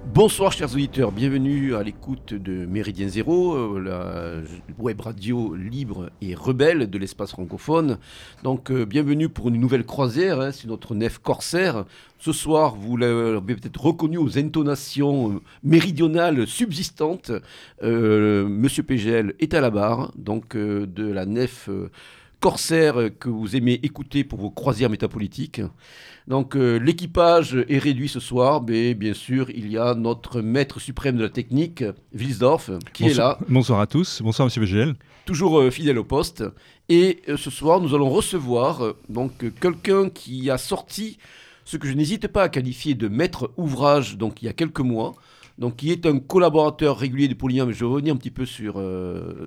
Bonsoir chers auditeurs, bienvenue à l'écoute de Méridien Zéro, la web radio libre et rebelle de l'espace francophone. Donc bienvenue pour une nouvelle croisière sur notre nef corsaire. Ce soir, vous l'avez peut-être reconnu aux intonations méridionales subsistantes. Monsieur PGL est à la barre, donc de la nef corsaire que vous aimez écouter pour vos croisières métapolitiques. Donc l'équipage est réduit ce soir, mais bien sûr il y a notre maître suprême de la technique, Wilsdorf, qui est là. Bonsoir à tous, bonsoir Monsieur VGL. Toujours fidèle au poste. Et ce soir nous allons recevoir quelqu'un qui a sorti ce que je n'hésite pas à qualifier de maître ouvrage donc il y a quelques mois. Donc, qui est un collaborateur régulier de Polygnon, mais je vais revenir un petit peu sur un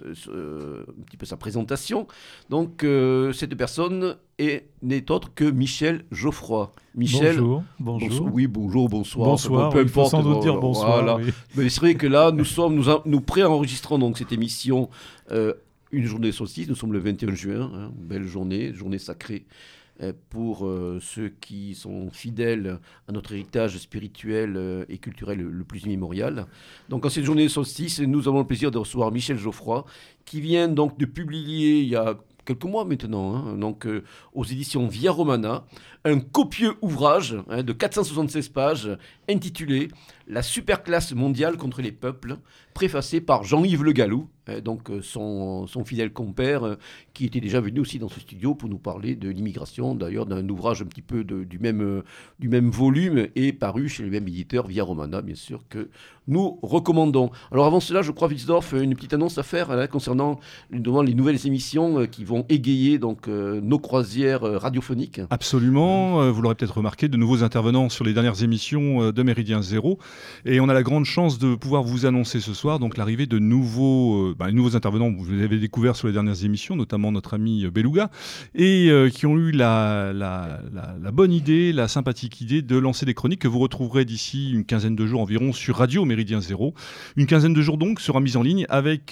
petit peu sa présentation. Donc, cette personne n'est autre que Michel Geoffroy. Michel, bonjour. Oui, bonjour, bonsoir. Bonsoir, peu il faut importe, sans doute dire bonsoir. Voilà. Oui. Mais c'est vrai que là, nous préenregistrons donc cette émission une journée de solstice. Nous sommes le 21 juin, belle journée sacrée. Pour ceux qui sont fidèles à notre héritage spirituel et culturel le plus immémorial. Donc en cette journée de solstice, nous avons le plaisir de recevoir Michel Geoffroy, qui vient donc de publier il y a quelques mois maintenant, aux éditions Via Romana, un copieux ouvrage de 476 pages intitulé « La superclasse mondiale contre les peuples », préfacé par Jean-Yves Le Gallou, son fidèle compère, qui était déjà venu aussi dans ce studio pour nous parler de l'immigration, d'ailleurs d'un ouvrage un petit peu du même volume et paru chez le même éditeur Via Romana, bien sûr, que nous recommandons. Alors avant cela, je crois, Wilsdorf, une petite annonce à faire concernant les nouvelles émissions qui vont égayer nos croisières radiophoniques. Absolument, vous l'aurez peut-être remarqué, de nouveaux intervenants sur les dernières émissions de Méridien Zéro. Et on a la grande chance de pouvoir vous annoncer ce soir donc l'arrivée de nouveaux intervenants. Vous les avez découverts sur les dernières émissions, notamment notre ami Beluga, et qui ont eu la bonne idée, la sympathique idée de lancer des chroniques que vous retrouverez d'ici une quinzaine de jours environ sur Radio Méridien Zéro. Une quinzaine de jours donc sera mise en ligne avec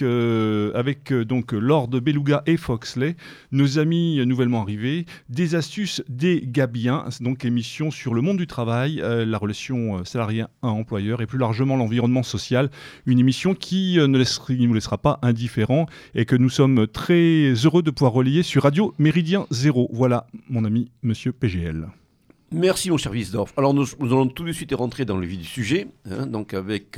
Lord Beluga et Foxley, nos amis nouvellement arrivés, des astuces des Gabiens, donc émission sur le monde du travail, la relation salarié à employeur et plus largement l'environnement social. Une émission qui ne nous laissera pas indifférents et que nous sommes très heureux de pouvoir relayer sur Radio Méridien Zéro. Voilà, mon ami Monsieur PGL. Merci mon cher Wilsdorf. Alors nous allons tout de suite rentrer dans le vif du sujet, donc avec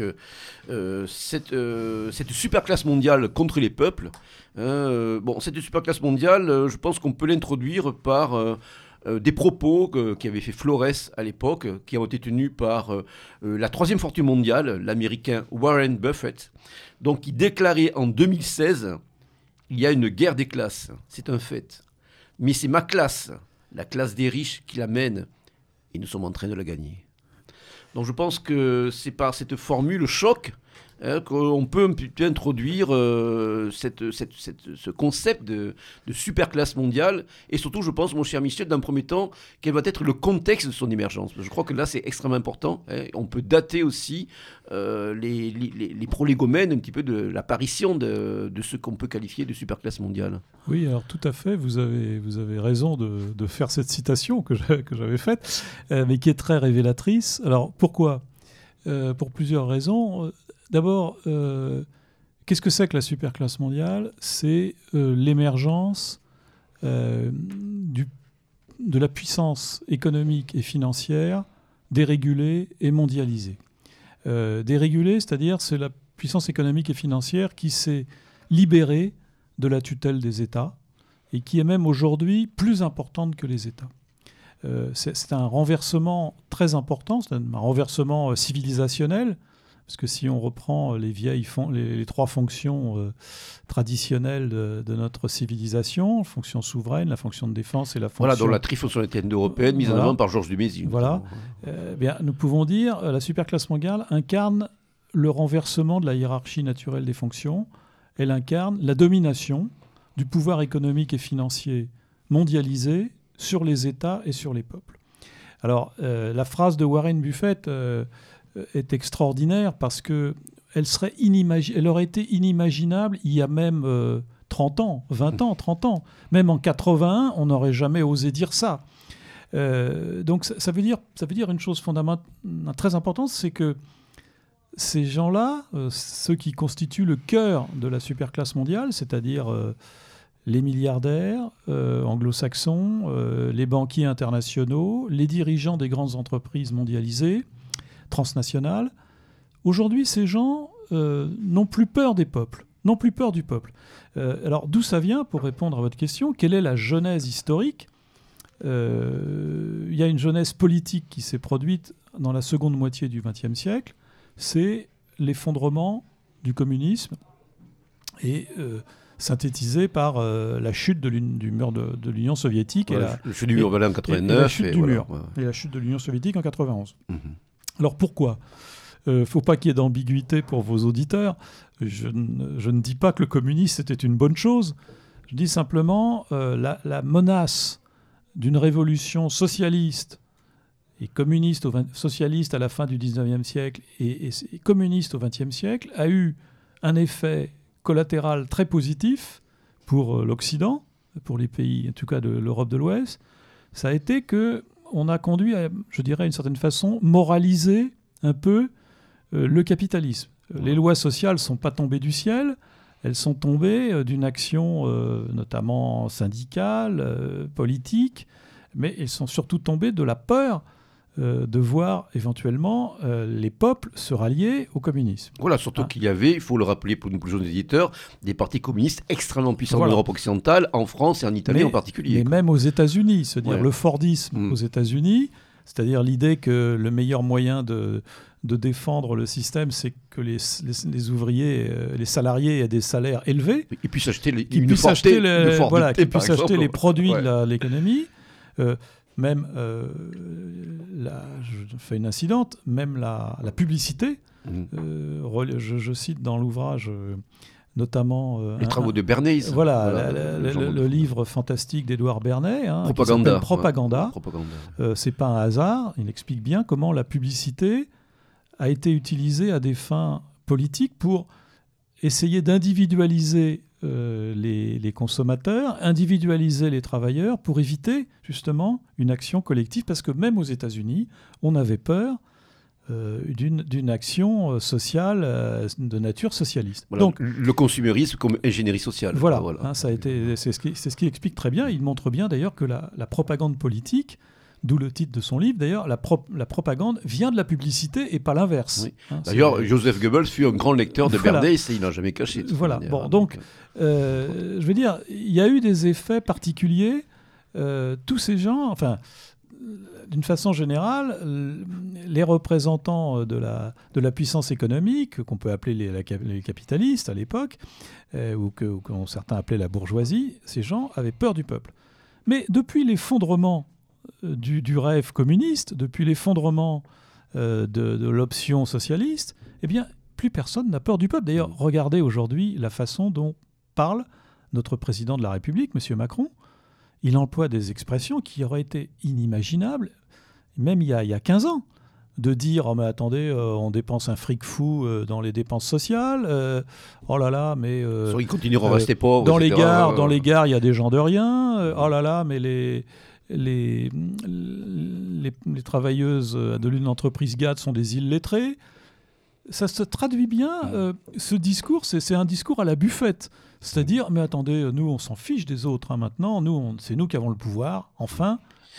cette superclasse mondiale contre les peuples. Cette superclasse mondiale, je pense qu'on peut l'introduire par des propos qu'avait fait Flores à l'époque, qui ont été tenus par la troisième fortune mondiale, l'américain Warren Buffett, donc qui déclarait en 2016 « Il y a une guerre des classes, c'est un fait. Mais c'est ma classe, la classe des riches, qui la mène, et nous sommes en train de la gagner. » Donc je pense que c'est par cette formule choc qu'on peut un peu introduire ce concept de superclasse mondiale, et surtout je pense, mon cher Michel, d'un premier temps, quel va être le contexte de son émergence. Je crois que là c'est extrêmement important. On peut dater aussi les prolégomènes un petit peu de l'apparition de ce qu'on peut qualifier de superclasse mondiale. Oui, alors tout à fait, vous avez raison de faire cette citation que j'avais faite, mais qui est très révélatrice. Alors pourquoi ? Pour plusieurs raisons. D'abord, qu'est-ce que c'est que la superclasse mondiale ? C'est l'émergence de la puissance économique et financière dérégulée et mondialisée. Dérégulée, c'est-à-dire c'est la puissance économique et financière qui s'est libérée de la tutelle des États et qui est même aujourd'hui plus importante que les États. C'est un renversement très important, c'est un renversement civilisationnel. Parce que si on reprend les trois fonctions traditionnelles de notre civilisation, la fonction souveraine, la fonction de défense et la fonction... Voilà, dans la trifonctionnalité européenne mise en avant par Georges Dumézil. Voilà. Nous pouvons dire que la superclasse mondiale incarne le renversement de la hiérarchie naturelle des fonctions. Elle incarne la domination du pouvoir économique et financier mondialisé sur les États et sur les peuples. Alors, la phrase de Warren Buffett... est extraordinaire parce qu'elle aurait été inimaginable il y a même 30 ans, 20 ans, 30 ans. Même en 81, on n'aurait jamais osé dire ça. Donc ça veut dire une chose fondamentale, très importante, c'est que ces gens-là, ceux qui constituent le cœur de la superclasse mondiale, c'est-à-dire les milliardaires anglo-saxons, les banquiers internationaux, les dirigeants des grandes entreprises mondialisées, transnationales, aujourd'hui, ces gens n'ont plus peur des peuples, n'ont plus peur du peuple. Alors, d'où ça vient, pour répondre à votre question, quelle est la genèse historique ? Il y a une genèse politique qui s'est produite dans la seconde moitié du XXe siècle, c'est l'effondrement du communisme et synthétisé par la chute du mur de l'Union soviétique. Voilà, le chute du mur en 89. Et la chute du mur. Ouais. Et la chute de l'Union soviétique en 91. Mm-hmm. Alors pourquoi ? Faut pas qu'il y ait d'ambiguïté pour vos auditeurs. Je ne dis pas que le communisme était une bonne chose. Je dis simplement la menace d'une révolution socialiste et communiste, socialiste à la fin du 19e siècle et communiste au 20e siècle a eu un effet collatéral très positif pour l'Occident, pour les pays, en tout cas de l'Europe de l'Ouest. Ça a été qu'on a conduit à, je dirais, d'une certaine façon, moraliser un peu le capitalisme. Les lois sociales ne sont pas tombées du ciel, elles sont tombées d'une action notamment syndicale, politique, mais elles sont surtout tombées de la peur de voir éventuellement les peuples se rallier au communisme. Voilà, surtout qu'il y avait, il faut le rappeler pour nos plus jeunes éditeurs, des partis communistes extrêmement puissants en Europe occidentale, en France et en Italie en particulier. Mais même aux États-Unis, c'est-à-dire le Fordisme aux États-Unis, c'est-à-dire l'idée que le meilleur moyen de défendre le système, c'est que les ouvriers, les salariés aient des salaires élevés. Ils puissent acheter les produits de l'économie. Même, je fais une incidente, même la publicité. Je cite dans l'ouvrage notamment... les travaux de Bernays. Voilà, le livre fantastique d'Édouard Bernays, Propaganda. C'est pas un hasard, il explique bien comment la publicité a été utilisée à des fins politiques pour essayer d'individualiser les consommateurs, individualiser les travailleurs pour éviter justement une action collective, parce que même aux États-Unis, on avait peur d'une action sociale de nature socialiste. Voilà, donc le consumérisme comme ingénierie sociale. Voilà. Ça a été, c'est ce qu'il explique très bien. Il montre bien d'ailleurs que la propagande politique, d'où le titre de son livre, d'ailleurs, la propagande vient de la publicité et pas l'inverse. Oui. D'ailleurs, Joseph Goebbels fut un grand lecteur de Bernays et il n'a jamais caché. Voilà. Je veux dire, il y a eu des effets particuliers. Tous ces gens, enfin, d'une façon générale, les représentants de la puissance économique, qu'on peut appeler les capitalistes à l'époque, ou que certains appelaient la bourgeoisie, ces gens avaient peur du peuple. Mais depuis l'effondrement du rêve communiste, depuis l'effondrement de l'option socialiste, eh bien, plus personne n'a peur du peuple. D'ailleurs, regardez aujourd'hui la façon dont parle notre président de la République, M. Macron. Il emploie des expressions qui auraient été inimaginables, même il y a 15 ans, de dire « Oh mais attendez, on dépense un fric fou dans les dépenses sociales, oh là là, mais... ils continueront à rester pauvres, dans les gares, il y a des gens de rien, oh là là, mais les travailleuses de l'une entreprise GAD sont des illettrés ». Ça se traduit bien, ce discours, c'est un discours à la Buffett. C'est-à-dire, mais attendez, nous, on s'en fiche des autres maintenant, c'est nous qui avons le pouvoir, enfin.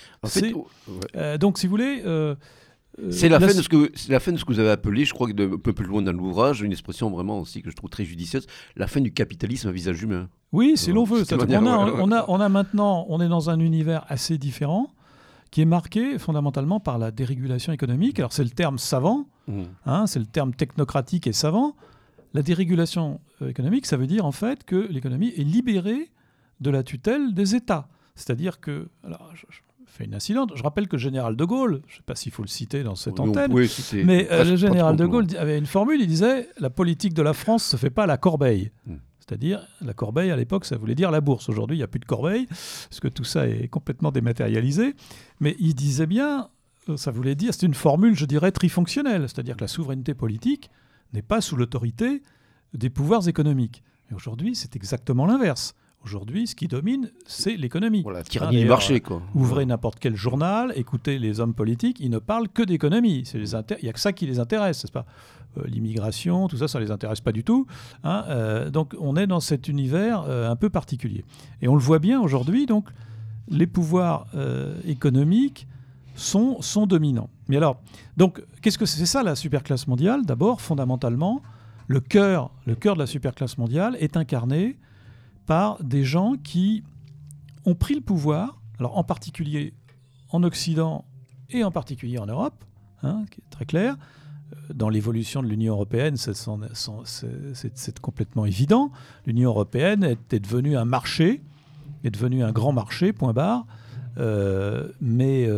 Donc, si vous voulez... c'est la fin de ce que vous avez appelé, je crois, un peu plus loin dans l'ouvrage, une expression vraiment aussi que je trouve très judicieuse, la fin du capitalisme à visage humain. Oui, si l'on veut. On a maintenant, on est dans un univers assez différent, qui est marqué fondamentalement par la dérégulation économique. Alors c'est le terme savant, c'est le terme technocratique et savant. La dérégulation économique, ça veut dire en fait que l'économie est libérée de la tutelle des États. C'est-à-dire que... Alors, je fais une incidente. Je rappelle que le général de Gaulle, je ne sais pas s'il faut le citer dans cette antenne, mais le général de Gaulle avait une formule, il disait « La politique de la France ne se fait pas à la corbeille ». C'est-à-dire, la corbeille, à l'époque, ça voulait dire la bourse. Aujourd'hui, il n'y a plus de corbeille, parce que tout ça est complètement dématérialisé. Mais il disait bien, ça voulait dire, c'est une formule, je dirais, trifonctionnelle. C'est-à-dire que la souveraineté politique n'est pas sous l'autorité des pouvoirs économiques. Et aujourd'hui, c'est exactement l'inverse. Aujourd'hui, ce qui domine, c'est l'économie. Voilà, tyrannie du marché, quoi. Ouvrez n'importe quel journal, écoutez les hommes politiques, ils ne parlent que d'économie. Il n'y a que ça qui les intéresse, n'est-ce pas ? L'immigration, tout ça, ça ne les intéresse pas du tout. Donc on est dans cet univers un peu particulier. Et on le voit bien aujourd'hui, donc les pouvoirs économiques sont dominants. Mais alors, donc, qu'est-ce que c'est ça la superclasse mondiale ? D'abord, fondamentalement, le cœur de la superclasse mondiale est incarné par des gens qui ont pris le pouvoir, alors en particulier en Occident et en particulier en Europe, qui est très clair. Dans l'évolution de l'Union européenne, c'est complètement évident. L'Union européenne est devenue un marché, est devenue un grand marché, point barre, mais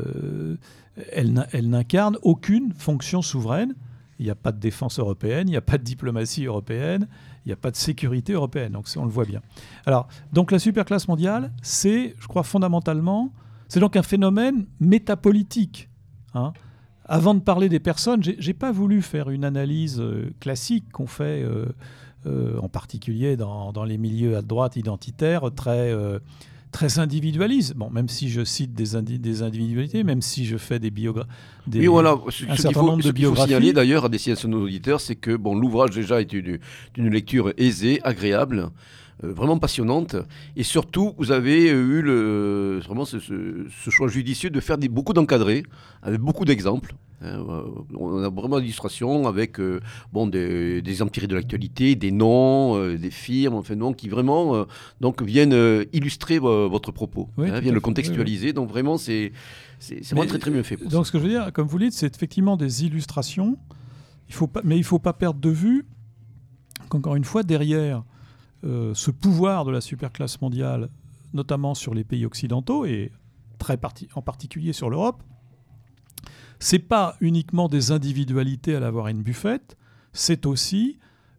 elle n'incarne aucune fonction souveraine. Il n'y a pas de défense européenne, il n'y a pas de diplomatie européenne, il n'y a pas de sécurité européenne. Donc on le voit bien. Alors, donc la superclasse mondiale, c'est, je crois, fondamentalement, c'est donc un phénomène métapolitique. Avant de parler des personnes, j'ai pas voulu faire une analyse classique qu'on fait, en particulier dans les milieux à droite identitaires, très individualiste. Bon, même si je cite des individualités, même si je fais des biographies. Oui, voilà. Ce qu'il faut signaler d'ailleurs à destination de nos auditeurs, c'est que l'ouvrage déjà est une lecture aisée, agréable, vraiment passionnante. Et surtout, vous avez eu vraiment ce choix judicieux de faire beaucoup d'encadrés, avec beaucoup d'exemples. On a vraiment d'illustrations avec des exemples tirés de l'actualité, des noms, des firmes, qui vraiment viennent illustrer votre propos, viennent le contextualiser. Oui. Donc vraiment, c'est vraiment très très bien fait. Donc ce que je veux dire, comme vous le dites, c'est effectivement des illustrations. Mais il ne faut pas perdre de vue qu'encore une fois, derrière ce pouvoir de la superclasse mondiale, notamment sur les pays occidentaux et en particulier sur l'Europe, c'est pas uniquement des individualités à la Warren Buffett, c'est aussi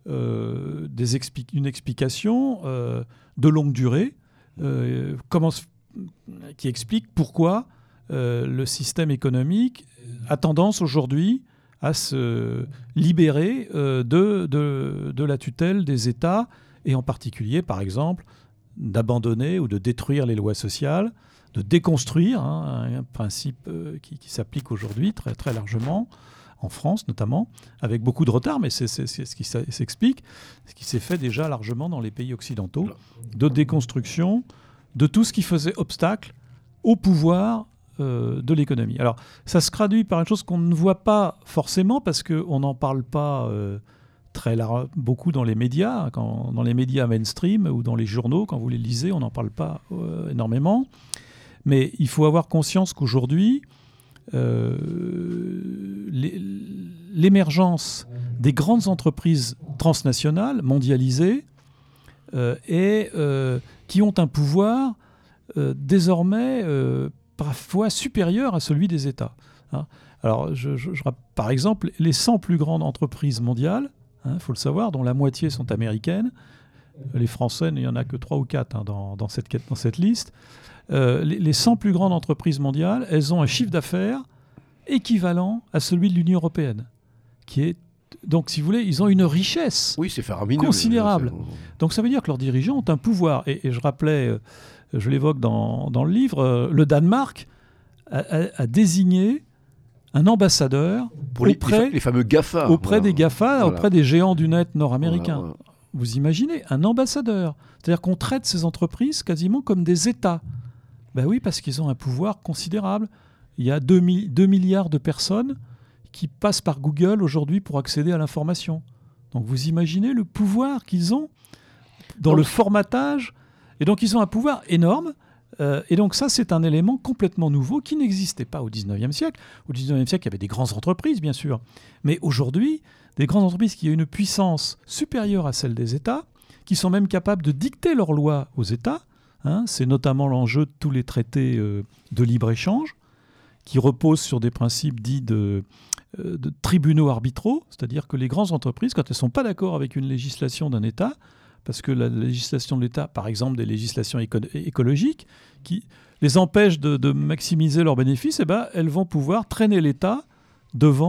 une explication de longue durée qui explique pourquoi le système économique a tendance aujourd'hui à se libérer de la tutelle des États et en particulier, par exemple, d'abandonner ou de détruire les lois sociales, de déconstruire, un principe qui s'applique aujourd'hui très, très largement, en France notamment, avec beaucoup de retard, mais c'est ce qui s'explique, ce qui s'est fait déjà largement dans les pays occidentaux, de déconstruction de tout ce qui faisait obstacle au pouvoir de l'économie. Alors, ça se traduit par une chose qu'on ne voit pas forcément, parce qu'on n'en parle pas beaucoup dans les médias, dans les médias mainstream ou dans les journaux, quand vous les lisez, on n'en parle pas énormément. Mais il faut avoir conscience qu'aujourd'hui, l'émergence des grandes entreprises transnationales, mondialisées, et qui ont un pouvoir désormais parfois supérieur à celui des États. Alors, par exemple, les 100 plus grandes entreprises mondiales, il faut le savoir, dont la moitié sont américaines, les Français, il n'y en a que 3 ou 4 dans cette liste. Les 100 plus grandes entreprises mondiales, elles ont un chiffre d'affaires équivalent à celui de l'Union européenne, qui est donc, si vous voulez, ils ont une richesse considérable. Donc, ça veut dire que leurs dirigeants ont un pouvoir. Et je rappelais, je l'évoque dans le livre, le Danemark a désigné un ambassadeur auprès les fameux GAFA, des GAFA, auprès des géants du net nord-américains. Voilà. Vous imaginez, un ambassadeur. C'est-à-dire qu'on traite ces entreprises quasiment comme des États. Ben oui, parce qu'ils ont un pouvoir considérable. Il y a 2 milliards de personnes qui passent par Google aujourd'hui pour accéder à l'information. Donc vous imaginez le pouvoir qu'ils ont dans le formatage. Et donc ils ont un pouvoir énorme. Et donc ça, c'est un élément complètement nouveau qui n'existait pas au XIXe siècle. Au XIXe siècle, il y avait des grandes entreprises, bien sûr. Mais aujourd'hui, des grandes entreprises qui ont une puissance supérieure à celle des États, qui sont même capables de dicter leurs lois aux États. C'est notamment l'enjeu de tous les traités de libre-échange, qui reposent sur des principes dits de tribunaux arbitraux, c'est-à-dire que les grandes entreprises, quand elles ne sont pas d'accord avec une législation d'un État, parce que la législation de l'État, par exemple des législations écologiques, qui les empêchent de maximiser leurs bénéfices, elles vont pouvoir traîner l'État devant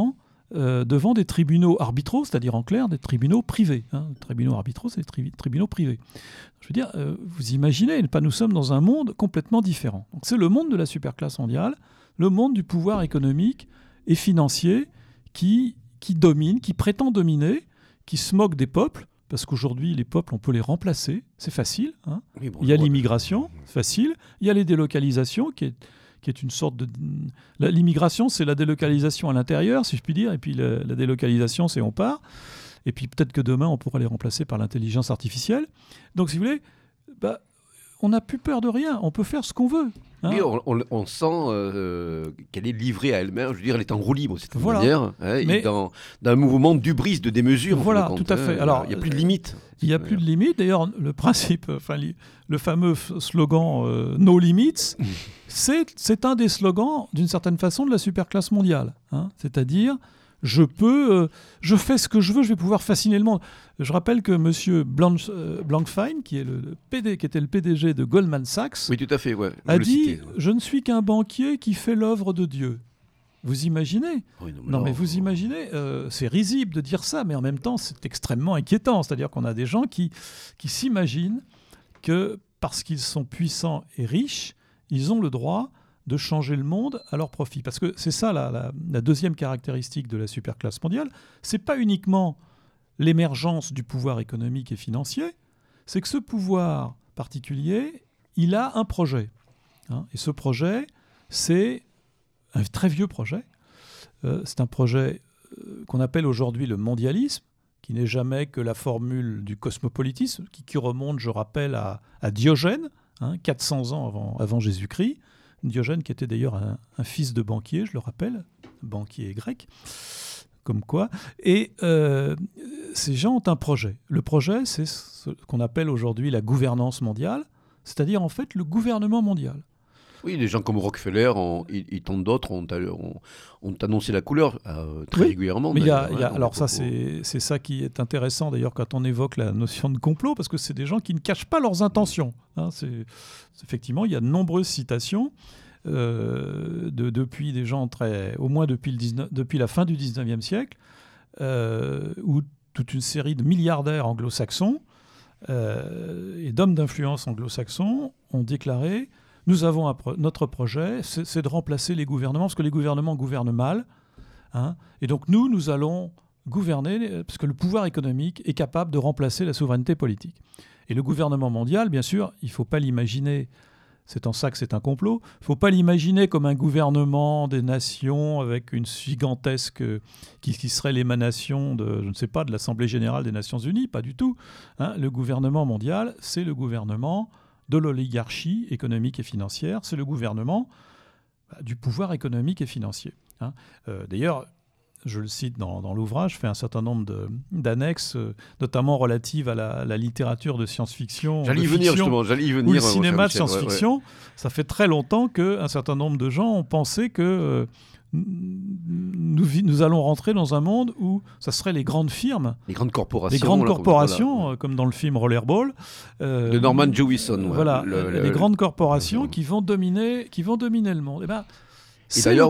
devant des tribunaux arbitraux, c'est-à-dire en clair des tribunaux privés. Les tribunaux arbitraux, c'est des tribunaux privés. Je veux dire, vous imaginez, nous sommes dans un monde complètement différent. Donc, c'est le monde de la superclasse mondiale, le monde du pouvoir économique et financier qui domine, qui prétend dominer, qui se moque des peuples, parce qu'aujourd'hui, les peuples, on peut les remplacer, c'est facile. Oui, bon, il y a l'immigration, facile. Il y a les délocalisations, qui est une sorte de... L'immigration, c'est la délocalisation à l'intérieur, si je puis dire, et puis la délocalisation, c'est on part. Et puis peut-être que demain, on pourra les remplacer par l'intelligence artificielle. Donc, si vous voulez, on n'a plus peur de rien, on peut faire ce qu'on veut. Oui, on sent qu'elle est livrée à elle-même. Je veux dire, elle est en roue libre, cette manière. Mais dans un mouvement d'hubris, de démesure. Voilà, tout à fait. Alors, il n'y a plus de limite. Il n'y a plus de limite. D'ailleurs, le principe, le fameux slogan No Limits, c'est un des slogans, d'une certaine façon, de la superclasse mondiale. C'est-à-dire, je fais ce que je veux, je vais pouvoir fasciner le monde. Je rappelle que M. Blankfein, qui était le PDG de Goldman Sachs, oui, tout à fait, ouais. a dit « Je ne suis qu'un banquier qui fait l'œuvre de Dieu ». Vous imaginez ? Oui, mais vous imaginez, c'est risible de dire ça, mais en même temps, c'est extrêmement inquiétant. C'est-à-dire qu'on a des gens qui s'imaginent que parce qu'ils sont puissants et riches, ils ont le droit de changer le monde à leur profit. Parce que c'est ça la deuxième caractéristique de la superclasse mondiale. C'est pas uniquement l'émergence du pouvoir économique et financier, c'est que ce pouvoir particulier, il a un projet. Et ce projet, c'est un très vieux projet. C'est un projet qu'on appelle aujourd'hui le mondialisme, qui n'est jamais que la formule du cosmopolitisme, qui remonte, je rappelle, à Diogène, 400 ans avant Jésus-Christ. Diogène qui était d'ailleurs un fils de banquier, je le rappelle, banquier grec, comme quoi. Et ces gens ont un projet. Le projet, c'est ce qu'on appelle aujourd'hui la gouvernance mondiale, c'est-à-dire en fait le gouvernement mondial. Oui, des gens comme Rockefeller et tant d'autres ont annoncé la couleur très régulièrement. Mais alors ça, c'est ça qui est intéressant d'ailleurs quand on évoque la notion de complot, parce que c'est des gens qui ne cachent pas leurs intentions. Effectivement, il y a de nombreuses citations depuis des gens au moins depuis la fin du 19e siècle, où toute une série de milliardaires anglo-saxons et d'hommes d'influence anglo-saxons ont déclaré: nous avons notre projet, c'est de remplacer les gouvernements, parce que les gouvernements gouvernent mal. Et donc nous allons gouverner, parce que le pouvoir économique est capable de remplacer la souveraineté politique. Et le gouvernement mondial, bien sûr, il ne faut pas l'imaginer, c'est en ça que c'est un complot, il ne faut pas l'imaginer comme un gouvernement des nations avec une gigantesque, qui serait l'émanation de l'Assemblée générale des Nations Unies, pas du tout. Le gouvernement mondial, c'est le gouvernement de l'oligarchie économique et financière, c'est le gouvernement du pouvoir économique et financier. D'ailleurs, je le cite dans l'ouvrage, je fais un certain nombre d'annexes, notamment relatives à la littérature de science-fiction. J'allais y venir. Ou le cinéma de science-fiction. Ça fait très longtemps qu'un certain nombre de gens ont pensé que nous allons rentrer dans un monde où ça serait les grandes firmes, les grandes corporations, comme dans le film Rollerball, de Norman Jewison. Les grandes corporations qui vont dominer le monde. Et d'ailleurs,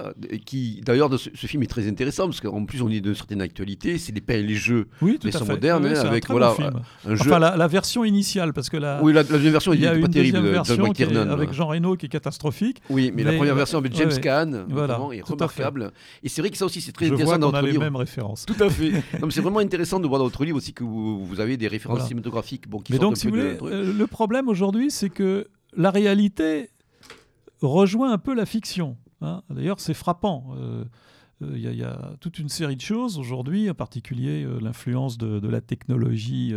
ce film est très intéressant parce qu'en plus on est d'une certaine actualité, c'est les pains et les jeux, mais sont modernes, avec un jeu. Enfin, la version initiale, parce que la deuxième version n'est pas terrible, avec Jean Reno qui est catastrophique. Oui, mais la première version avec James Caan, notamment, est remarquable. Et c'est vrai que ça aussi c'est très intéressant dans votre livre. On a les mêmes références. Tout à fait. Non, mais c'est vraiment intéressant de voir dans votre livre aussi que vous avez des références cinématographiques. Mais donc, si vous voulez, le problème aujourd'hui, c'est que la réalité rejoint un peu la fiction. D'ailleurs, c'est frappant. Il y a toute une série de choses aujourd'hui, en particulier l'influence de la technologie,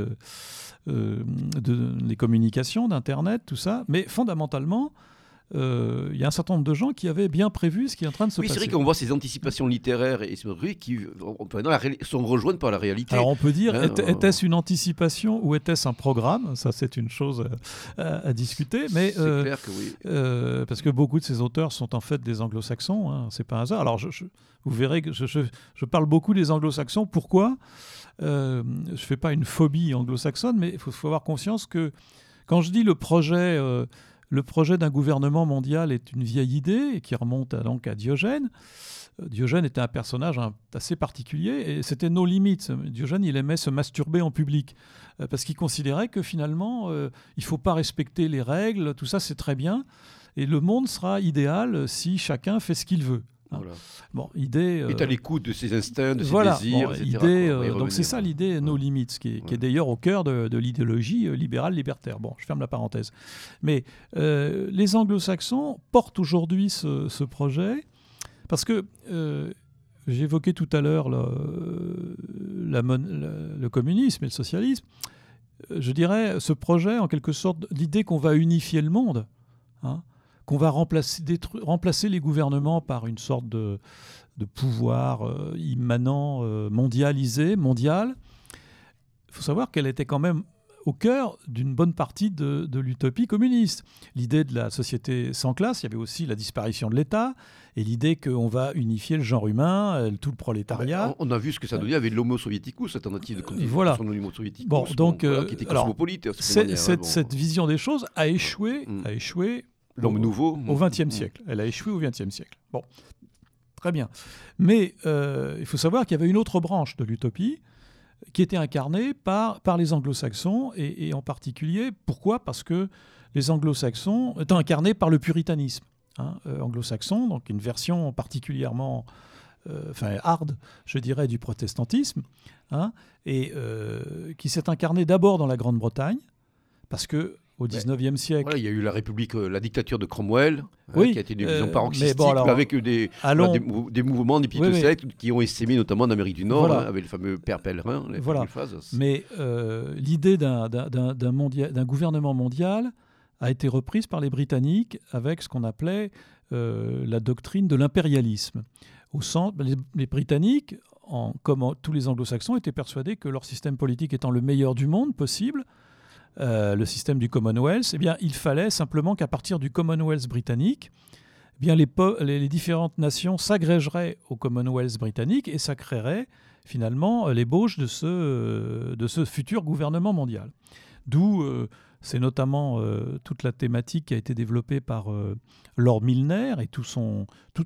des communications, d'Internet, tout ça. Mais fondamentalement, il y a un certain nombre de gens qui avaient bien prévu ce qui est en train de se passer. Oui, c'est vrai qu'on voit ces anticipations littéraires et qui sont rejointes par la réalité. Alors on peut dire, était-ce une anticipation ou était-ce un programme ? Ça, c'est une chose à discuter. Mais, c'est clair que oui. Parce que beaucoup de ces auteurs sont en fait des anglo-saxons, c'est pas un hasard. Alors vous verrez que je parle beaucoup des anglo-saxons. Pourquoi ? Je ne fais pas une phobie anglo-saxonne, mais il faut avoir conscience que quand je dis le projet le projet d'un gouvernement mondial est une vieille idée et qui remonte donc à Diogène. Diogène était un personnage assez particulier et c'était nos limites. Diogène, il aimait se masturber en public parce qu'il considérait que finalement, il ne faut pas respecter les règles, tout ça c'est très bien et le monde sera idéal si chacun fait ce qu'il veut. Voilà. Bon, idée. Est à l'écoute de ses instincts, de ses voilà, désirs, bon, etc. idée, donc c'est ça l'idée, nos limites, qui est d'ailleurs au cœur de l'idéologie libérale libertaire. Bon, je ferme la parenthèse. Mais les Anglo-Saxons portent aujourd'hui ce projet parce que j'ai évoqué tout à l'heure le communisme et le socialisme. Je dirais ce projet, en quelque sorte, l'idée qu'on va unifier le monde. Hein, qu'on va remplacer les gouvernements par une sorte de pouvoir immanent, mondialisé, mondial. Il faut savoir qu'elle était quand même au cœur d'une bonne partie de l'utopie communiste. L'idée de la société sans classe, il y avait aussi la disparition de l'État, et l'idée qu'on va unifier le genre humain, tout le prolétariat. On a vu ce que ça donnait avec l'homo soviéticus, cette tentative de constitution voilà. de l'homo soviéticus, bon, donc, voilà, qui était cosmopolite. Cette vision des choses a échoué. L'homme nouveau. Au XXe siècle. Elle a échoué au XXe siècle. Bon, très bien. Mais il faut savoir qu'il y avait une autre branche de l'utopie qui était incarnée par les anglo-saxons et en particulier, pourquoi ? Parce que les anglo-saxons étaient incarnés par le puritanisme anglo-saxon, donc une version particulièrement hard, je dirais, du protestantisme, et qui s'est incarnée d'abord dans la Grande-Bretagne, parce que au XIXe siècle. Voilà, il y a eu la République, la dictature de Cromwell, qui a été une vision paroxystique, avec des mouvements, des petites sectes qui ont essaimé notamment en Amérique du Nord, avec le fameux Père Pèlerin. Mais l'idée d'un gouvernement mondial a été reprise par les Britanniques avec ce qu'on appelait la doctrine de l'impérialisme. Les Britanniques, comme tous les anglo-saxons, étaient persuadés que leur système politique étant le meilleur du monde possible, le système du Commonwealth, il fallait simplement qu'à partir du Commonwealth britannique, les différentes nations s'agrégeraient au Commonwealth britannique et ça créerait finalement l'ébauche de ce futur gouvernement mondial. D'où c'est notamment toute la thématique qui a été développée par Lord Milner et toute son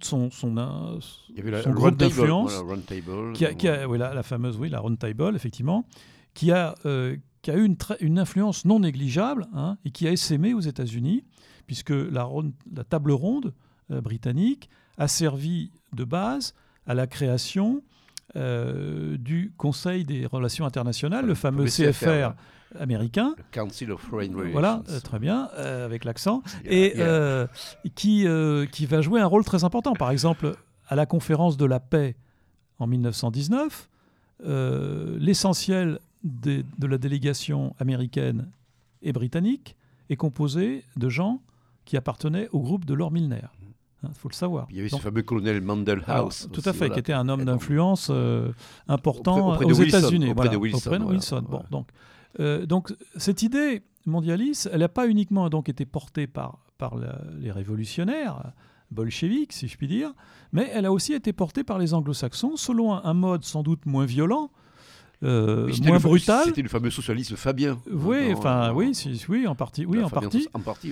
groupe d'influence, la fameuse la Round Table, effectivement, qui a eu une influence non négligeable et qui a essaimé aux États-Unis, puisque la table ronde britannique a servi de base à la création du Conseil des relations internationales, le fameux CFR américain. Le Council of Foreign Relations. Voilà, très bien, avec l'accent. Qui va jouer un rôle très important. Par exemple, à la conférence de la paix en 1919, l'essentiel de la délégation américaine et britannique est composé de gens qui appartenaient au groupe de Lord Milner. Il faut le savoir. Il y avait ce fameux colonel Mandelhouse. Tout à fait, qui était un homme d'influence important aux États-Unis. Auprès de Wilson. Donc cette idée mondialiste, elle n'a pas uniquement donc été portée par les révolutionnaires bolcheviques, si je puis dire, mais elle a aussi été portée par les anglo-saxons, selon un mode sans doute moins violent, moins brutal. C'était le fameux socialiste Fabien. Oui, en partie. Oui, en partie.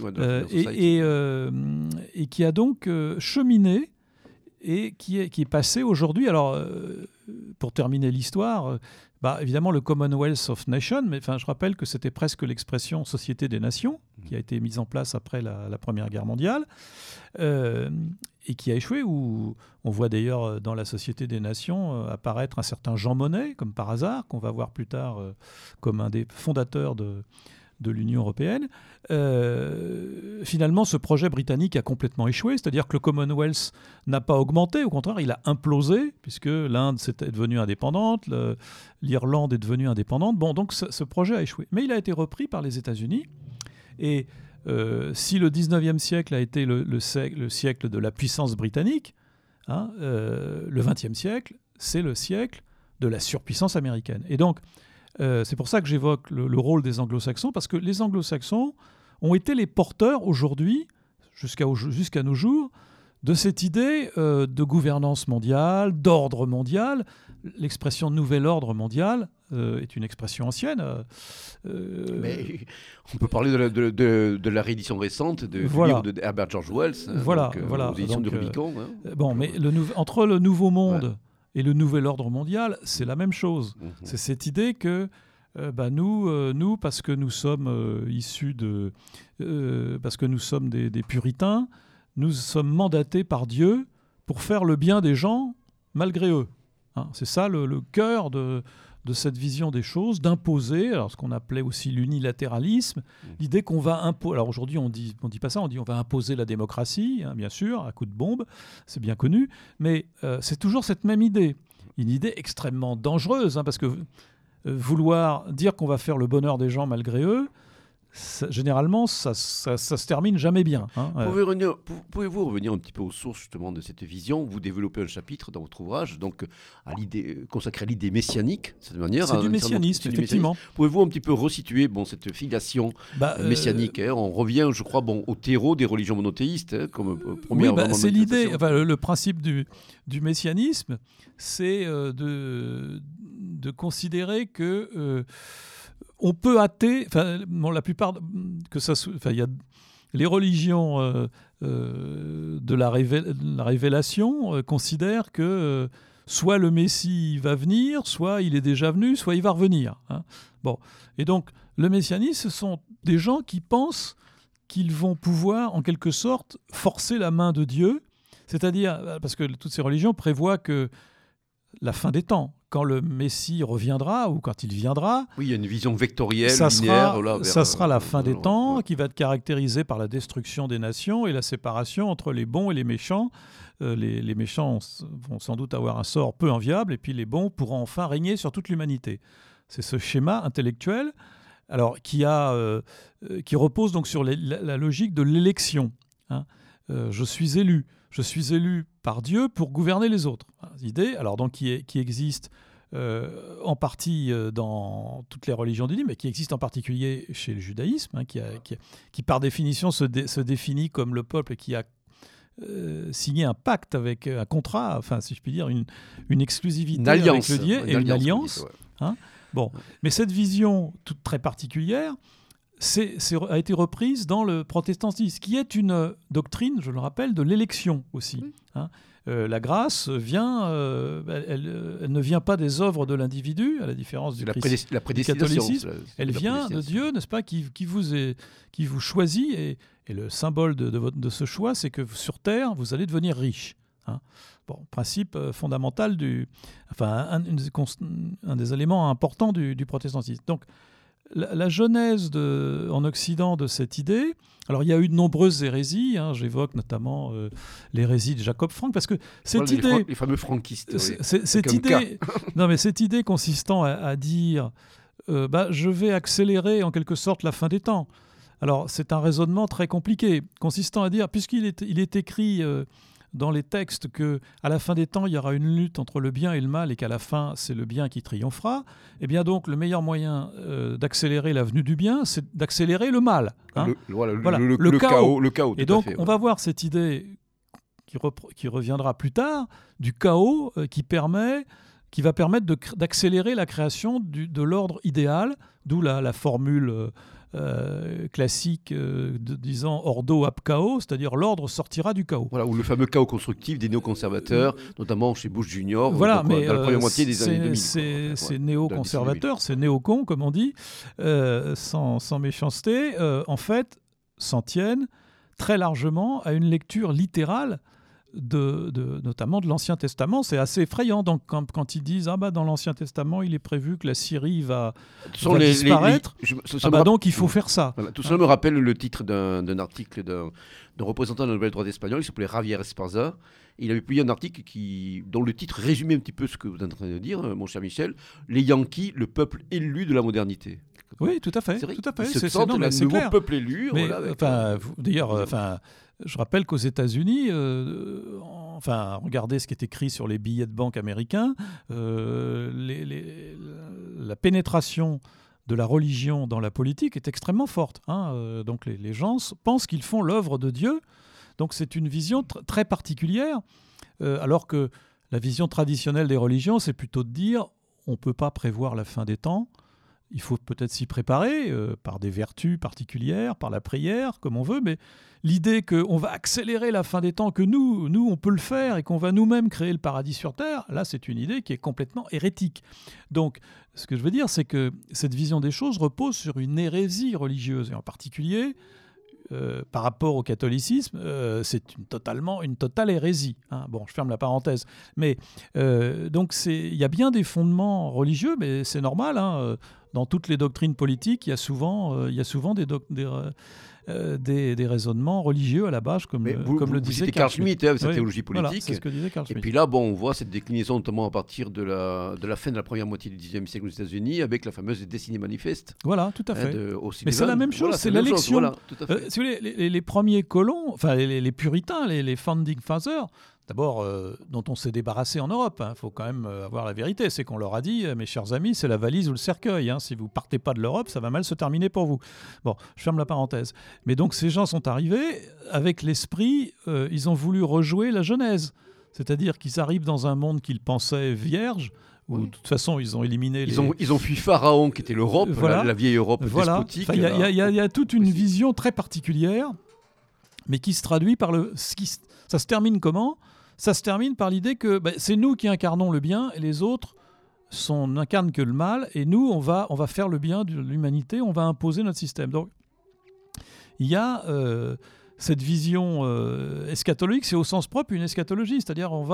Et qui a donc cheminé et qui est passé aujourd'hui. Alors, pour terminer l'histoire, évidemment le Commonwealth of Nations, mais je rappelle que c'était presque l'expression Société des Nations qui a été mise en place après la Première Guerre mondiale et qui a échoué, où on voit d'ailleurs dans la Société des Nations apparaître un certain Jean Monnet, comme par hasard, qu'on va voir plus tard comme un des fondateurs de l'Union européenne. Finalement, ce projet britannique a complètement échoué, c'est-à-dire que le Commonwealth n'a pas augmenté, au contraire, il a implosé, puisque l'Inde est devenue indépendante, l'Irlande est devenue indépendante. Bon, donc ce projet a échoué. Mais il a été repris par les États-Unis, et si le 19e siècle a été le siècle de la puissance britannique, le 20e siècle, c'est le siècle de la surpuissance américaine. Et donc, c'est pour ça que j'évoque le rôle des anglo-saxons, parce que les anglo-saxons ont été les porteurs aujourd'hui, jusqu'à nos jours, de cette idée de gouvernance mondiale, d'ordre mondial, l'expression nouvel ordre mondial est une expression ancienne. Mais on peut parler de la réédition récente du livre de Herbert George Wells, aux éditions du Rubicon. Bon, mais entre le nouveau monde et le nouvel ordre mondial, c'est la même chose. C'est cette idée que nous, parce que nous sommes issus parce que nous sommes des puritains, nous sommes mandatés par Dieu pour faire le bien des gens malgré eux. Hein, c'est ça le cœur de cette vision des choses, d'imposer, alors ce qu'on appelait aussi l'unilatéralisme, l'idée qu'on va imposer. Alors aujourd'hui, on dit pas ça, on dit on va imposer la démocratie, bien sûr, à coup de bombe, c'est bien connu, mais c'est toujours cette même idée, une idée extrêmement dangereuse, parce que vouloir dire qu'on va faire le bonheur des gens malgré eux, généralement, ça se termine jamais bien. Pouvez-vous revenir un petit peu aux sources justement de cette vision? Vous développez un chapitre dans votre ouvrage donc consacré à l'idée messianique, de cette manière. C'est du messianisme, effectivement. Pouvez-vous un petit peu resituer cette filiation messianique On revient, je crois, au terreau des religions monothéistes, comme première. Oui, c'est l'idée. Le principe du messianisme, c'est de considérer que on peut hâter, la plupart, il y a les religions de la révélation considèrent que soit le Messie va venir, soit il est déjà venu, soit il va revenir. Bon, et donc le messianisme, ce sont des gens qui pensent qu'ils vont pouvoir, en quelque sorte, forcer la main de Dieu, c'est-à-dire parce que toutes ces religions prévoient que la fin des temps, quand le Messie reviendra ou quand il viendra. Oui, il y a une vision vectorielle, linéaire. Ça sera la fin des temps qui va être caractérisée par la destruction des nations et la séparation entre les bons et les méchants. Les méchants vont sans doute avoir un sort peu enviable et puis les bons pourront enfin régner sur toute l'humanité. C'est ce schéma intellectuel qui repose donc sur la logique de l'élection. Je suis élu par Dieu pour gouverner les autres. Idée, qui existe en partie dans toutes les religions du livre, mais qui existe en particulier chez le judaïsme, qui par définition se définit comme le peuple qui a signé un pacte avec un contrat, si je puis dire, une exclusivité avec le Dieu et une alliance. Mais cette vision toute très particulière a été reprise dans le protestantisme, qui est une doctrine, je le rappelle, de l'élection aussi. La grâce vient, elle ne vient pas des œuvres de l'individu, à la différence du catholicisme. Elle vient de Dieu, n'est-ce pas, qui vous choisit, et le symbole de ce choix, c'est que sur terre, vous allez devenir riche. Principe fondamental un des éléments importants du protestantisme. Donc, la genèse en Occident de cette idée, alors il y a eu de nombreuses hérésies, j'évoque notamment l'hérésie de Jacob Frank, parce que cette idée... Les fameux franquistes. Cette idée consistant à dire je vais accélérer en quelque sorte la fin des temps. Alors c'est un raisonnement très compliqué, consistant à dire, puisqu'il est écrit... dans les textes qu'à la fin des temps, il y aura une lutte entre le bien et le mal et qu'à la fin, c'est le bien qui triomphera, eh bien donc, le meilleur moyen d'accélérer la venue du bien, c'est d'accélérer le mal. Le chaos. Et donc, on va voir cette idée qui reviendra plus tard, du chaos qui va permettre d'accélérer la création de l'ordre idéal, d'où la formule... classique disant ordo ab chaos, c'est-à-dire l'ordre sortira du chaos. Ou le fameux chaos constructif des néoconservateurs, notamment chez Bush Junior, dans la première moitié des années 2000. Ces néoconservateurs, ces néocons, comme on dit, sans méchanceté, en fait, s'en tiennent très largement à une lecture littérale notamment de l'Ancien Testament. C'est assez effrayant. Donc, quand ils disent dans l'Ancien Testament, il est prévu que la Syrie va disparaître, donc il faut faire ça. Tout cela me rappelle le titre d'un article d'un représentant de la nouvelle droite espagnole, il s'appelait Javier Esparza. Il avait publié un article dont le titre résumait un petit peu ce que vous êtes en train de dire, mon cher Michel. Les Yankees, le peuple élu de la modernité. Oui, tout à fait. C'est le nouveau peuple élu. D'ailleurs, je rappelle qu'aux États-Unis, regardez ce qui est écrit sur les billets de banque américains, la pénétration de la religion dans la politique est extrêmement forte. Donc les gens pensent qu'ils font l'œuvre de Dieu. Donc c'est une vision très particulière, alors que La vision traditionnelle des religions, c'est plutôt de dire on ne peut pas prévoir la fin des temps. Il faut peut-être s'y préparer par des vertus particulières, par la prière, comme on veut, mais l'idée qu'on va accélérer la fin des temps, que nous, on peut le faire et qu'on va nous-mêmes créer le paradis sur Terre, là, c'est une idée qui est complètement hérétique. Donc, ce que je veux dire, c'est que cette vision des choses repose sur une hérésie religieuse, et en particulier, par rapport au catholicisme, c'est une totale hérésie. Hein. Bon, je ferme la parenthèse. Mais donc, il y a bien des fondements religieux, mais c'est normal. Hein. Dans toutes les doctrines politiques, il y a souvent des raisonnements religieux à la base, comme le disait Carl Schmitt, sa théologie politique. Voilà, c'est ce que disait Carl Schmitt. Et puis là, on voit cette déclinaison notamment à partir de la fin de la première moitié du XIXe siècle aux États-Unis, avec la fameuse Destinée manifeste. Voilà, tout à fait. Mais c'est la même chose, voilà, c'est l'élection. Voilà, si vous voulez, les premiers colons, enfin les puritains, les founding fathers, d'abord, dont on s'est débarrassé en Europe. Il faut quand même avoir la vérité. C'est qu'on leur a dit, mes chers amis, c'est la valise ou le cercueil. Hein. Si vous ne partez pas de l'Europe, ça va mal se terminer pour vous. Bon, je ferme la parenthèse. Mais donc, ces gens sont arrivés avec l'esprit, ils ont voulu rejouer la Genèse. C'est-à-dire qu'ils arrivent dans un monde qu'ils pensaient vierge, où de toute façon, ils ont éliminé Ils ont fui Pharaon, qui était l'Europe, la vieille Europe despotique. Il y a toute une vision très particulière, mais qui se traduit par ça se termine comment ? Ça se termine par l'idée que c'est nous qui incarnons le bien et les autres n'incarnent que le mal, et nous, on va faire le bien de l'humanité, on va imposer notre système. Donc, il y a cette vision eschatologique, c'est au sens propre une eschatologie, c'est-à-dire on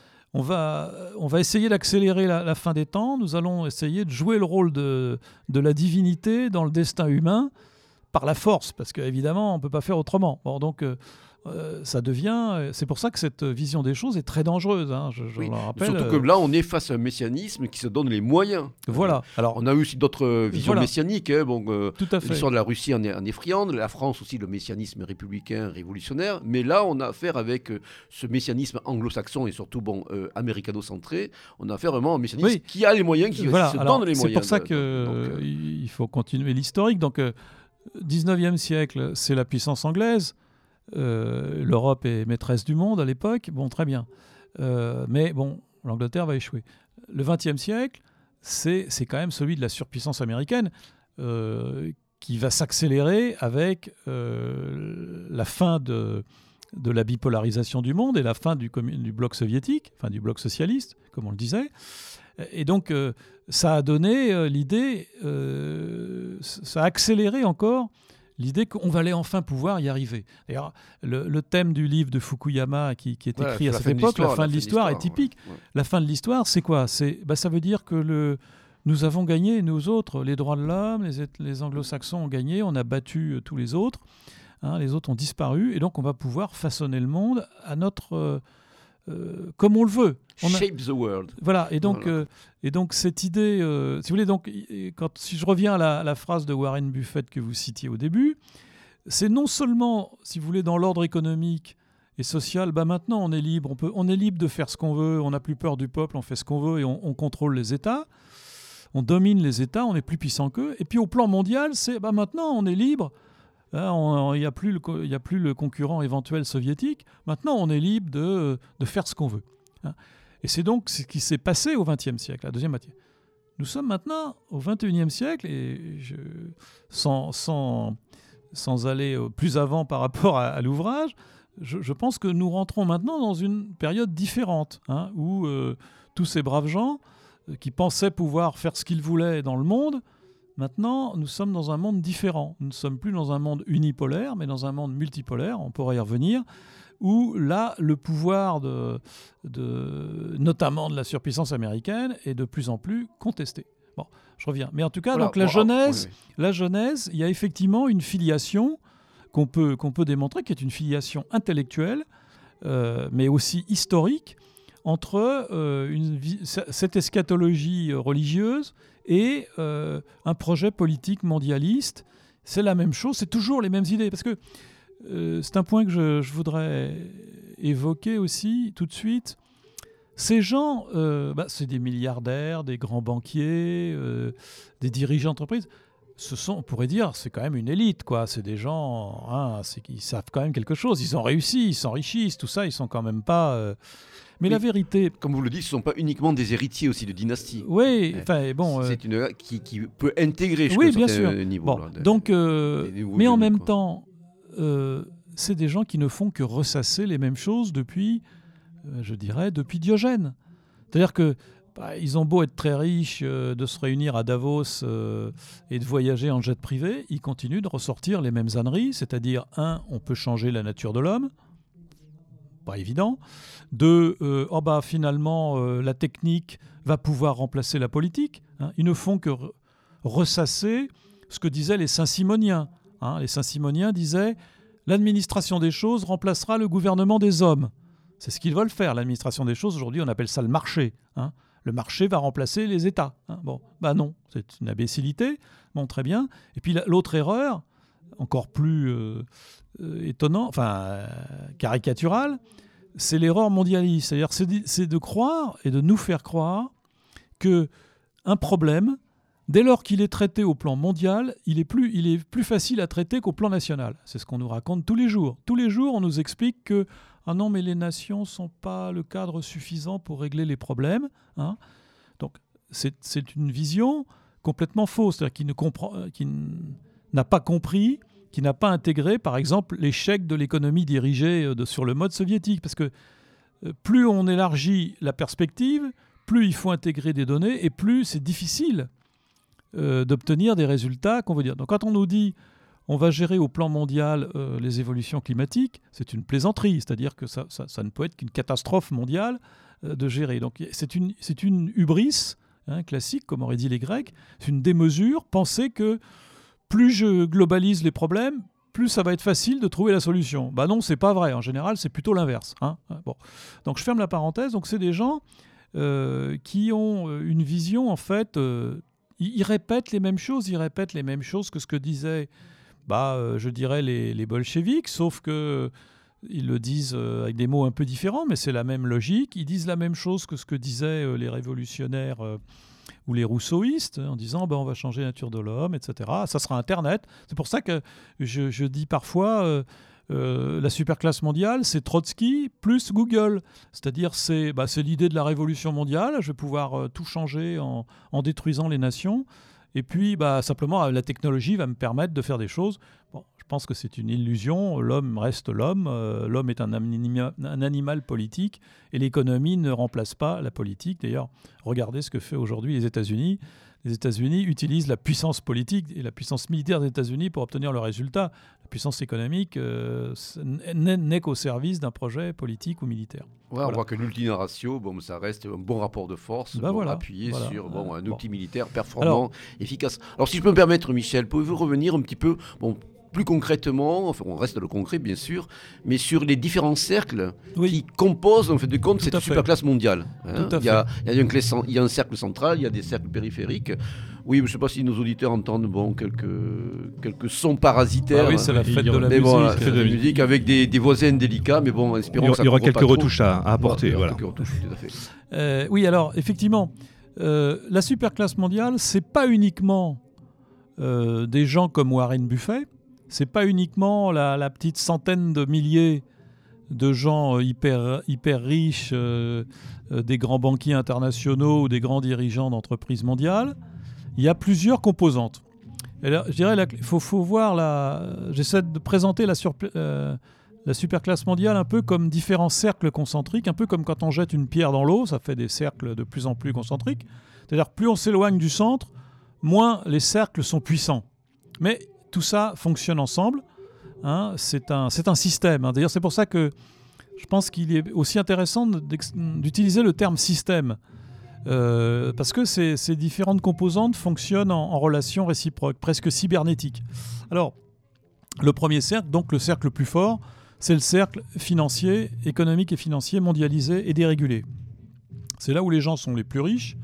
va essayer d'accélérer la fin des temps, nous allons essayer de jouer le rôle de la divinité dans le destin humain par la force, parce qu'évidemment, on ne peut pas faire autrement. Bon, donc, ça devient... C'est pour ça que cette vision des choses est très dangereuse. Hein, je le rappelle. Surtout que là, on est face à un messianisme qui se donne les moyens. Voilà. Alors, on a eu aussi d'autres visions messianiques. Hein, tout à fait. L'histoire de la Russie en est friande. La France aussi, le messianisme républicain, révolutionnaire. Mais là, on a affaire avec ce messianisme anglo-saxon et surtout américano-centré. On a affaire vraiment à un messianisme qui a les moyens, qui se donne les moyens. C'est pour ça qu'il faut continuer l'historique. Donc, 19e siècle, c'est la puissance anglaise. L'Europe est maîtresse du monde à l'époque, bon, très bien. Mais bon, l'Angleterre va échouer. Le XXe siècle, c'est quand même celui de la surpuissance américaine qui va s'accélérer avec la fin de la bipolarisation du monde et la fin du bloc soviétique, enfin du bloc socialiste, comme on le disait. Et donc, ça a donné l'idée, ça a accéléré encore l'idée qu'on allait enfin pouvoir y arriver. D'ailleurs, le thème du livre de Fukuyama qui est écrit à cette époque, la fin de l'histoire, est typique. Ouais. La fin de l'histoire, c'est quoi ? Ça veut dire que nous avons gagné, nous autres, les droits de l'homme, les anglo-saxons ont gagné, on a battu tous les autres, hein, les autres ont disparu, et donc on va pouvoir façonner le monde à notre... comme on le veut. Shape the world. Voilà, et donc cette idée, si vous voulez, donc, si je reviens à la phrase de Warren Buffett que vous citiez au début, c'est non seulement, si vous voulez, dans l'ordre économique et social, maintenant on est libre, on est libre de faire ce qu'on veut, on n'a plus peur du peuple, on fait ce qu'on veut et on contrôle les États, on domine les États, on est plus puissant qu'eux, et puis au plan mondial, c'est maintenant on est libre. Il n'y a plus le concurrent éventuel soviétique. Maintenant, on est libre de faire ce qu'on veut. Et c'est donc ce qui s'est passé au XXe siècle, la deuxième moitié. Nous sommes maintenant au XXIe siècle, et sans aller plus avant par rapport à l'ouvrage, je pense que nous rentrons maintenant dans une période différente, où tous ces braves gens qui pensaient pouvoir faire ce qu'ils voulaient dans le monde, maintenant, nous sommes dans un monde différent. Nous ne sommes plus dans un monde unipolaire, mais dans un monde multipolaire, on pourrait y revenir, où là, le pouvoir notamment de la surpuissance américaine est de plus en plus contesté. Bon, je reviens. Mais en tout cas, donc la Genèse, il y a effectivement une filiation qu'on peut démontrer, qui est une filiation intellectuelle, mais aussi historique, entre cette eschatologie religieuse et un projet politique mondialiste. C'est la même chose, c'est toujours les mêmes idées. Parce que c'est un point que je voudrais évoquer aussi tout de suite. Ces gens, c'est des milliardaires, des grands banquiers, des dirigeants d'entreprise. on pourrait dire, c'est quand même une élite, quoi. C'est des gens, qui savent quand même quelque chose. Ils ont réussi, ils s'enrichissent, tout ça. Ils sont quand même pas. Mais la vérité, comme vous le dites, ce ne sont pas uniquement des héritiers aussi de dynasties. oui, enfin bon. C'est une qui peut intégrer oui, jusqu'à un bien certain sûr. niveau. Bon, là, donc, mais en même quoi. temps, c'est des gens qui ne font que ressasser les mêmes choses depuis, je dirais, depuis Diogène. C'est-à-dire que ils ont beau être très riches, de se réunir à Davos et de voyager en jet privé, ils continuent de ressortir les mêmes âneries, c'est-à-dire, on peut changer la nature de l'homme, pas évident. 2, finalement, la technique va pouvoir remplacer la politique. Ils ne font que ressasser ce que disaient les Saint-Simoniens. Les Saint-Simoniens disaient « l'administration des choses remplacera le gouvernement des hommes ». C'est ce qu'ils veulent faire, l'administration des choses. Aujourd'hui, on appelle ça le marché. Le marché va remplacer les États. Bon, non, c'est une imbécilité. Bon, très bien. Et puis l'autre erreur, encore plus caricaturale, c'est l'erreur mondialiste. C'est-à-dire, c'est de croire et de nous faire croire qu'un problème, dès lors qu'il est traité au plan mondial, il est plus facile à traiter qu'au plan national. C'est ce qu'on nous raconte tous les jours. Tous les jours, on nous explique que non, mais les nations ne sont pas le cadre suffisant pour régler les problèmes. Donc, c'est une vision complètement fausse, c'est-à-dire qui n'a pas compris, qui n'a pas intégré, par exemple, l'échec de l'économie dirigée sur le mode soviétique. Parce que plus on élargit la perspective, plus il faut intégrer des données et plus c'est difficile d'obtenir des résultats qu'on veut dire. Donc, quand on nous dit on va gérer au plan mondial les évolutions climatiques, c'est une plaisanterie, c'est-à-dire que ça ne peut être qu'une catastrophe mondiale de gérer. Donc c'est une hubris classique, comme auraient dit les Grecs, c'est une démesure, penser que plus je globalise les problèmes, plus ça va être facile de trouver la solution. Non, c'est pas vrai, en général c'est plutôt l'inverse. Bon. Donc je ferme la parenthèse, donc c'est des gens qui ont une vision, en fait, ils répètent les mêmes choses que ce que disaient je dirais les bolcheviks, sauf que ils le disent avec des mots un peu différents, mais c'est la même logique. Ils disent la même chose que ce que disaient les révolutionnaires ou les rousseauistes, en disant on va changer la nature de l'homme, etc. Ça sera Internet. C'est pour ça que je dis parfois la superclasse mondiale, c'est Trotsky plus Google. C'est-à-dire c'est l'idée de la révolution mondiale. Je vais pouvoir tout changer en détruisant les nations. Et puis, simplement, la technologie va me permettre de faire des choses. Bon, je pense que c'est une illusion. L'homme reste l'homme. L'homme est un animal politique. Et l'économie ne remplace pas la politique. D'ailleurs, regardez ce que fait aujourd'hui les États-Unis. Les États-Unis utilisent la puissance politique et la puissance militaire des États-Unis pour obtenir le résultat. La puissance économique n'est qu'au service d'un projet politique ou militaire. Ouais, voilà. On voit que l'ultinatio, ça reste un bon rapport de force appuyé sur un outil militaire performant, efficace. Alors si je peux me permettre, Michel, pouvez-vous revenir un petit peu plus concrètement, on reste dans le concret bien sûr, mais sur les différents cercles qui composent en fait de compte cette superclasse mondiale. Il y a un cercle central, il y a des cercles périphériques. Oui, je ne sais pas si nos auditeurs entendent quelques sons parasitaires. Oui, c'est la fête de la musique. La fête de la musique avec des voisins délicats, mais espérons que ça il y aura quelques retouches à apporter. Quelques retouches, tout à fait. Oui, alors effectivement, la superclasse mondiale, c'est pas uniquement des gens comme Warren Buffett. C'est pas uniquement la petite centaine de milliers de gens hyper riches, des grands banquiers internationaux ou des grands dirigeants d'entreprises mondiales. Il y a plusieurs composantes. Alors, je dirais il faut voir j'essaie de présenter la superclasse mondiale un peu comme différents cercles concentriques, un peu comme quand on jette une pierre dans l'eau, ça fait des cercles de plus en plus concentriques. C'est-à-dire plus on s'éloigne du centre, moins les cercles sont puissants. Mais tout ça fonctionne ensemble. C'est un système. D'ailleurs, c'est pour ça que je pense qu'il est aussi intéressant d'utiliser le terme système. Parce que ces différentes composantes fonctionnent en relation réciproque, presque cybernétique. Alors, le premier cercle, donc le cercle le plus fort, c'est le cercle financier, économique et financier mondialisé et dérégulé. C'est là où les gens sont les plus riches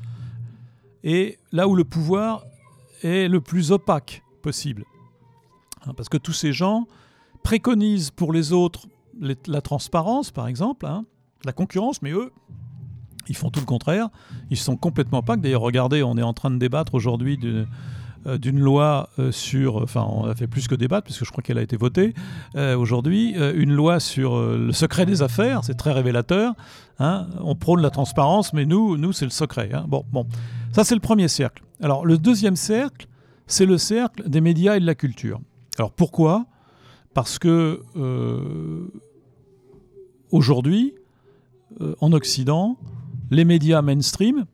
et là où le pouvoir est le plus opaque possible. Parce que tous ces gens préconisent pour les autres la transparence, par exemple, la concurrence, mais eux, ils font tout le contraire. Ils sont complètement opaques. D'ailleurs, regardez, on est en train de débattre aujourd'hui d'une loi sur... Enfin, on a fait plus que débattre, puisque je crois qu'elle a été votée aujourd'hui. Une loi sur le secret des affaires, c'est très révélateur. Hein. On prône la transparence, mais nous c'est le secret. Hein. Bon. Ça, c'est le premier cercle. Alors, le deuxième cercle, c'est le cercle des médias et de la culture. Alors, pourquoi ? Parce que aujourd'hui, en Occident, les médias mainstream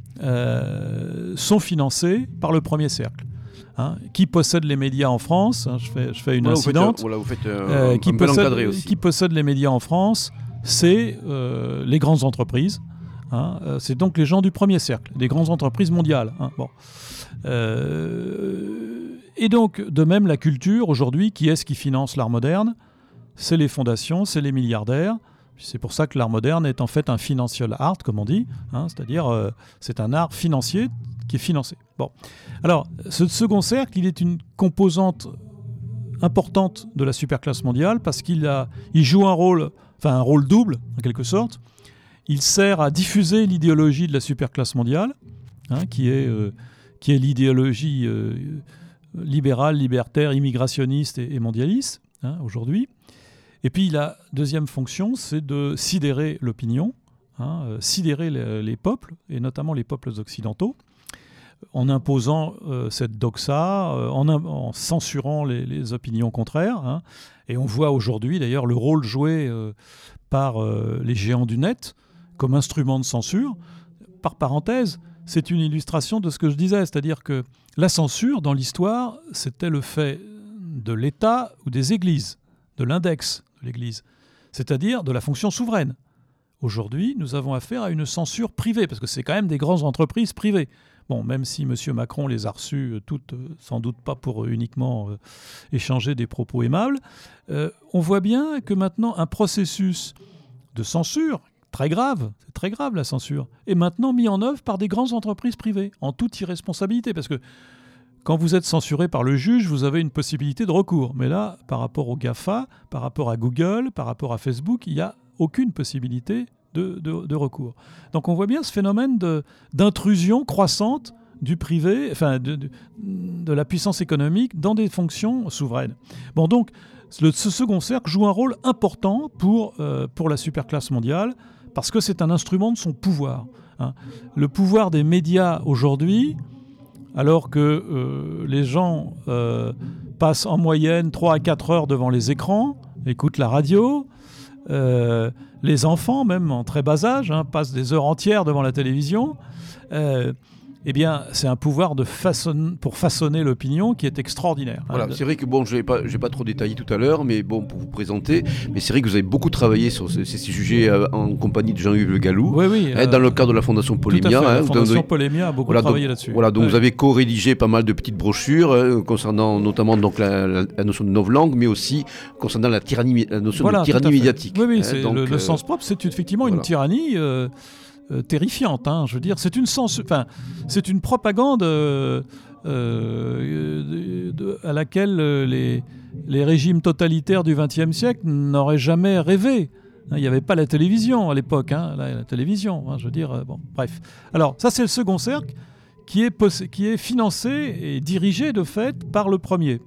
sont financés par le premier cercle. Hein. Qui possède les médias en France ? Hein, je fais une incidente. Vous faites un peu encadré aussi. Qui possède les médias en France ? C'est les grandes entreprises. Hein. C'est donc les gens du premier cercle, des grandes entreprises mondiales. Hein. Bon. Et donc, de même, la culture, aujourd'hui, qui est-ce qui finance l'art moderne ? C'est les fondations, c'est les milliardaires. C'est pour ça que l'art moderne est en fait un financial art, comme on dit. Hein, c'est-à-dire, c'est un art financier qui est financé. Bon. Alors, ce second cercle, il est une composante importante de la superclasse mondiale parce qu'il joue un rôle double, en quelque sorte. Il sert à diffuser l'idéologie de la superclasse mondiale, hein, qui est l'idéologie libérale, libertaire, immigrationniste et mondialiste, hein, aujourd'hui. Et puis la deuxième fonction, c'est de sidérer l'opinion, hein, sidérer les peuples, et notamment les peuples occidentaux, en imposant cette doxa, en censurant les opinions contraires. Hein. Et on voit aujourd'hui d'ailleurs le rôle joué par les géants du net comme instrument de censure. Par parenthèse, c'est une illustration de ce que je disais, c'est-à-dire que la censure, dans l'histoire, c'était le fait de l'État ou des églises, de l'index de l'Église, c'est-à-dire de la fonction souveraine. Aujourd'hui, nous avons affaire à une censure privée, parce que c'est quand même des grandes entreprises privées. Bon, même si M. Macron les a reçues toutes, sans doute pas pour uniquement échanger des propos aimables, on voit bien que maintenant, un processus de censure, très grave, c'est très grave la censure, est maintenant mis en œuvre par des grandes entreprises privées, en toute irresponsabilité, parce que quand vous êtes censuré par le juge, vous avez une possibilité de recours. Mais là, par rapport au GAFA, par rapport à Google, par rapport à Facebook, il n'y a aucune possibilité de recours. Donc on voit bien ce phénomène d'intrusion croissante du privé, enfin de la puissance économique dans des fonctions souveraines. Bon, donc ce second cercle joue un rôle important pour la superclasse mondiale parce que c'est un instrument de son pouvoir. Hein. Le pouvoir des médias aujourd'hui, alors que les gens passent en moyenne 3 à 4 heures devant les écrans, écoutent la radio, les enfants, même en très bas âge, passent des heures entières devant la télévision, eh bien, c'est un pouvoir pour façonner l'opinion qui est extraordinaire. Voilà, c'est vrai que bon, je vais pas trop détailler tout à l'heure, mais bon, pour vous présenter, mais c'est vrai que vous avez beaucoup travaillé sur ces sujets en compagnie de Jean-Yves Le Gallou, oui, dans le cadre de la Fondation Polémia. La Fondation Polémia a beaucoup travaillé là-dessus. Voilà, donc vous avez co-rédigé pas mal de petites brochures concernant notamment donc la notion de novlangue, mais aussi concernant la notion de tyrannie médiatique. Oui, c'est donc, le sens propre, c'est effectivement une tyrannie. Terrifiante, je veux dire, c'est une propagande à laquelle les régimes totalitaires du XXe siècle n'auraient jamais rêvé. Il n'y avait pas la télévision à l'époque, la télévision, je veux dire, bon, bref. Alors, ça c'est le second cercle qui est financé et dirigé de fait par le premier.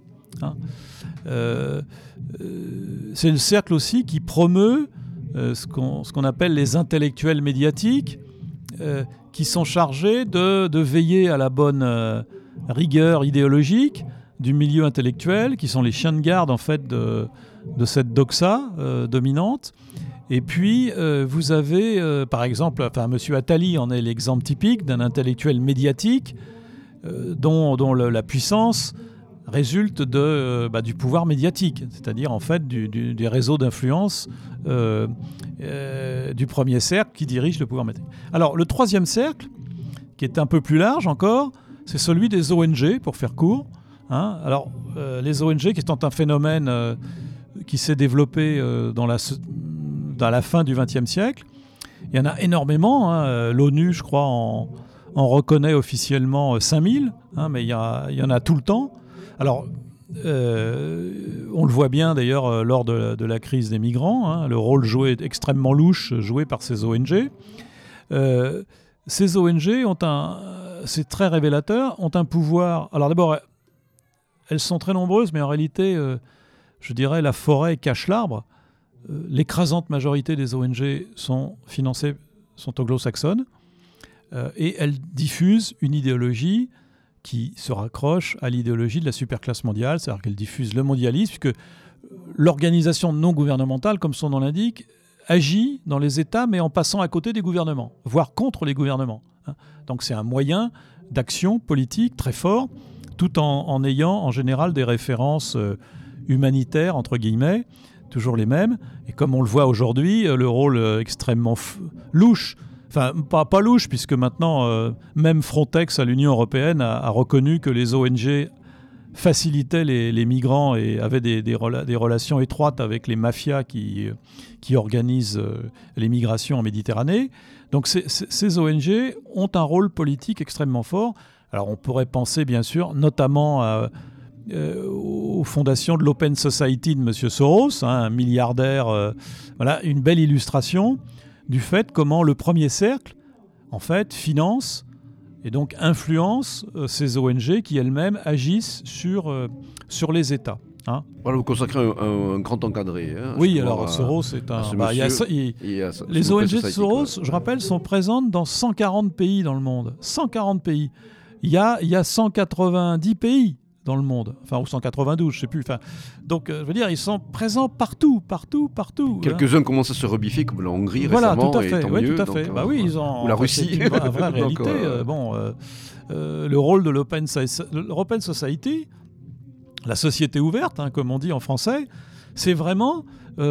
C'est le cercle aussi qui promeut ce qu'on appelle les intellectuels médiatiques, qui sont chargés de veiller à la bonne rigueur idéologique du milieu intellectuel, qui sont les chiens de garde en fait de cette doxa dominante. Et puis vous avez par exemple, M. Attali en est l'exemple typique d'un intellectuel médiatique dont la puissance résulte du pouvoir médiatique, c'est-à-dire en fait des réseaux d'influence du premier cercle qui dirige le pouvoir médiatique. Alors le troisième cercle, qui est un peu plus large encore, c'est celui des ONG, pour faire court. Alors les ONG qui sont un phénomène qui s'est développé dans la fin du XXe siècle. Il y en a énormément. L'ONU, je crois, en reconnaît officiellement 5000, mais il y en a tout le temps. Alors, on le voit bien d'ailleurs lors de la crise des migrants, le rôle extrêmement louche joué par ces ONG. Ces ONG ont c'est très révélateur, ont un pouvoir. Alors d'abord, elles sont très nombreuses, mais en réalité, je dirais, la forêt cache l'arbre. L'écrasante majorité des ONG sont anglo-saxonnes, et elles diffusent une idéologie qui se raccroche à l'idéologie de la superclasse mondiale, c'est-à-dire qu'elles diffusent le mondialisme, puisque l'organisation non gouvernementale, comme son nom l'indique, agit dans les États, mais en passant à côté des gouvernements, voire contre les gouvernements. Donc c'est un moyen d'action politique très fort, tout en ayant en général des références humanitaires, entre guillemets, toujours les mêmes. Et comme on le voit aujourd'hui, le rôle extrêmement louche, enfin pas louche, puisque maintenant même Frontex à l'Union européenne a reconnu que les ONG facilitaient les migrants et avaient des relations étroites avec les mafias qui organisent les migrations en Méditerranée. Donc ces ONG ont un rôle politique extrêmement fort. Alors on pourrait penser bien sûr notamment aux fondations de l'Open Society de M. Soros, un milliardaire. Voilà une belle illustration du fait comment le premier cercle en fait finance et donc influence ces ONG qui elles-mêmes agissent sur les États. Voilà, vous consacrez un grand encadré. Oui, alors Soros est un... les ONG de Soros, je rappelle, sont présentes dans 140 pays dans le monde. 140 pays. Il y a 190 pays dans le monde. Enfin, ou 192, je ne sais plus. Enfin, donc, je veux dire, ils sont présents partout. Quelques-uns commencent à se rebiffer, comme la Hongrie voilà, récemment. Tout à fait. Et tant oui, mieux, tout à fait. Donc, oui, ils ont... Ou la Russie. C'est une vraie réalité. Le rôle de l'Open Society, la société ouverte, comme on dit en français, c'est vraiment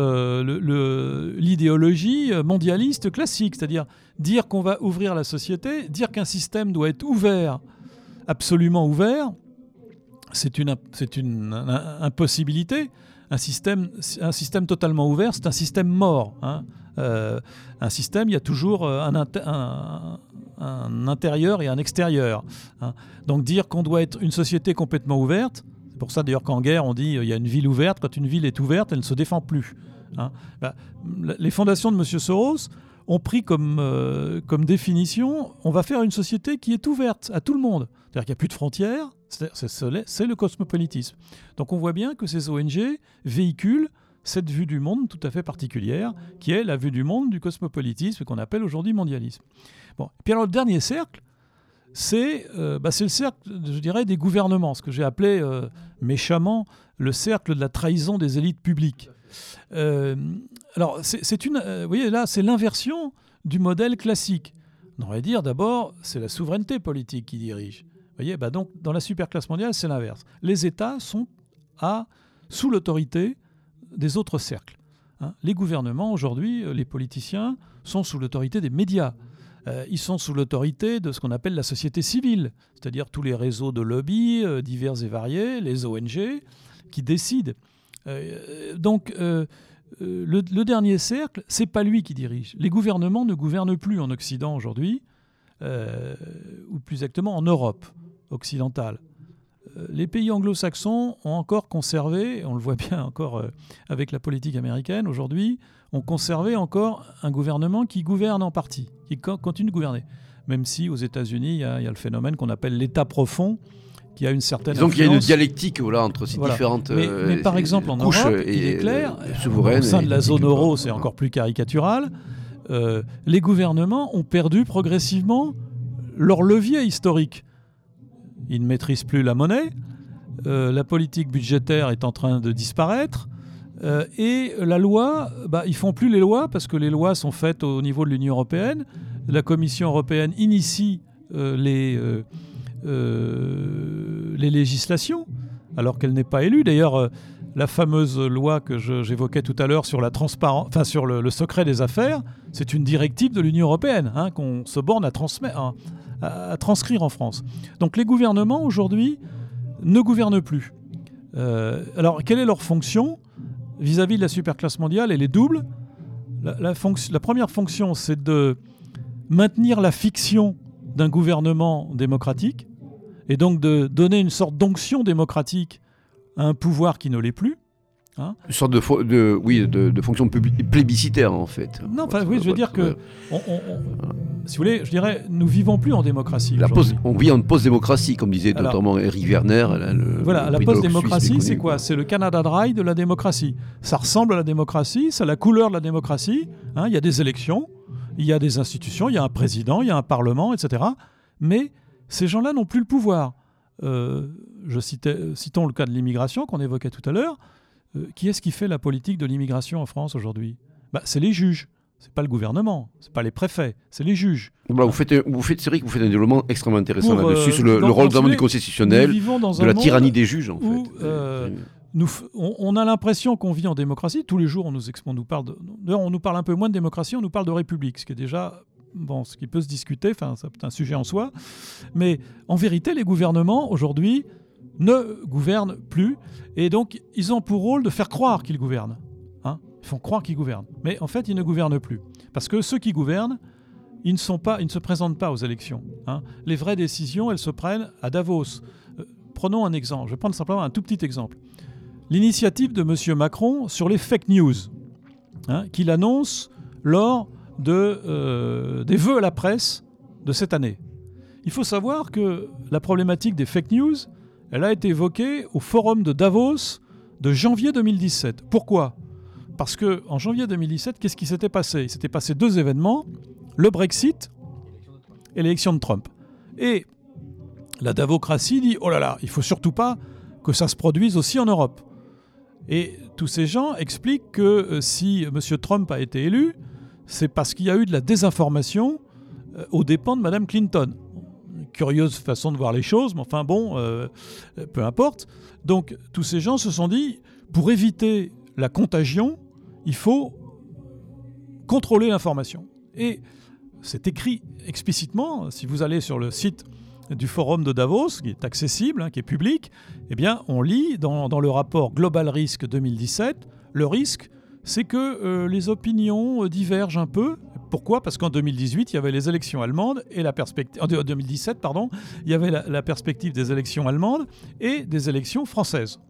l'idéologie mondialiste classique, c'est-à-dire dire qu'on va ouvrir la société, dire qu'un système doit être ouvert, absolument ouvert, c'est une impossibilité. Un système totalement ouvert, c'est un système mort. Un système, il y a toujours un intérieur et un extérieur. Donc dire qu'on doit être une société complètement ouverte, c'est pour ça d'ailleurs qu'en guerre on dit il y a une ville ouverte, quand une ville est ouverte, elle ne se défend plus. Les fondations de M. Soros ont pris comme définition, on va faire une société qui est ouverte à tout le monde. C'est-à-dire qu'il n'y a plus de frontières, c'est le cosmopolitisme. Donc on voit bien que ces ONG véhiculent cette vue du monde tout à fait particulière, qui est la vue du monde du cosmopolitisme qu'on appelle aujourd'hui mondialisme. Bon. Puis alors le dernier cercle, c'est le cercle, je dirais, des gouvernements, ce que j'ai appelé méchamment le cercle de la trahison des élites publiques. Alors vous voyez là, c'est l'inversion du modèle classique. On aurait dire d'abord, c'est la souveraineté politique qui dirige. Vous voyez, donc dans la superclasse mondiale, c'est l'inverse. Les États sont sous l'autorité des autres cercles. Les gouvernements, aujourd'hui, les politiciens, sont sous l'autorité des médias. Ils sont sous l'autorité de ce qu'on appelle la société civile, c'est-à-dire tous les réseaux de lobby divers et variés, les ONG, qui décident. Donc, le dernier cercle, c'est pas lui qui dirige. Les gouvernements ne gouvernent plus en Occident aujourd'hui, ou plus exactement en Europe occidentale. Les pays anglo-saxons ont encore conservé, on le voit bien encore avec la politique américaine aujourd'hui, ont conservé encore un gouvernement qui gouverne en partie, qui continue de gouverner. Même si aux États-Unis, il y a le phénomène qu'on appelle l'État profond, qui a une certaine influence. Donc il y a une dialectique entre ces différentes mais par exemple en Europe, il est clair, au sein de la zone euro, c'est encore plus caricatural, les gouvernements ont perdu progressivement leur levier historique. Ils ne maîtrisent plus la monnaie, la politique budgétaire est en train de disparaître, et la loi, ils ne font plus les lois parce que les lois sont faites au niveau de l'Union européenne. La Commission européenne initie les législations alors qu'elle n'est pas élue. D'ailleurs, la fameuse loi que j'évoquais tout à l'heure sur la transparence, sur le secret des affaires, c'est une directive de l'Union européenne qu'on se borne à transcrire en France. Donc les gouvernements aujourd'hui ne gouvernent plus. Alors quelle est leur fonction vis-à-vis de la superclasse mondiale? Elle est double. La première fonction, c'est de maintenir la fiction d'un gouvernement démocratique et donc de donner une sorte d'onction démocratique à un pouvoir qui ne l'est plus. Hein. Une sorte de fonction plébiscitaire, en fait. Non, oui, je veux dire que, si vous voulez, je dirais, nous vivons plus en démocratie. On vit en post-démocratie, comme disait notamment Eric Werner. La post-démocratie, c'est quoi? C'est le Canada Dry de la démocratie. Ça ressemble à la démocratie, ça a la couleur de la démocratie. Hein, il y a des élections, il y a des institutions, il y a un président, il y a un parlement, etc. Mais ces gens-là n'ont plus le pouvoir. Citons le cas de l'immigration qu'on évoquait tout à l'heure. Qui est-ce qui fait la politique de l'immigration en France aujourd'hui? C'est les juges. C'est pas le gouvernement, c'est pas les préfets, c'est les juges. C'est vrai que vous faites un développement extrêmement intéressant là-dessus, sur le rôle du constitutionnel, de la tyrannie des juges, en fait. On a l'impression qu'on vit en démocratie. Tous les jours, on nous parle d'ailleurs, on nous parle un peu moins de démocratie, on nous parle de république, ce qui est déjà ce qui peut se discuter. Enfin, c'est un sujet en soi. Mais en vérité, les gouvernements aujourd'hui ne gouvernent plus, et donc ils ont pour rôle de faire croire qu'ils gouvernent. Hein, ils font croire qu'ils gouvernent, mais en fait, ils ne gouvernent plus, parce que ceux qui gouvernent, ils ne se présentent pas aux élections. Hein. Les vraies décisions, elles se prennent à Davos. Prenons un exemple. Je vais prendre simplement un tout petit exemple. L'initiative de M. Macron sur les fake news, qu'il annonce lors des vœux à la presse de cette année. Il faut savoir que la problématique des fake news, elle a été évoquée au forum de Davos de janvier 2017. Pourquoi ? Parce qu'en janvier 2017, qu'est-ce qui s'était passé ? Il s'était passé deux événements, le Brexit et l'élection de Trump. Et la Davocratie dit « Oh là là, il ne faut surtout pas que ça se produise aussi en Europe ». Et tous ces gens expliquent que si M. Trump a été élu, c'est parce qu'il y a eu de la désinformation aux dépens de Mme Clinton. Curieuse façon de voir les choses, mais enfin bon, peu importe. Donc tous ces gens se sont dit, pour éviter la contagion, il faut contrôler l'information. Et c'est écrit explicitement, si vous allez sur le site du forum de Davos, qui est accessible, qui est public, eh bien on lit dans le rapport Global Risk 2017, le risque, c'est que les opinions divergent un peu. Pourquoi ? Parce qu'en 2018, il y avait les élections allemandes et en 2017, pardon, il y avait la perspective des élections allemandes et des élections françaises.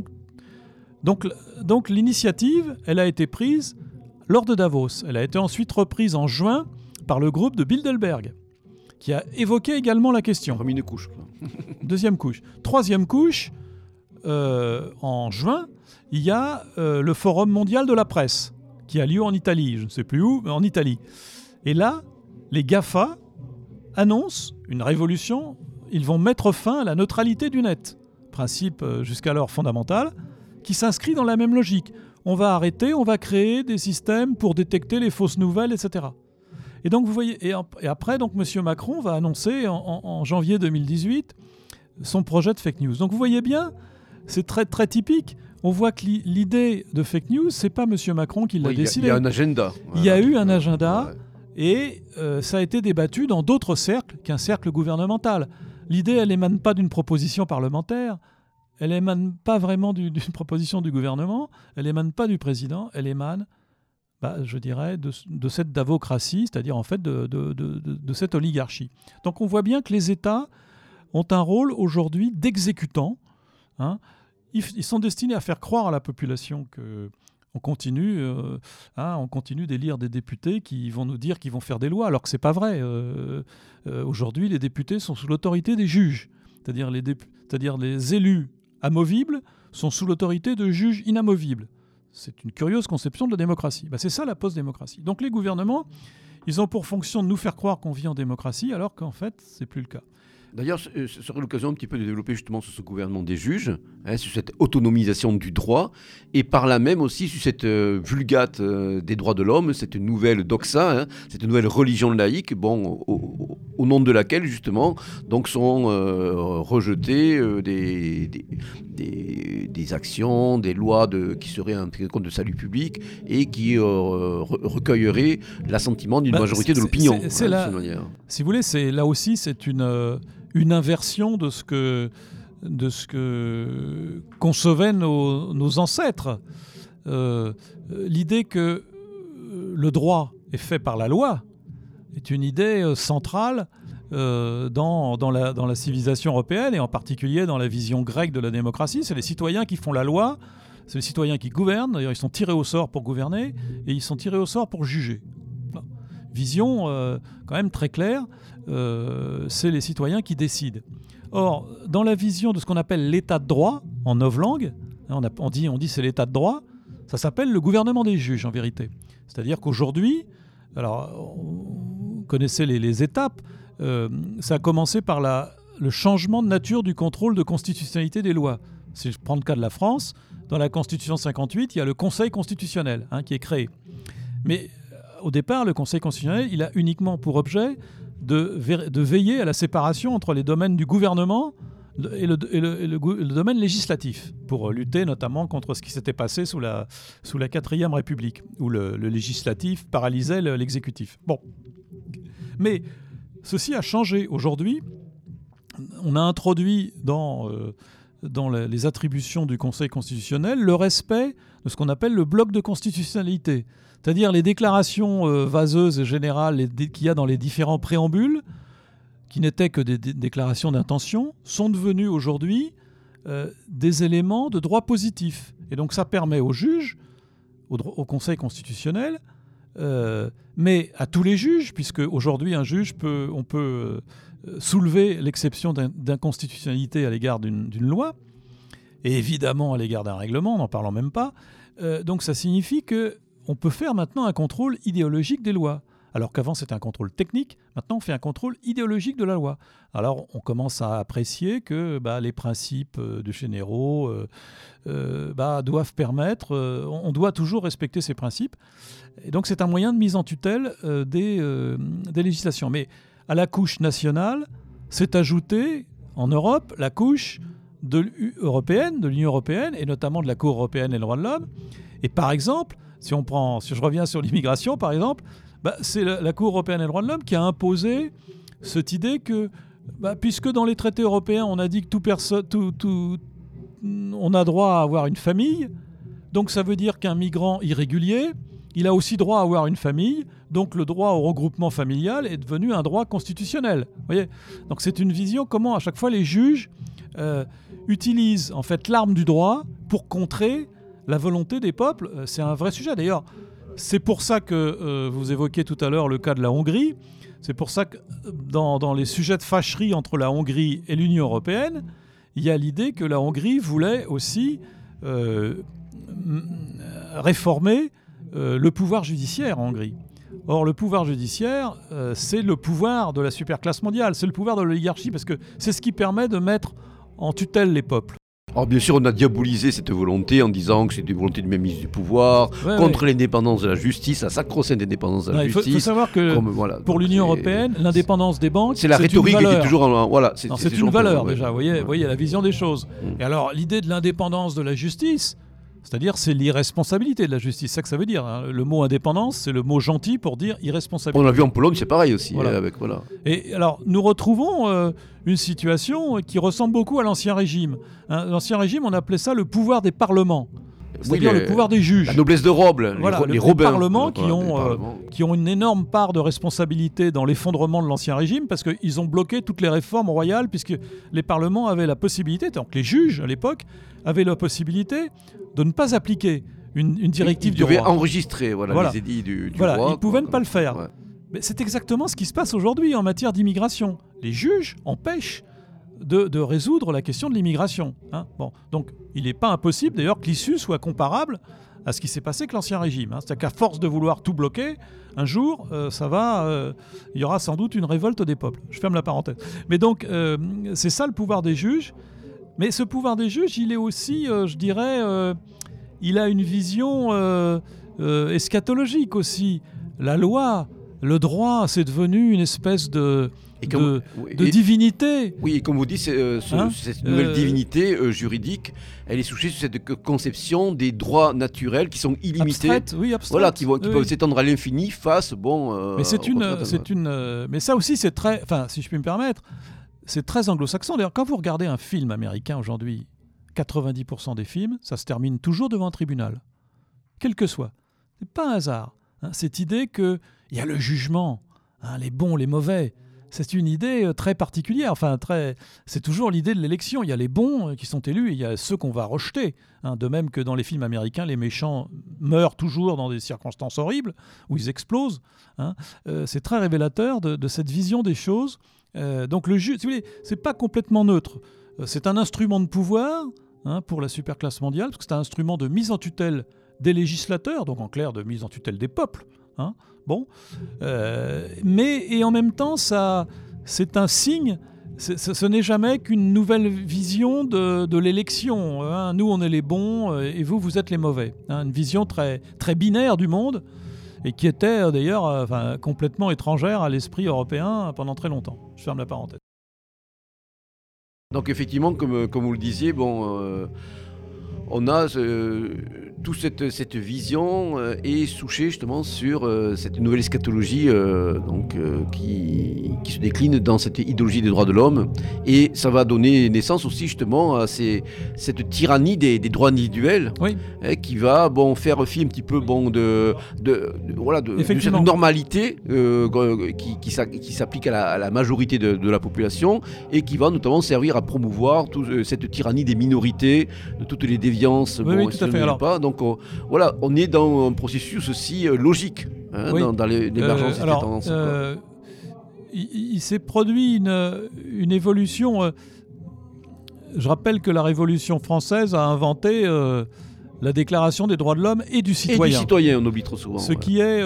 Donc l'initiative, elle a été prise lors de Davos. Elle a été ensuite reprise en juin par le groupe de Bilderberg, qui a évoqué également la question. Remis une couche. Deuxième couche. Troisième couche, en juin, il y a le Forum mondial de la presse, qui a lieu en Italie, je ne sais plus où, mais en Italie. Et là, les GAFA annoncent une révolution. Ils vont mettre fin à la neutralité du net, principe jusqu'alors fondamental, qui s'inscrit dans la même logique. On va créer des systèmes pour détecter les fausses nouvelles, etc. Et donc, vous voyez, et après, donc, M. Macron va annoncer en janvier 2018 son projet de fake news. Donc, vous voyez bien, c'est très, très typique. On voit que l'idée de fake news, c'est pas M. Macron qui l'a décidé. Il y a un agenda. Il y a eu un agenda, et ça a été débattu dans d'autres cercles qu'un cercle gouvernemental. L'idée, elle émane pas d'une proposition parlementaire, elle émane pas vraiment d'une proposition du gouvernement, elle émane pas du président, elle émane, je dirais, de cette davocratie, c'est-à-dire en fait de cette oligarchie. Donc on voit bien que les États ont un rôle aujourd'hui d'exécutants. Ils sont destinés à faire croire à la population qu'on continue d'élire des députés qui vont nous dire qu'ils vont faire des lois, alors que ce n'est pas vrai. Aujourd'hui, les députés sont sous l'autorité des juges, c'est-à-dire les élus amovibles sont sous l'autorité de juges inamovibles. C'est une curieuse conception de la démocratie. C'est ça la post-démocratie. Donc les gouvernements, ils ont pour fonction de nous faire croire qu'on vit en démocratie, alors qu'en fait, ce n'est plus le cas. D'ailleurs, ce serait l'occasion un petit peu de développer justement sur ce gouvernement des juges, sur cette autonomisation du droit, et par là même aussi sur cette vulgate des droits de l'homme, cette nouvelle doxa, cette nouvelle religion laïque, au nom de laquelle justement donc sont rejetées des actions, des lois qui seraient un compte de salut public et qui recueilleraient l'assentiment d'une majorité de l'opinion. Si vous voulez, là aussi, c'est une inversion de ce que concevaient nos ancêtres. L'idée que le droit est fait par la loi est une idée centrale dans la civilisation européenne, et en particulier dans la vision grecque de la démocratie. C'est les citoyens qui font la loi, C'est les citoyens qui gouvernent, d'ailleurs ils sont tirés au sort pour gouverner, et ils sont tirés au sort pour juger. Vision quand même très claire, c'est les citoyens qui décident. Or, dans la vision de ce qu'on appelle l'état de droit, en novlangue, on dit c'est l'état de droit, ça s'appelle le gouvernement des juges en vérité. C'est-à-dire qu'aujourd'hui, alors vous connaissez les étapes, ça a commencé par le changement de nature du contrôle de constitutionnalité des lois. Si je prends le cas de la France, dans la Constitution 58, il y a le Conseil constitutionnel qui est créé. Mais au départ, le Conseil constitutionnel, il a uniquement pour objet de veiller à la séparation entre les domaines du gouvernement et le domaine législatif, pour lutter notamment contre ce qui s'était passé sous la 4e République, où le législatif paralysait l'exécutif. Bon. Mais ceci a changé. Aujourd'hui, on a introduit dans les attributions du Conseil constitutionnel le respect de ce qu'on appelle le bloc de constitutionnalité. C'est-à-dire les déclarations vaseuses et générales qu'il y a dans les différents préambules, qui n'étaient que des déclarations d'intention, sont devenues aujourd'hui des éléments de droit positif. Et donc ça permet aux juges, au Conseil constitutionnel, mais à tous les juges, puisque aujourd'hui un juge on peut soulever l'exception d'inconstitutionnalité à l'égard d'une loi, et évidemment à l'égard d'un règlement, n'en parlons même pas. Donc ça signifie qu'on peut faire maintenant un contrôle idéologique des lois. Alors qu'avant c'était un contrôle technique, maintenant on fait un contrôle idéologique de la loi. Alors on commence à apprécier que les principes généraux doivent permettre, on doit toujours respecter ces principes. Et donc c'est un moyen de mise en tutelle des législations. Mais à la couche nationale, s'est ajoutée en Europe la couche de l'Union européenne, et notamment de la Cour européenne des droits de l'homme. Et par exemple, si je reviens sur l'immigration par exemple, c'est la Cour européenne des droits de l'homme qui a imposé cette idée que, puisque dans les traités européens, on a dit que on a droit à avoir une famille, donc ça veut dire qu'un migrant irrégulier, il a aussi droit à avoir une famille, donc le droit au regroupement familial est devenu un droit constitutionnel. Vous voyez ? Donc c'est une vision comment à chaque fois les juges utilisent en fait l'arme du droit pour contrer la volonté des peuples. C'est un vrai sujet d'ailleurs. C'est pour ça que vous évoquiez tout à l'heure le cas de la Hongrie. C'est pour ça que dans les sujets de fâcherie entre la Hongrie et l'Union européenne, il y a l'idée que la Hongrie voulait aussi réformer le pouvoir judiciaire en Hongrie. Or, le pouvoir judiciaire, c'est le pouvoir de la superclasse mondiale, c'est le pouvoir de l'oligarchie, parce que c'est ce qui permet de mettre en tutelle les peuples. Alors bien sûr, on a diabolisé cette volonté en disant que c'est une volonté de mainmise du pouvoir, contre l'indépendance de la justice, la sacro-sainte indépendance de la justice. Il faut savoir que pour l'Union européenne, l'indépendance des banques, c'est la rhétorique qui est toujours... c'est une valeur déjà, vous voyez la vision des choses. Et alors, l'idée de l'indépendance de la justice, c'est-à-dire c'est l'irresponsabilité de la justice, c'est ça que ça veut dire. Le mot indépendance, c'est le mot gentil pour dire irresponsabilité. On l'a vu en Pologne, c'est pareil aussi. Et alors, nous retrouvons une situation qui ressemble beaucoup à l'Ancien Régime. L'Ancien Régime, on appelait ça le pouvoir des parlements. C'est-à-dire le pouvoir des juges. La noblesse de robe, les robins. Les parlements qui ont une énorme part de responsabilité dans l'effondrement de l'Ancien Régime parce qu'ils ont bloqué toutes les réformes royales puisque les parlements avaient la possibilité, donc les juges à l'époque, avaient la possibilité de ne pas appliquer une directive du roi. Ils devaient enregistrer les édits du roi. Ils ne pouvaient pas le faire. Ouais. Mais c'est exactement ce qui se passe aujourd'hui en matière d'immigration. Les juges empêchent de résoudre la question de l'immigration. Donc, il n'est pas impossible d'ailleurs que l'issue soit comparable à ce qui s'est passé avec l'Ancien Régime. C'est-à-dire qu'à force de vouloir tout bloquer, un jour, il y aura sans doute une révolte des peuples. Je ferme la parenthèse. Mais donc, c'est ça le pouvoir des juges. Mais ce pouvoir des juges, il est aussi, il a une vision eschatologique aussi. La loi, le droit, c'est devenu une espèce de divinité. Oui, et comme vous dites, cette nouvelle divinité juridique, elle est souchée sur cette conception des droits naturels qui sont illimités. Abstraites. Qui peuvent s'étendre à l'infini face, mais ça aussi, c'est très... Enfin, si je puis me permettre, c'est très anglo-saxon. D'ailleurs, quand vous regardez un film américain aujourd'hui, 90% des films, ça se termine toujours devant un tribunal. Quel que soit. C'est pas un hasard. Cette idée qu'il y a le jugement, les bons, les mauvais. c'est une idée très particulière. Enfin, c'est toujours l'idée de l'élection. Il y a les bons qui sont élus et il y a ceux qu'on va rejeter. De même que dans les films américains, les méchants meurent toujours dans des circonstances horribles où ils explosent. C'est très révélateur de cette vision des choses. Donc le juge, si vous voulez, c'est pas complètement neutre. C'est un instrument de pouvoir pour la superclasse mondiale, parce que c'est un instrument de mise en tutelle des législateurs, donc en clair de mise en tutelle des peuples. Mais en même temps, c'est un signe. Ce n'est jamais qu'une nouvelle vision de l'élection. Nous, on est les bons et vous êtes les mauvais. Une vision très, très binaire du monde et qui était d'ailleurs complètement étrangère à l'esprit européen pendant très longtemps. Je ferme la parenthèse. Donc effectivement, comme vous le disiez, on a toute cette vision est souchée justement sur cette nouvelle eschatologie qui se décline dans cette idéologie des droits de l'homme, et ça va donner naissance aussi justement à cette tyrannie des droits individuels, qui va faire fi un petit peu d'une certaine normalité qui s'applique à la majorité de la population, et qui va notamment servir à promouvoir cette tyrannie des minorités, de toutes les déviances. Oui, tout à fait. Donc on est dans un processus aussi logique dans l'émergence de cette tendance. Il s'est produit une évolution. Je rappelle que la Révolution française a inventé la Déclaration des droits de l'homme et du citoyen. Et du citoyen, on oublie trop souvent. Ce qui est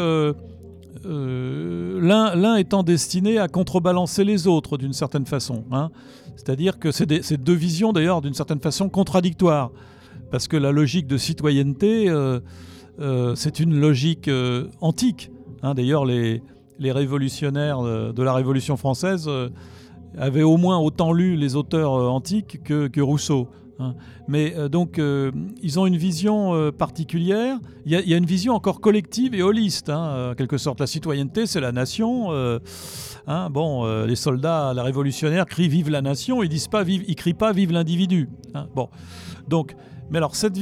l'un étant destiné à contrebalancer les autres d'une certaine façon. C'est-à-dire que c'est deux visions d'ailleurs d'une certaine façon contradictoires. Parce que la logique de citoyenneté, c'est une logique antique. D'ailleurs, les révolutionnaires de la Révolution française avaient au moins autant lu les auteurs antiques que Rousseau. Mais donc, ils ont une vision particulière. Il y a une vision encore collective et holiste, en quelque sorte. La citoyenneté, c'est la nation. Les soldats, les révolutionnaires crient « Vive la nation », ils crient pas « Vive l'individu ». Donc, mais alors cette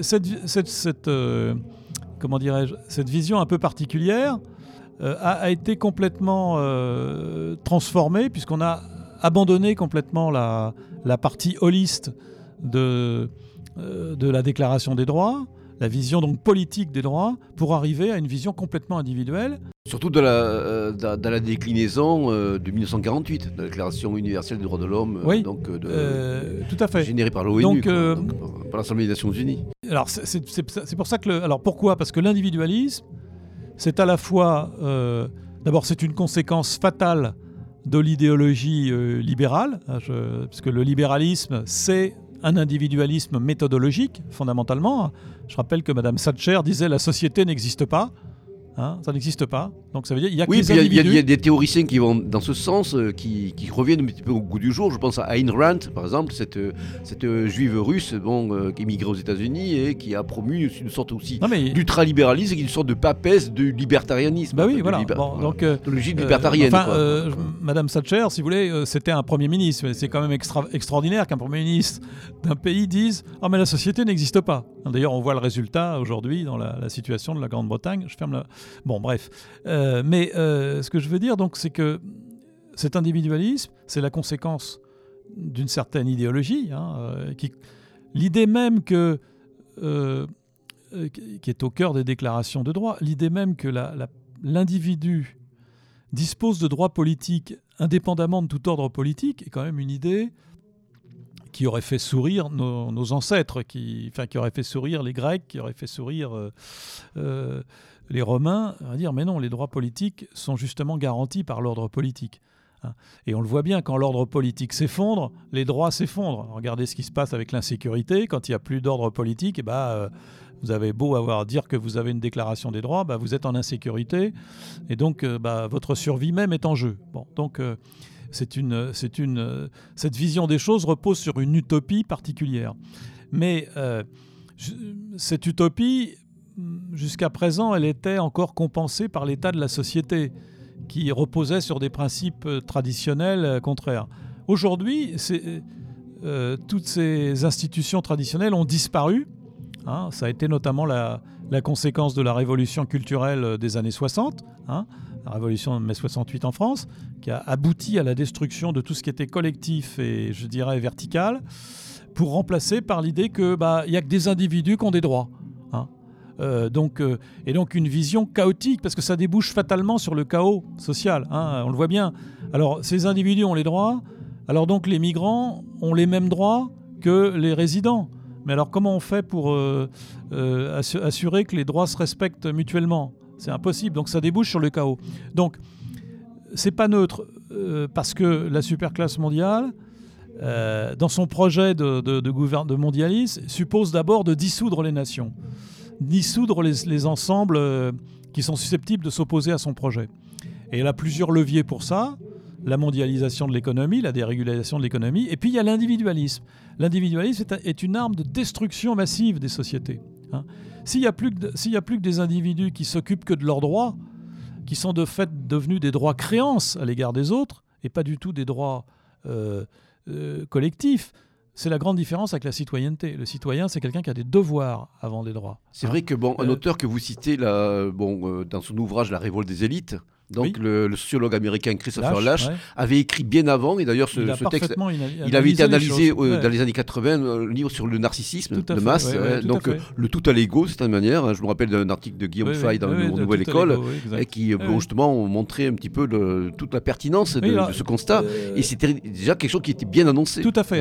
vision un peu particulière a été complètement transformée, puisqu'on a abandonné complètement la partie holiste de la Déclaration des droits, la vision donc politique des droits, pour arriver à une vision complètement individuelle. Surtout dans la déclinaison de 1948, de la Déclaration universelle des droits de l'homme, tout à fait. Générée par l'ONU, par l'Assemblée des Nations Unies. Alors c'est pour ça que alors pourquoi ? Parce que l'individualisme, c'est à la fois d'abord c'est une conséquence fatale de l'idéologie libérale, parce que le libéralisme c'est un individualisme méthodologique fondamentalement. Je rappelle que Mme Thatcher disait la société n'existe pas. Ça n'existe pas. Donc ça veut dire qu'il y a que les individus. Il y a des théoriciens qui vont dans ce sens, qui reviennent un petit peu au goût du jour. Je pense à Ayn Rand, par exemple, cette juive russe qui est migrée aux États-Unis et qui a promu une sorte aussi d'ultralibéralisme, une sorte de papesse de libertarianisme. Donc de logique libertarienne. Madame Thatcher, si vous voulez, c'était un Premier ministre. C'est quand même extraordinaire qu'un Premier ministre d'un pays dise « Ah, mais la société n'existe pas ». D'ailleurs, on voit le résultat aujourd'hui dans la situation de la Grande-Bretagne. Je ferme la... Bon, bref. Ce que je veux dire, donc, c'est que cet individualisme, c'est la conséquence d'une certaine idéologie. L'idée même qui est au cœur des déclarations de droits, l'idée même que l'individu dispose de droits politiques indépendamment de tout ordre politique est quand même une idée qui aurait fait sourire nos ancêtres, qui aurait fait sourire les Grecs, qui aurait fait sourire les Romains, à dire mais non, les droits politiques sont justement garantis par l'ordre politique. Et on le voit bien, quand l'ordre politique s'effondre, les droits s'effondrent. Regardez ce qui se passe avec l'insécurité. Quand il n'y a plus d'ordre politique, vous avez beau dire que vous avez une déclaration des droits, vous êtes en insécurité. Et donc, votre survie même est en jeu. Donc, cette vision des choses repose sur une utopie particulière. Mais cette utopie, jusqu'à présent, elle était encore compensée par l'état de la société, qui reposait sur des principes traditionnels contraires. Aujourd'hui, toutes ces institutions traditionnelles ont disparu. Ça a été notamment la conséquence de la révolution culturelle des années 60, la révolution de mai 68 en France, qui a abouti à la destruction de tout ce qui était collectif et, je dirais, vertical, pour remplacer par l'idée qu'il n'y a que des individus qui ont des droits. Hein. Donc une vision chaotique, parce que ça débouche fatalement sur le chaos social, hein, on le voit bien. Alors, ces individus ont les droits, alors donc les migrants ont les mêmes droits que les résidents. Mais alors, comment on fait pour assurer que les droits se respectent mutuellement ? C'est impossible, donc ça débouche sur le chaos. Donc, c'est pas neutre, parce que la superclasse mondiale, dans son projet de mondialisme, suppose d'abord de dissoudre les nations, dissoudre les ensembles qui sont susceptibles de s'opposer à son projet. Et elle a plusieurs leviers pour ça. La mondialisation de l'économie, la dérégulation de l'économie, et puis il y a l'individualisme. L'individualisme est une arme de destruction massive des sociétés. Hein. S'il n'y a plus que des individus qui s'occupent que de leurs droits, qui sont de fait devenus des droits créances à l'égard des autres, et pas du tout des droits collectifs, c'est la grande différence avec la citoyenneté. Le citoyen, c'est quelqu'un qui a des devoirs avant des droits. C'est vrai que un auteur que vous citez là, dans son ouvrage La révolte des élites, donc le sociologue américain Christopher Lasch avait écrit bien avant, et d'ailleurs ce texte, il avait été analysé dans les années 80, le livre sur le narcissisme de masse, donc le tout à l'ego, de certaine manière. Je me rappelle d'un article de Guillaume Fay dans le Nouvelle École, qui justement montrait un petit peu toute la pertinence de ce constat, et c'était déjà quelque chose qui était bien annoncé. Tout à fait.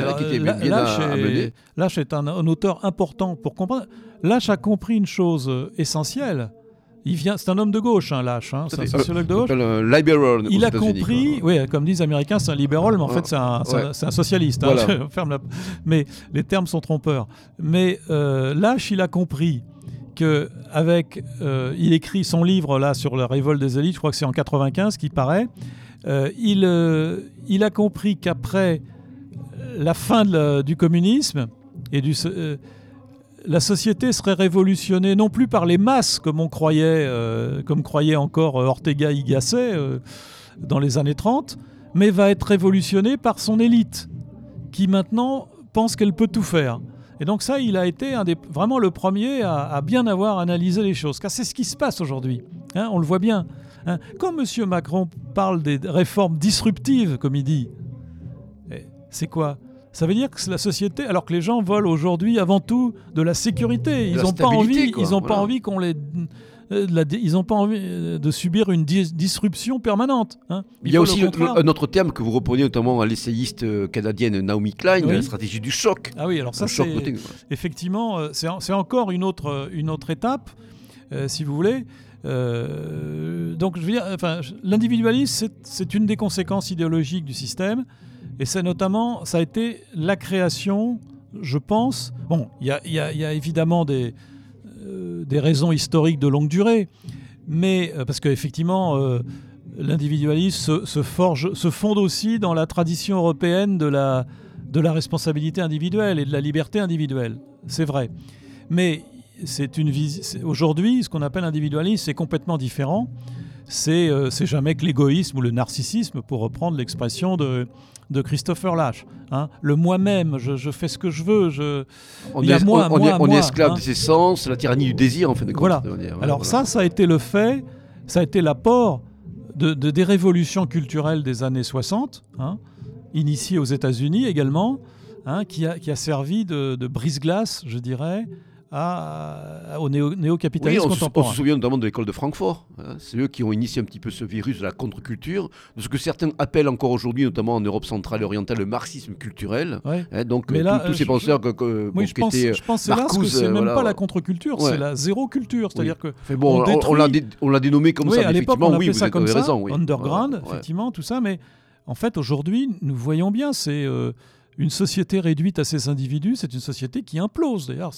Lasch est un auteur important pour comprendre. Lasch a compris une chose essentielle. C'est un homme de gauche, Lasch, c'est un sociologue de gauche. Liberal. Il a compris, comme disent les Américains, c'est un libéral, mais en fait c'est un socialiste. Voilà. Mais les termes sont trompeurs. Mais Lasch, il a compris que il écrit son livre là sur la révolte des élites, je crois que c'est en 95 qu'il paraît. Il a compris qu'après la fin du communisme et la société serait révolutionnée non plus par les masses comme croyait encore Ortega y Gasset dans les années 30, mais va être révolutionnée par son élite qui maintenant pense qu'elle peut tout faire. Et donc ça, il a été vraiment le premier à bien avoir analysé les choses, car c'est ce qui se passe aujourd'hui, on le voit bien. Quand M. Macron parle des réformes disruptives, comme il dit, c'est quoi ? Ça veut dire que la société, alors que les gens veulent aujourd'hui avant tout de la sécurité, ils n'ont pas envie, ils n'ont pas envie de subir une disruption permanente. Il y a aussi un autre terme que vous reprenez notamment à l'essayiste canadienne Naomi Klein, la stratégie du choc. Ah oui, alors ça c'est effectivement, c'est encore une autre étape, si vous voulez. Donc je veux dire, l'individualisme, c'est une des conséquences idéologiques du système. Et ça a été la création, je pense. Bon, il y a évidemment des raisons historiques de longue durée, mais parce qu'effectivement, l'individualisme se fonde aussi dans la tradition européenne de la responsabilité individuelle et de la liberté individuelle. C'est vrai. Mais aujourd'hui, ce qu'on appelle l'individualisme, c'est complètement différent. C'est jamais que l'égoïsme ou le narcissisme, pour reprendre l'expression de Christopher Lasch. Le moi-même, je fais ce que je veux. On est esclave de ses sens, la tyrannie du désir, en fin de compte. Voilà. Alors ça a été ça a été l'apport des révolutions culturelles des années 60, initiées aux États-Unis également, qui a servi de brise-glace, je dirais, au néo-capitalisme contemporain. On se souvient notamment de l'école de Francfort. C'est eux qui ont initié un petit peu ce virus de la contre-culture, de ce que certains appellent encore aujourd'hui, notamment en Europe centrale et orientale, le marxisme culturel. Ouais. Donc tous ces penseurs je pense que c'est là que c'est même pas la contre-culture, c'est la zéro-culture. C'est-à-dire que on l'a dénommé comme ça. À l'époque, on appelait ça comme ça, raison, underground, effectivement, tout ça. Mais en fait, aujourd'hui, nous voyons bien, c'est une société réduite à ses individus, c'est une société qui implose. D'ailleurs,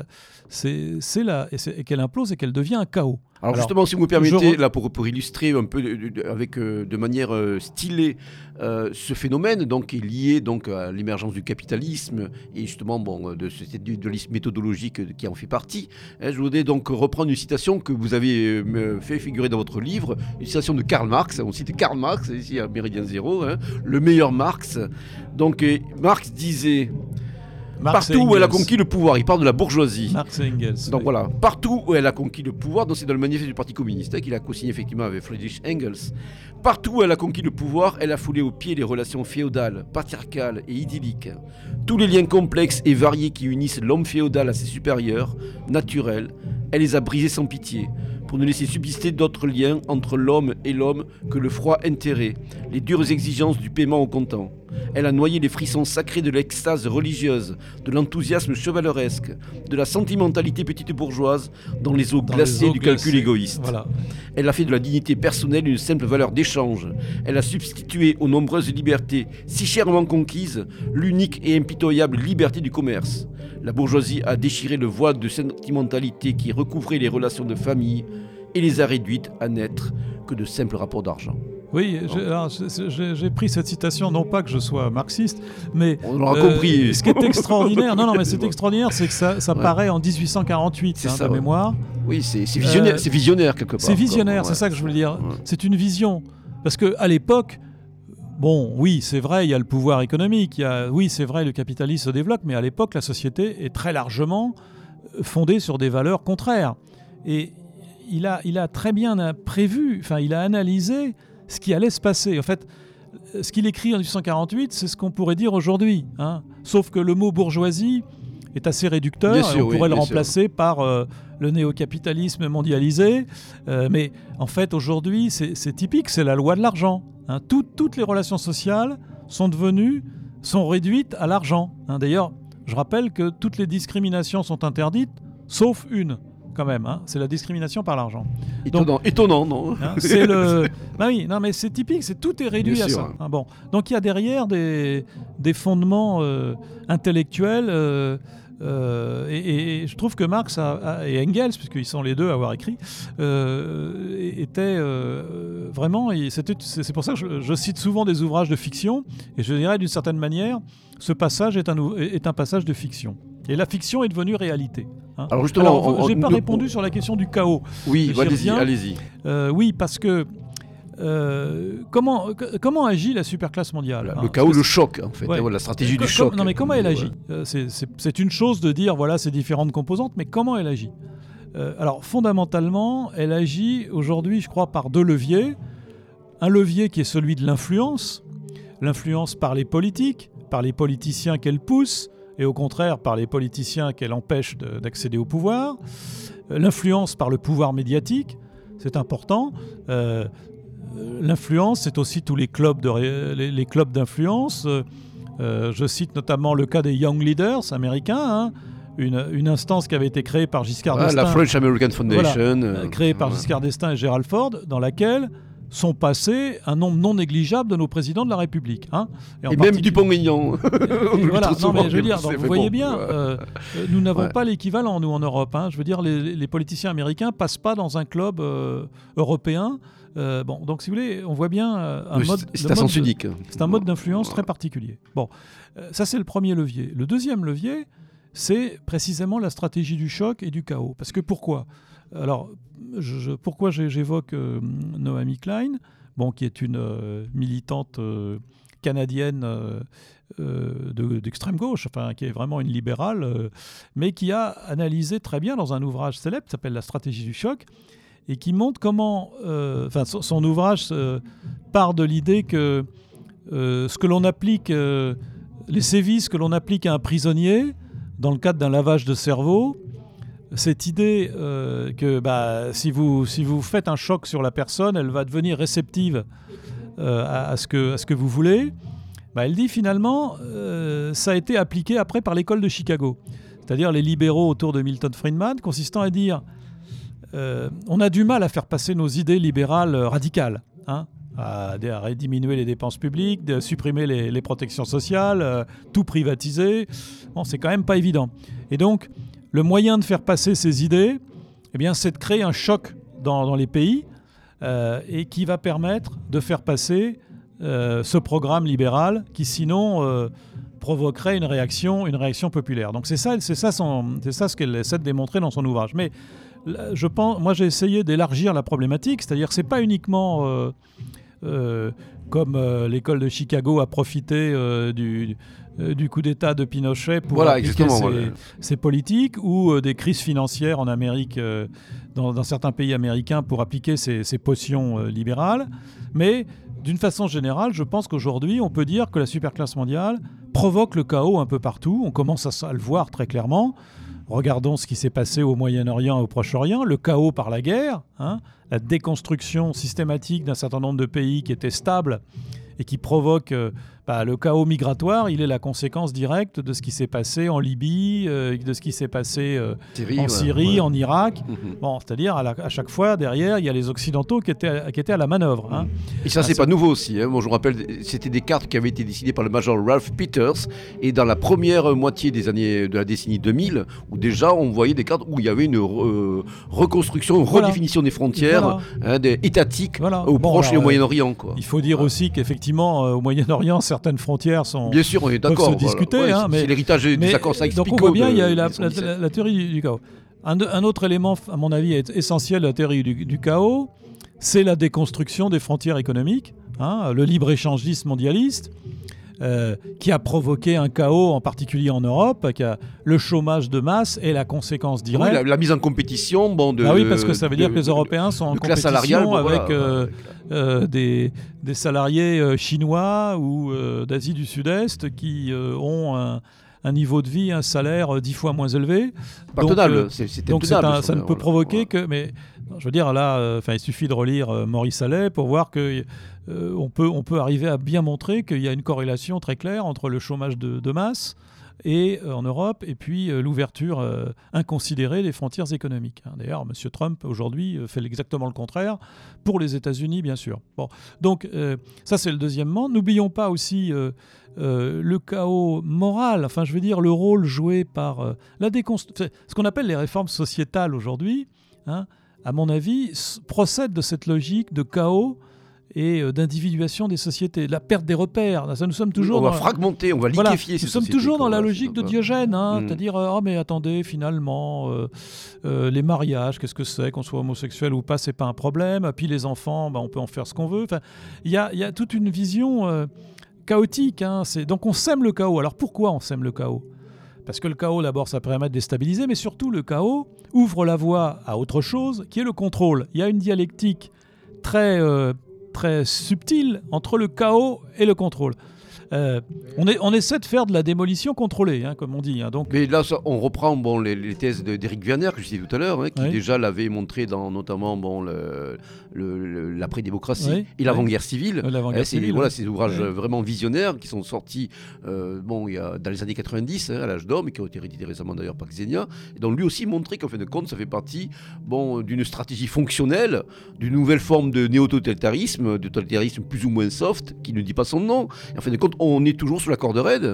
et qu'elle implose et qu'elle devient un chaos. Alors justement, si vous me permettez, là, pour illustrer un peu de manière stylée ce phénomène, donc, qui est lié donc, à l'émergence du capitalisme et justement de cette individualisme méthodologique qui en fait partie, je voudrais donc reprendre une citation que vous avez fait figurer dans votre livre, une citation de Karl Marx. On cite Karl Marx, ici à Méridien Zéro, le meilleur Marx. Donc Marx disait... Partout où elle a conquis le pouvoir, il parle de la bourgeoisie. Marx et Engels. Donc voilà, partout où elle a conquis le pouvoir, donc c'est dans le manifeste du Parti communiste qu'il a co-signé effectivement avec Friedrich Engels. Partout où elle a conquis le pouvoir, elle a foulé aux pieds les relations féodales, patriarcales et idylliques. Tous les liens complexes et variés qui unissent l'homme féodal à ses supérieurs, naturels, elle les a brisés sans pitié, pour ne laisser subsister d'autres liens entre l'homme et l'homme que le froid intérêt, les dures exigences du paiement au comptant. Elle a noyé les frissons sacrés de l'extase religieuse, de l'enthousiasme chevaleresque, de la sentimentalité petite bourgeoise dans les eaux glacées du calcul égoïste. Voilà. Elle a fait de la dignité personnelle une simple valeur d'échange. Elle a substitué aux nombreuses libertés si chèrement conquises l'unique et impitoyable liberté du commerce. La bourgeoisie a déchiré le voile de sentimentalité qui recouvrait les relations de famille et les a réduites à n'être que de simples rapports d'argent. Oui, j'ai pris cette citation, non pas que je sois marxiste, mais on l'aura compris. Ce qui est extraordinaire, c'est extraordinaire, c'est que ça paraît en 1848 de mémoire. Oui, c'est visionnaire, c'est visionnaire quelque part. C'est visionnaire, c'est ça que je voulais dire. Ouais. C'est une vision, parce que à l'époque, bon, oui, c'est vrai, il y a le pouvoir économique, oui, c'est vrai, le capitalisme se développe, mais à l'époque, la société est très largement fondée sur des valeurs contraires. Et il a très bien prévu, il a analysé ce qui allait se passer. En fait, ce qu'il écrit en 1848, c'est ce qu'on pourrait dire aujourd'hui. Sauf que le mot bourgeoisie est assez réducteur. Bien sûr, on pourrait le remplacer par le néo-capitalisme mondialisé. Mais en fait, aujourd'hui, c'est typique, c'est la loi de l'argent. Toutes les relations sociales sont réduites à l'argent. D'ailleurs, je rappelle que toutes les discriminations sont interdites, sauf une. Quand même, c'est la discrimination par l'argent. Étonnant, non c'est le. Oui, non, mais c'est typique, tout est réduit bien à sûr. Ça. Bon, donc il y a derrière des fondements intellectuels, et je trouve que Marx et Engels, puisqu'ils sont les deux à avoir écrit, étaient vraiment. C'est pour ça que je cite souvent des ouvrages de fiction, et je dirais d'une certaine manière, ce passage est un passage de fiction. Et la fiction est devenue réalité. Alors justement, j'ai pas répondu sur la question du chaos. Oui, allez-y. Oui, parce que comment agit la superclasse mondiale ? Le chaos, le choc, en fait. La stratégie du choc. Non, mais comment elle agit ? C'est une chose de dire, voilà, ces différentes composantes, mais comment elle agit ? Alors, fondamentalement, elle agit aujourd'hui, je crois, par deux leviers. Un levier qui est celui de l'influence par les politiques, par les politiciens qu'elle pousse, et au contraire par les politiciens qu'elle empêche d'accéder au pouvoir. L'influence par le pouvoir médiatique, c'est important. L'influence, c'est aussi tous les clubs d'influence. Je cite notamment le cas des Young Leaders américains, une instance qui avait été créée par Giscard d'Estaing. La French American Foundation. Créée par Giscard d'Estaing et Gerald Ford, dans laquelle sont passés un nombre non négligeable de nos présidents de la République. Et même Dupont-Aignan. Voilà, non, mais je veux dire, donc, vous voyez bien, nous n'avons pas l'équivalent, nous, en Europe. Je veux dire, les politiciens américains ne passent pas dans un club européen. Donc, si vous voulez, on voit bien un mode... C'est un sens unique. C'est un mode d'influence très particulier. Bon, ça, c'est le premier levier. Le deuxième levier, c'est précisément la stratégie du choc et du chaos. Parce que pourquoi ? Alors, pourquoi j'évoque Naomi Klein, qui est une militante canadienne d'extrême gauche, qui est vraiment une libérale, mais qui a analysé très bien dans un ouvrage célèbre qui s'appelle La stratégie du choc, et qui montre comment... son ouvrage part de l'idée que ce que l'on applique, les sévices que l'on applique à un prisonnier, dans le cadre d'un lavage de cerveau, cette idée que si vous faites un choc sur la personne, elle va devenir réceptive à ce que vous voulez, elle dit finalement, ça a été appliqué après par l'école de Chicago. C'est-à-dire les libéraux autour de Milton Friedman, consistant à dire on a du mal à faire passer nos idées libérales radicales, à diminuer les dépenses publiques, de supprimer les protections sociales, tout privatiser. Bon, c'est quand même pas évident. Et donc, le moyen de faire passer ces idées, c'est de créer un choc dans les pays et qui va permettre de faire passer ce programme libéral qui, sinon, provoquerait une réaction populaire. Donc, c'est ça ce qu'elle essaie de démontrer dans son ouvrage. Mais moi, j'ai essayé d'élargir la problématique, c'est-à-dire que ce n'est pas uniquement comme l'école de Chicago a profité du coup d'État de Pinochet pour appliquer ses politiques, ou des crises financières en Amérique, dans certains pays américains, pour appliquer ses potions libérales. Mais d'une façon générale, je pense qu'aujourd'hui, on peut dire que la superclasse mondiale provoque le chaos un peu partout. On commence à le voir très clairement. Regardons ce qui s'est passé au Moyen-Orient et au Proche-Orient, le chaos par la guerre, la déconstruction systématique d'un certain nombre de pays qui étaient stables et qui provoque le chaos migratoire. Il est la conséquence directe de ce qui s'est passé en Libye, de ce qui s'est passé en Syrie, en Irak. Bon, c'est-à-dire à chaque fois, derrière, il y a les Occidentaux qui étaient à la manœuvre. Et ça, c'est pas nouveau aussi. Moi, je me rappelle, c'était des cartes qui avaient été décidées par le major Ralph Peters. Et dans la première moitié de la décennie 2000, où déjà, on voyait des cartes où il y avait une reconstruction, une redéfinition des frontières étatiques au Proche et au Moyen-Orient. Il faut dire aussi qu'effectivement, au Moyen-Orient, certaines frontières bien sûr, on est d'accord, peuvent se discuter. C'est l'héritage des accords Sykes-Picot. Donc on voit bien, il y a eu la théorie du chaos. Un autre élément, à mon avis, est essentiel de la théorie du chaos, c'est la déconstruction des frontières économiques, le libre-échangisme mondialiste, qui a provoqué un chaos, en particulier en Europe, le chômage de masse est la conséquence directe. Oui, la mise en compétition. Oui, parce que ça veut dire que les Européens sont en compétition avec des salariés chinois ou d'Asie du Sud-Est qui ont un niveau de vie, un salaire 10 fois moins élevé. Pas tenable, c'est donc tenable, ça ne peut provoquer que... Mais je veux dire, là, il suffit de relire Maurice Allais pour voir que on peut arriver à bien montrer qu'il y a une corrélation très claire entre le chômage de masse en Europe et puis l'ouverture inconsidérée des frontières économiques. D'ailleurs, M. Trump, aujourd'hui, fait exactement le contraire pour les États-Unis, bien sûr. Bon, donc, ça, c'est le deuxièmement. N'oublions pas aussi le chaos moral, je veux dire, le rôle joué par ce qu'on appelle les réformes sociétales aujourd'hui, à mon avis, procède de cette logique de chaos et d'individuation des sociétés, la perte des repères. Ça, nous sommes toujours on va fragmenter, on va liquéfier ces sociétés. Nous sommes toujours dans la logique de Diogène, c'est-à-dire mais attendez, finalement, les mariages, qu'est-ce que c'est, qu'on soit homosexuel ou pas, c'est pas un problème. Puis les enfants, on peut en faire ce qu'on veut. Il y a toute une vision chaotique. Donc on sème le chaos. Alors pourquoi on sème le chaos ? Parce que le chaos, d'abord, ça permet de déstabiliser, mais surtout le chaos ouvre la voie à autre chose, qui est le contrôle. Il y a une dialectique très subtile entre le chaos et le contrôle. On essaie de faire de la démolition contrôlée, comme on dit. Donc... Mais là, on reprend les thèses d'Éric Werner, que je disais tout à l'heure, qui déjà l'avait montré dans notamment l'après-démocratie et l'avant-guerre civile. Ces ouvrages vraiment visionnaires qui sont sortis dans les années 90, à l'âge d'or, mais qui ont été réédités récemment d'ailleurs par Xenia. Et donc lui aussi montrait qu'en fin de compte, ça fait partie d'une stratégie fonctionnelle, d'une nouvelle forme de néo-totalitarisme, de totalitarisme plus ou moins soft, qui ne dit pas son nom. Et en fin de compte, on est toujours sous la corde raide.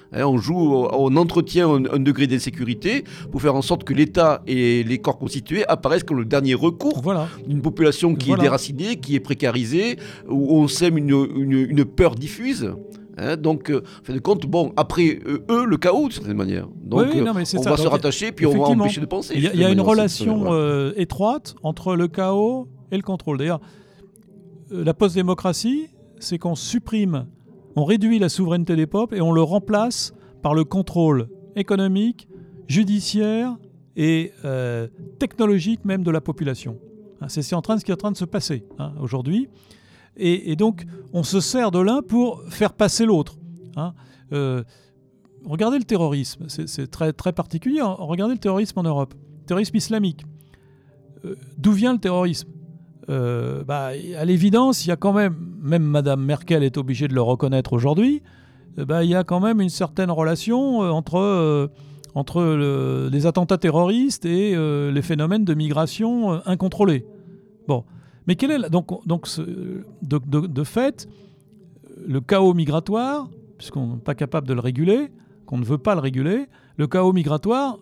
On entretient un degré d'insécurité pour faire en sorte que l'État et les corps constitués apparaissent comme le dernier recours d'une population qui est déracinée, qui est précarisée, où on sème une peur diffuse. Donc, en fin de compte, après eux, le chaos, d'une certaine manière. Donc, on va se rattacher, puis on va empêcher de penser. Il y a une relation étroite entre le chaos et le contrôle. D'ailleurs, la post-démocratie, c'est qu'on supprime, on réduit la souveraineté des peuples et on le remplace par le contrôle économique, judiciaire et technologique même de la population. C'est ce qui est en train de se passer aujourd'hui. Et donc, on se sert de l'un pour faire passer l'autre. Regardez le terrorisme, c'est très, très particulier. Regardez le terrorisme en Europe, terrorisme islamique. D'où vient le terrorisme ? À l'évidence, il y a quand même Madame Merkel est obligée de le reconnaître aujourd'hui, il y a quand même une certaine relation entre les attentats terroristes et les phénomènes de migration incontrôlés. Bon, mais quel est de fait le chaos migratoire, puisqu'on n'est pas capable de le réguler, qu'on ne veut pas le réguler, le chaos migratoire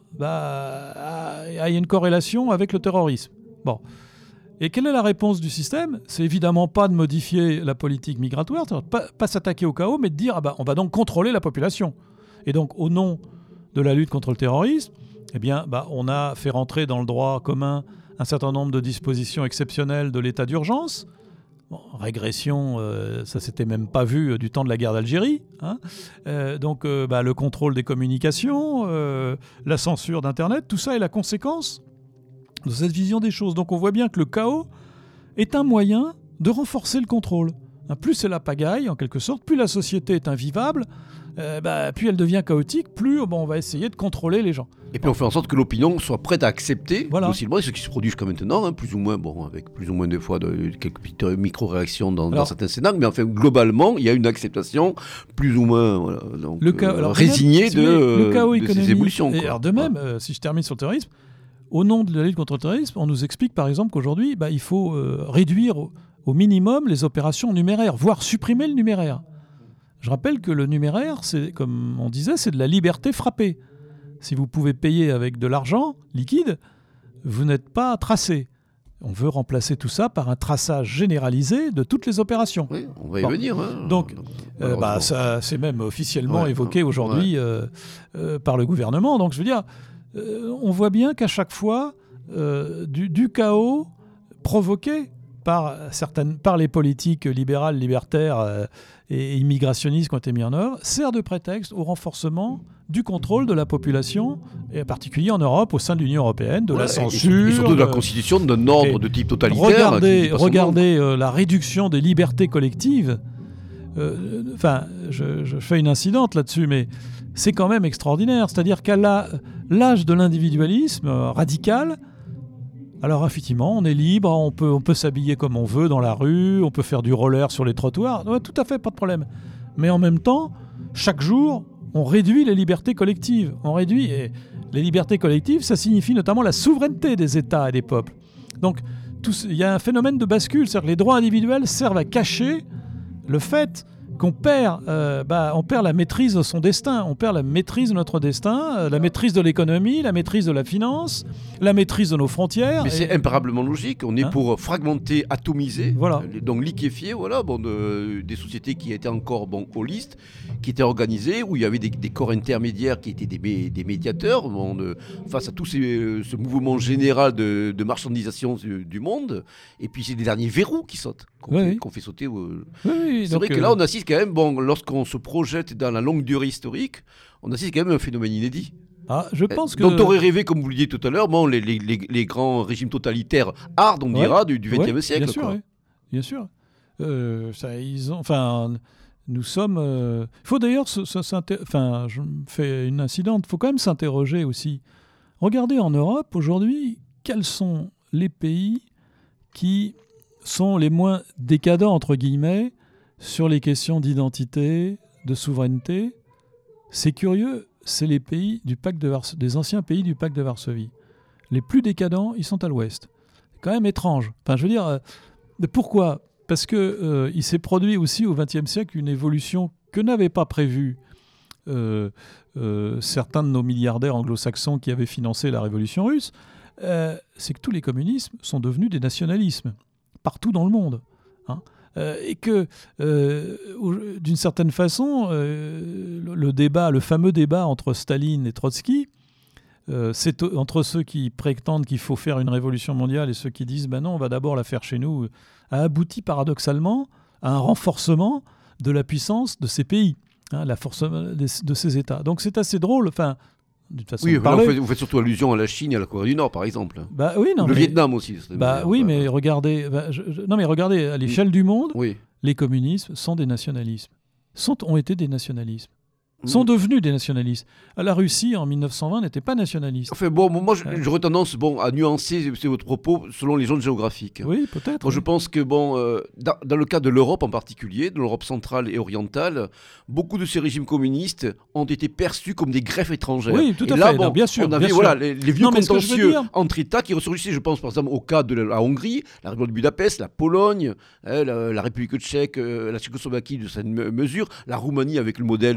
a une corrélation avec le terrorisme. Bon. Et quelle est la réponse du système ? C'est évidemment pas de modifier la politique migratoire, pas s'attaquer au chaos, mais de dire on va donc contrôler la population. Et donc, au nom de la lutte contre le terrorisme, on a fait rentrer dans le droit commun un certain nombre de dispositions exceptionnelles de l'état d'urgence, Bon, régression, ça s'était même pas vu du temps de la guerre d'Algérie. Hein. Donc le contrôle des communications, la censure d'Internet, tout ça est la conséquence de cette vision des choses. Donc on voit bien que le chaos est un moyen de renforcer le contrôle. Hein, plus c'est la pagaille, en quelque sorte, plus la société est invivable, plus elle devient chaotique, plus on va essayer de contrôler les gens. Et puis on fait en sorte que l'opinion soit prête à accepter possiblement ce qui se produit jusqu'à maintenant, plus ou moins, avec plus ou moins des fois quelques petites micro-réactions dans certains scénarios, mais enfin globalement, il y a une acceptation plus ou moins résignée de ces évolutions. Et alors de même, si je termine sur le terrorisme, au nom de la lutte contre le terrorisme, on nous explique par exemple qu'aujourd'hui, il faut réduire au minimum les opérations numéraires, voire supprimer le numéraire. Je rappelle que le numéraire, c'est, comme on disait, c'est de la liberté frappée. Si vous pouvez payer avec de l'argent liquide, vous n'êtes pas tracé. On veut remplacer tout ça par un traçage généralisé de toutes les opérations. Oui, on va y venir. Hein. Donc, ça, c'est même officiellement évoqué aujourd'hui par le gouvernement. Donc, je veux dire, on voit bien qu'à chaque fois, du chaos provoqué par les politiques libérales, libertaires et immigrationnistes qui ont été mis en œuvre, sert de prétexte au renforcement du contrôle de la population, et en particulier en Europe, au sein de l'Union européenne, de la censure. Et surtout de la constitution d'un ordre de type totalitaire. Regardez la réduction des libertés collectives. Je fais une incidente là-dessus, mais c'est quand même extraordinaire. C'est-à-dire qu'à l'âge de l'individualisme radical, alors effectivement, on est libre, on peut s'habiller comme on veut dans la rue, on peut faire du roller sur les trottoirs, tout à fait, pas de problème. Mais en même temps, chaque jour, on réduit les libertés collectives. Et les libertés collectives, ça signifie notamment la souveraineté des États et des peuples. Donc, il y a un phénomène de bascule, c'est-à-dire que les droits individuels servent à cacher le fait qu'on perd la maîtrise de son destin, on perd la maîtrise de notre destin, la maîtrise de l'économie, la maîtrise de la finance, la maîtrise de nos frontières. Mais c'est imparablement logique, on est pour fragmenter, atomiser, donc liquéfier des sociétés qui étaient encore holistes, qui étaient organisées, où il y avait des corps intermédiaires qui étaient des médiateurs face à tout ce mouvement général de marchandisation du monde, et puis c'est des derniers verrous qui sautent, qu'on fait sauter. C'est vrai que là on assiste quand même, lorsqu'on se projette dans la longue durée historique, on assiste quand même à un phénomène inédit. Je pense que... dont on aurait rêvé, comme vous le disiez tout à l'heure, les grands régimes totalitaires hard, on dira, du XXe siècle. Bien sûr. Nous sommes... Il faut d'ailleurs... je fais une incidente. Il faut quand même s'interroger aussi. Regardez en Europe, aujourd'hui, quels sont les pays qui sont les moins décadents, entre guillemets, sur les questions d'identité, de souveraineté. C'est curieux, c'est les pays des anciens pays du pacte de Varsovie. Les plus décadents, ils sont à l'ouest. C'est quand même étrange. Enfin, je veux dire, pourquoi ? Parce qu'il s'est produit aussi au XXe siècle une évolution que n'avaient pas prévue certains de nos milliardaires anglo-saxons qui avaient financé la révolution russe. C'est que tous les communismes sont devenus des nationalismes, partout dans le monde. Hein. Et que, d'une certaine façon, le fameux débat entre Staline et Trotsky, c'est entre ceux qui prétendent qu'il faut faire une révolution mondiale et ceux qui disent non, on va d'abord la faire chez nous, a abouti paradoxalement à un renforcement de la puissance de ces pays, la force de ces États. Donc c'est assez drôle. Enfin, d'une façon de parler. Vous faites surtout allusion à la Chine et à la Corée du Nord, par exemple. Le Vietnam aussi. Mais regardez, regardez à l'échelle du monde, les communismes sont des nationalismes, ont été des nationalismes. Sont devenus des nationalistes. La Russie, en 1920, n'était pas nationaliste. Enfin, moi, j'aurais tendance à nuancer votre propos selon les zones géographiques. Oui, peut-être. Moi, je pense que, dans le cas de l'Europe en particulier, de l'Europe centrale et orientale, beaucoup de ces régimes communistes ont été perçus comme des greffes étrangères. Oui, tout à fait. Bien sûr. On avait les vieux contentieux entre États qui ressurgissaient, je pense, par exemple, au cas de la Hongrie, la République de Budapest, la Pologne, la République tchèque, la Tchécoslovaquie de cette mesure, la Roumanie avec le modèle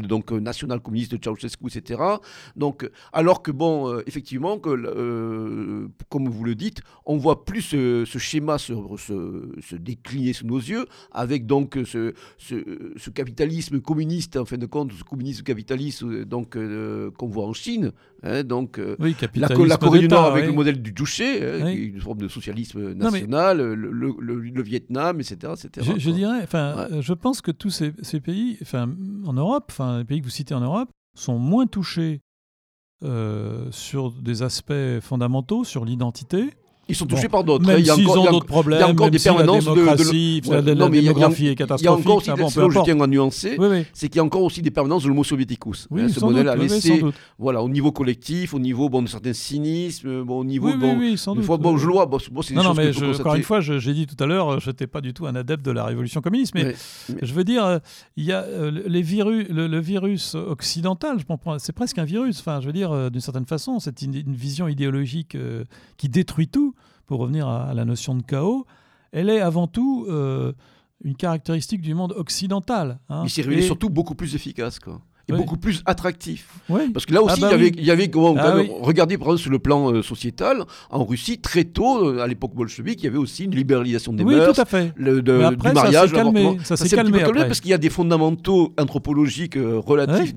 national-communiste de Ceausescu, etc. Donc, alors que, effectivement, comme vous le dites, on voit plus ce schéma se décliner sous nos yeux, avec donc ce capitalisme communiste, en fin de compte, ce communisme capitaliste qu'on voit en Chine. Donc, la Corée du Nord avec le modèle du Juche, qui est une forme de socialisme national, le Vietnam, etc. Je dirais, je pense que tous ces pays, en Europe, les pays que vous citez en Europe, sont moins touchés sur des aspects fondamentaux, sur l'identité. Ils sont touchés par d'autres. Même s'ils ont d'autres problèmes, il y a encore des permanences la démographie est catastrophique. Il y a encore aussi, je tiens à nuancer, c'est qu'il y a encore aussi des permanences de l'homo soviéticus. Ce modèle a laissé, au niveau collectif, au niveau de certains cynismes, au niveau sans doute. Je le vois, c'est des choses que je encore une fois, j'ai dit tout à l'heure, je n'étais pas du tout un adepte de la révolution communiste, mais je veux dire, il y a le virus occidental, c'est presque un virus. Je veux dire, d'une certaine façon, c'est une vision idéologique qui détruit tout. Pour revenir à la notion de chaos, elle est avant tout une caractéristique du monde occidental. Mais c'est révélé surtout beaucoup plus efficace, quoi. Et beaucoup plus attractif. Oui. Parce que là aussi, il y avait regardez par exemple sur le plan sociétal, en Russie, très tôt, à l'époque bolchevique, il y avait aussi une libéralisation des mœurs, tout à fait. du mariage, ça s'est calmé après. Parce qu'il y a des fondamentaux anthropologiques relatifs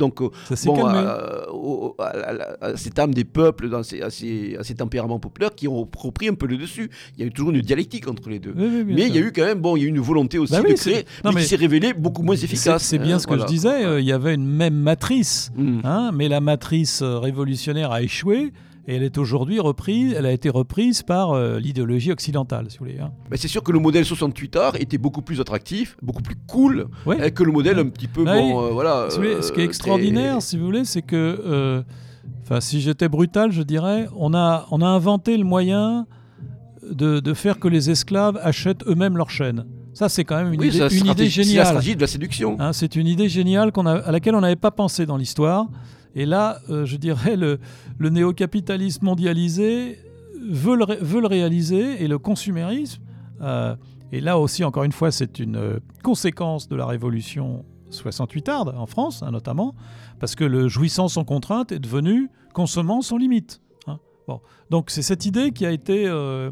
à cette âme des peuples, à ces tempéraments populaires qui ont repris un peu le dessus. Il y a eu toujours une dialectique entre les deux. Mais il y a eu quand même il y a eu une volonté aussi de créer, mais qui s'est révélée beaucoup moins efficace. C'est bien ce que je disais, il y avait une même matrice, mais la matrice révolutionnaire a échoué et elle est aujourd'hui reprise, elle a été reprise par l'idéologie occidentale, si vous voulez. C'est sûr que le modèle 68 art était beaucoup plus attractif, beaucoup plus cool que le modèle un petit peu ce qui est extraordinaire, si vous voulez, c'est que si j'étais brutal, je dirais, on a inventé le moyen de faire que les esclaves achètent eux-mêmes leurs chaînes. Ça, c'est quand même une idée géniale. C'est la stratégie de la séduction. C'est une idée géniale à laquelle on n'avait pas pensé dans l'histoire. Et là, je dirais, le néo-capitalisme mondialisé veut le réaliser, et le consumérisme. Et là aussi, encore une fois, c'est une conséquence de la révolution 68arde en France, notamment, parce que le jouissant sans contrainte est devenu consommant sans limite. Donc c'est cette idée qui a été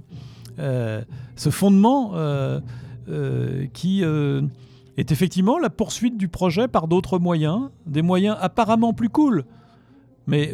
ce fondement qui est effectivement la poursuite du projet par d'autres moyens, des moyens apparemment plus cool. Mais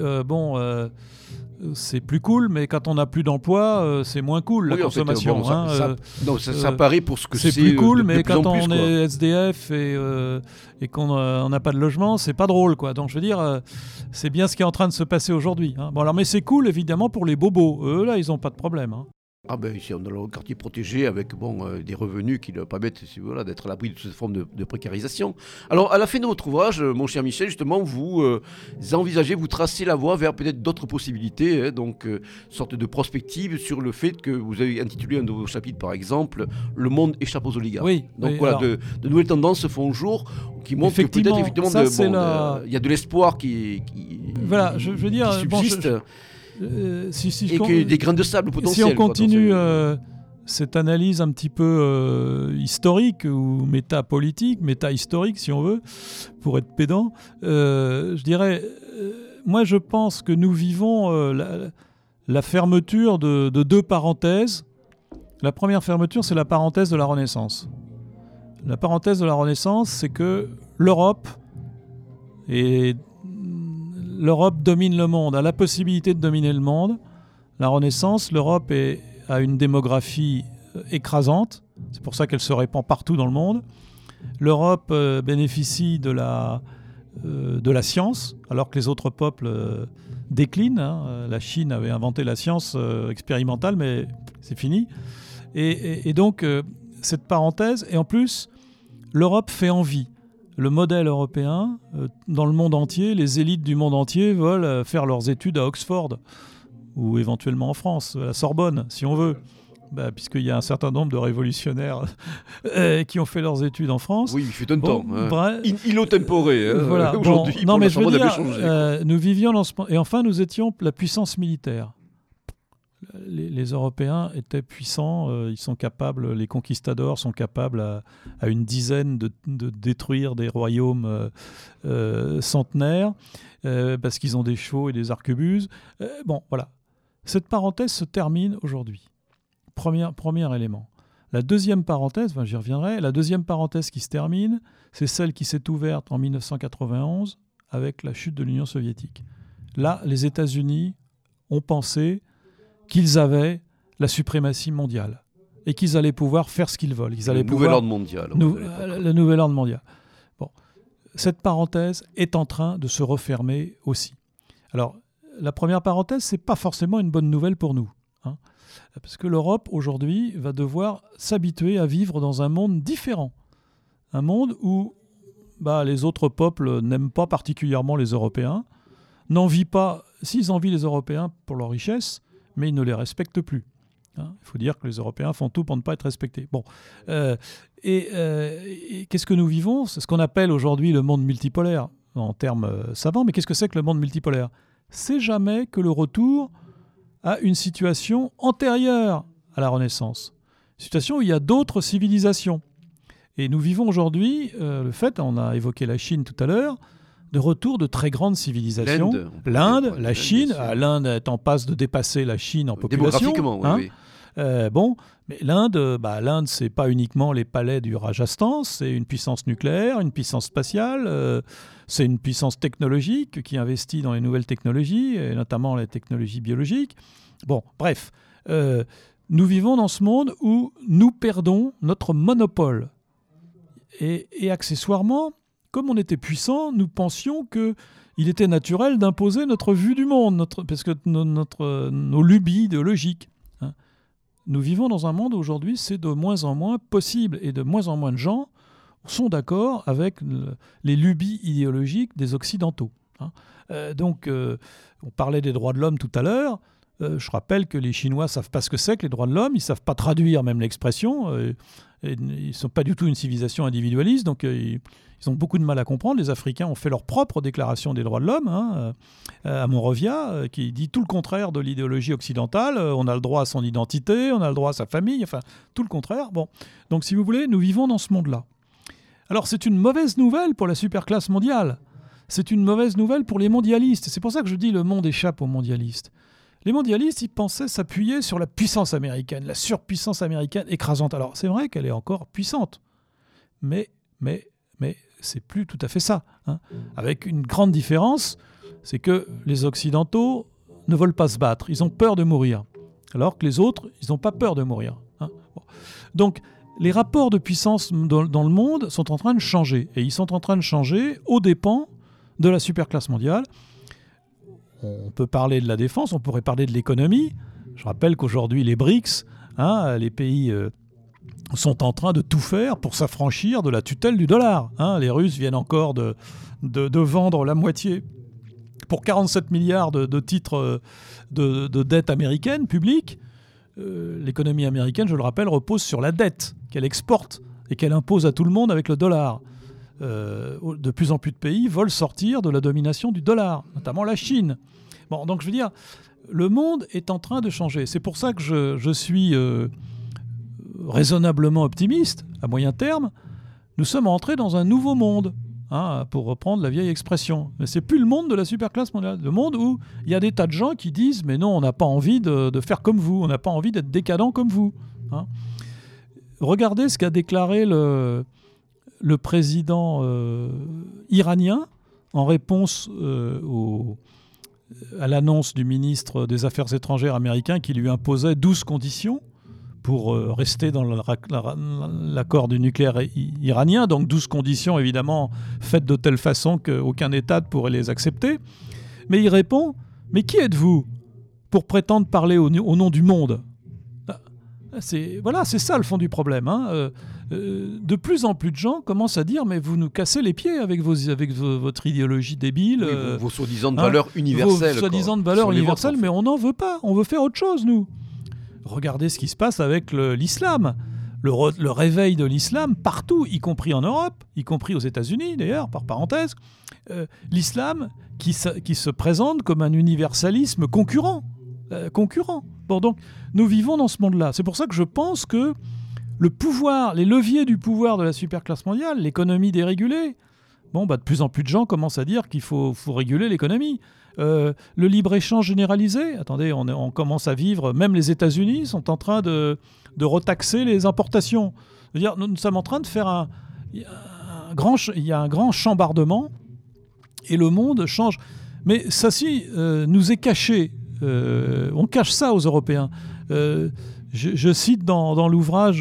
c'est plus cool, mais quand on n'a plus d'emploi, c'est moins cool, la consommation. Ça paraît pour ce que c'est. C'est plus cool, mais quand on est SDF et qu'on n'a pas de logement, c'est pas drôle, quoi. Donc je veux dire, c'est bien ce qui est en train de se passer aujourd'hui. Mais c'est cool, évidemment, pour les bobos. Eux, là, ils n'ont pas de problème. Ici, on a le quartier protégé avec des revenus qui leur permettent d'être à l'abri de toute forme de précarisation. Alors, à la fin de votre ouvrage, mon cher Michel, justement, vous envisagez, vous tracez la voie vers peut-être d'autres possibilités, sorte de prospective sur le fait que vous avez intitulé un de vos chapitres, par exemple, « Le monde échappe aux oligarques ». De nouvelles tendances se font jour qui montrent que peut-être, effectivement, il y a de l'espoir qui subsiste. Et des grains de sable potentiels. Si on continue cette analyse un petit peu historique ou métapolitique, méta-historique si on veut, pour être pédant, je dirais, moi je pense que nous vivons la fermeture de deux parenthèses. La première fermeture, c'est la parenthèse de la Renaissance. La parenthèse de la Renaissance, c'est que l'Europe domine le monde, a la possibilité de dominer le monde. La Renaissance, l'Europe a une démographie écrasante. C'est pour ça qu'elle se répand partout dans le monde. L'Europe bénéficie de la science, alors que les autres peuples déclinent. La Chine avait inventé la science expérimentale, mais c'est fini. Et donc, cette parenthèse, et en plus, l'Europe fait envie. Le modèle européen, dans le monde entier, les élites du monde entier veulent faire leurs études à Oxford ou éventuellement en France, à la Sorbonne, si on veut. Puisqu'il y a un certain nombre de révolutionnaires qui ont fait leurs études en France. Oui, il fut un temps. Illo tempore, aujourd'hui. Non, mais je veux dire, nous vivions dans et enfin, nous étions la puissance militaire. les Européens étaient puissants, ils sont capables, les conquistadors sont capables à une dizaine de détruire des royaumes centenaires, parce qu'ils ont des chevaux et des arquebuses. Bon, voilà. Cette parenthèse se termine aujourd'hui. Premier élément. La deuxième parenthèse, j'y reviendrai, la deuxième parenthèse qui se termine, c'est celle qui s'est ouverte en 1991 avec la chute de l'Union soviétique. Là, les États-Unis ont pensé qu'ils avaient la suprématie mondiale et qu'ils allaient pouvoir faire ce qu'ils veulent. Le nouvel ordre mondial. Le nouvel ordre mondial. Bon. Cette parenthèse est en train de se refermer aussi. Alors, la première parenthèse, ce n'est pas forcément une bonne nouvelle pour nous. Hein, parce que l'Europe, aujourd'hui, va devoir s'habituer à vivre dans un monde différent. Un monde où les autres peuples n'aiment pas particulièrement les Européens, n'envient pas, s'ils envient les Européens pour leur richesse, mais ils ne les respectent plus. Hein, il faut dire que les Européens font tout pour ne pas être respectés. Bon. Et qu'est-ce que nous vivons ? C'est ce qu'on appelle aujourd'hui le monde multipolaire, en termes savants. Mais qu'est-ce que c'est que le monde multipolaire ? C'est jamais que le retour à une situation antérieure à la Renaissance. Une situation où il y a d'autres civilisations. Et nous vivons aujourd'hui le fait, on a évoqué la Chine tout à l'heure, de retour de très grandes civilisations. L'Inde, la Chine, l'Inde est en passe de dépasser la Chine en population. Démographiquement, oui. Mais l'Inde, c'est pas uniquement les palais du Rajasthan, c'est une puissance nucléaire, une puissance spatiale, c'est une puissance technologique qui investit dans les nouvelles technologies, et notamment les technologies biologiques. Bon, bref, nous vivons dans ce monde où nous perdons notre monopole. Et accessoirement, comme on était puissant, nous pensions qu'il était naturel d'imposer notre vue du monde, parce que nos lubies idéologiques. Hein. Nous vivons dans un monde où aujourd'hui, c'est de moins en moins possible, et de moins en moins de gens sont d'accord avec les lubies idéologiques des Occidentaux. Hein. On parlait des droits de l'homme tout à l'heure. Je rappelle que les Chinois ne savent pas ce que c'est que les droits de l'homme, ils ne savent pas traduire même l'expression. Ils ne sont pas du tout une civilisation individualiste, donc ils ont beaucoup de mal à comprendre. Les Africains ont fait leur propre déclaration des droits de l'homme, à Monrovia, qui dit tout le contraire de l'idéologie occidentale. On a le droit à son identité, on a le droit à sa famille, enfin tout le contraire. Bon. Donc si vous voulez, nous vivons dans ce monde-là. Alors c'est une mauvaise nouvelle pour la superclasse mondiale. C'est une mauvaise nouvelle pour les mondialistes. C'est pour ça que je dis le monde échappe aux mondialistes. Les mondialistes, ils pensaient s'appuyer sur la puissance américaine, la surpuissance américaine écrasante. Alors, c'est vrai qu'elle est encore puissante, mais c'est plus tout à fait ça. Hein. Avec une grande différence, c'est que les Occidentaux ne veulent pas se battre. Ils ont peur de mourir, alors que les autres, ils n'ont pas peur de mourir. Hein. Bon. Donc, les rapports de puissance dans le monde sont en train de changer. Et ils sont en train de changer aux dépens de la superclasse mondiale. On peut parler de la défense, on pourrait parler de l'économie. Je rappelle qu'aujourd'hui, les BRICS, les pays sont en train de tout faire pour s'affranchir de la tutelle du dollar. Hein. Les Russes viennent encore de vendre la moitié pour 47 milliards de titres de dette américaine publique. L'économie américaine, je le rappelle, repose sur la dette qu'elle exporte et qu'elle impose à tout le monde avec le dollar. De plus en plus de pays veulent sortir de la domination du dollar, notamment la Chine. Bon, donc je veux dire, le monde est en train de changer. C'est pour ça que je suis raisonnablement optimiste à moyen terme. Nous sommes entrés dans un nouveau monde, pour reprendre la vieille expression. Mais c'est plus le monde de la superclasse mondiale, le monde où il y a des tas de gens qui disent « mais non, on n'a pas envie de faire comme vous, on n'a pas envie d'être décadent comme vous ». Regardez ce qu'a déclaré le président iranien, en réponse à l'annonce du ministre des Affaires étrangères américain qui lui imposait 12 conditions pour rester dans l'accord du nucléaire iranien. Donc 12 conditions, évidemment, faites de telle façon qu'aucun État ne pourrait les accepter. Mais il répond, mais qui êtes-vous pour prétendre parler au nom du monde ? C'est ça le fond du problème. De plus en plus de gens commencent à dire mais vous nous cassez les pieds avec votre idéologie débile. Oui, vos soi-disant de valeurs universelles. Vos soi-disant de valeurs universelles, mais on n'en veut pas. On veut faire autre chose, nous. Regardez ce qui se passe avec l'islam. Le réveil de l'islam partout, y compris en Europe, y compris aux États-Unis d'ailleurs, par parenthèse. L'islam qui se présente comme un universalisme concurrent. concurrents. Bon, donc, nous vivons dans ce monde-là. C'est pour ça que je pense que le pouvoir, les leviers du pouvoir de la superclasse mondiale, l'économie dérégulée, de plus en plus de gens commencent à dire qu'il faut réguler l'économie. Le libre-échange généralisé, attendez, on commence à vivre, même les États-Unis sont en train de retaxer les importations. C'est-à-dire, nous sommes en train de faire il y a un grand chambardement et le monde change. Mais ça, nous est caché. On cache ça aux Européens. Je cite dans l'ouvrage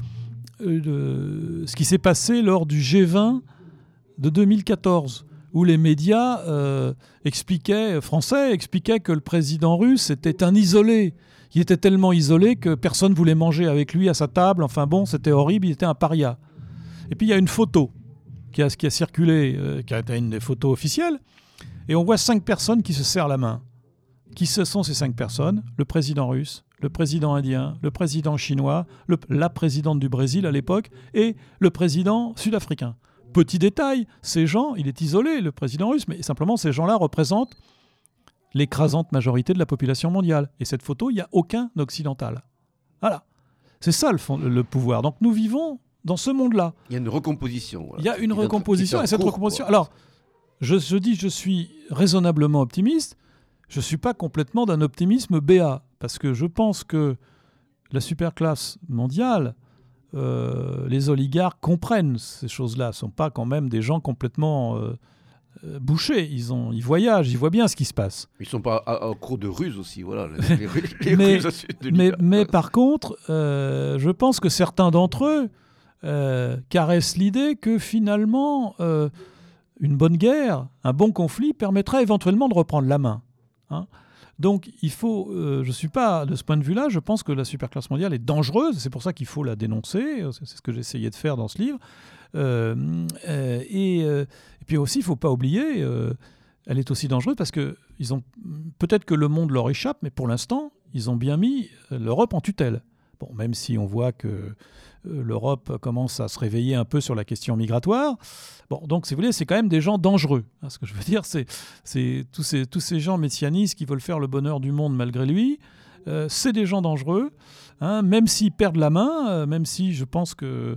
ce qui s'est passé lors du G20 de 2014, où les médias français expliquaient que le président russe était un isolé. Il était tellement isolé que personne ne voulait manger avec lui à sa table. Enfin bon, c'était horrible, il était un paria. Et puis il y a une photo qui a circulé, qui a été une des photos officielles, et on voit 5 personnes qui se serrent la main. Qui sont ces 5 personnes? Le président russe, le président indien, le président chinois, la présidente du Brésil à l'époque, et le président sud-africain. Petit détail, ces gens, il est isolé, le président russe, mais simplement ces gens-là représentent l'écrasante majorité de la population mondiale. Et cette photo, il n'y a aucun occidental. Voilà. C'est ça le pouvoir. Donc nous vivons dans ce monde-là. Il y a une recomposition. Voilà. Il y a une recomposition, et cette recomposition... Alors, je dis je suis raisonnablement optimiste, je ne suis pas complètement d'un optimisme béat, parce que je pense que la superclasse mondiale, les oligarques comprennent ces choses-là, ne sont pas quand même des gens complètement bouchés, ils voyagent, ils voient bien ce qui se passe. Ils ne sont pas à court de ruse aussi, voilà. Mais par contre, je pense que certains d'entre eux caressent l'idée que finalement, une bonne guerre, un bon conflit permettrait éventuellement de reprendre la main. Hein. Donc il faut, je ne suis pas de ce point de vue-là, je pense que la superclasse mondiale est dangereuse, c'est pour ça qu'il faut la dénoncer, c'est ce que j'ai essayé de faire dans ce livre. Et puis aussi, il ne faut pas oublier, elle est aussi dangereuse parce que peut-être que le monde leur échappe, mais pour l'instant, ils ont bien mis l'Europe en tutelle. Bon, même si on voit que l'Europe commence à se réveiller un peu sur la question migratoire. Bon, donc, si vous voulez, c'est quand même des gens dangereux. Hein, ce que je veux dire, c'est tous ces gens messianistes qui veulent faire le bonheur du monde malgré lui. C'est des gens dangereux, hein, même s'ils perdent la main, même si je pense que...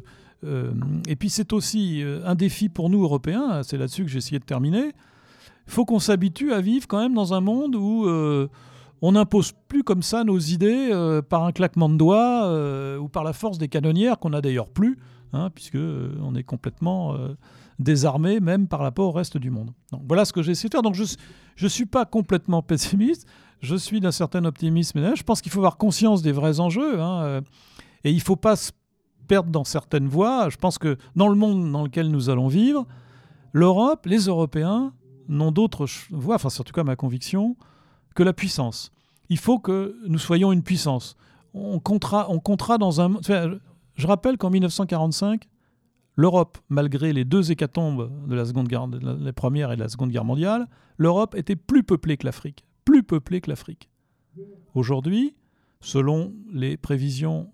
et puis, c'est aussi un défi pour nous, Européens, c'est là-dessus que j'ai essayé de terminer. Il faut qu'on s'habitue à vivre quand même dans un monde où... on n'impose plus comme ça nos idées par un claquement de doigts ou par la force des canonnières qu'on n'a d'ailleurs plus, hein, puisque on est complètement désarmé même par rapport au reste du monde. Donc, voilà ce que j'ai essayé de faire. Donc je suis pas complètement pessimiste, je suis d'un certain optimisme. Je pense qu'il faut avoir conscience des vrais enjeux, hein, et il ne faut pas se perdre dans certaines voies. Je pense que dans le monde dans lequel nous allons vivre, l'Europe, les Européens n'ont d'autre voie, enfin c'est en tout cas ma conviction, que la puissance. Il faut que nous soyons une puissance. On comptera dans un... Je rappelle qu'en 1945, l'Europe, malgré les 2 hécatombes de la Seconde Guerre, la Première et de la Seconde Guerre mondiale, l'Europe était plus peuplée que l'Afrique. Plus peuplée que l'Afrique. Aujourd'hui, selon les prévisions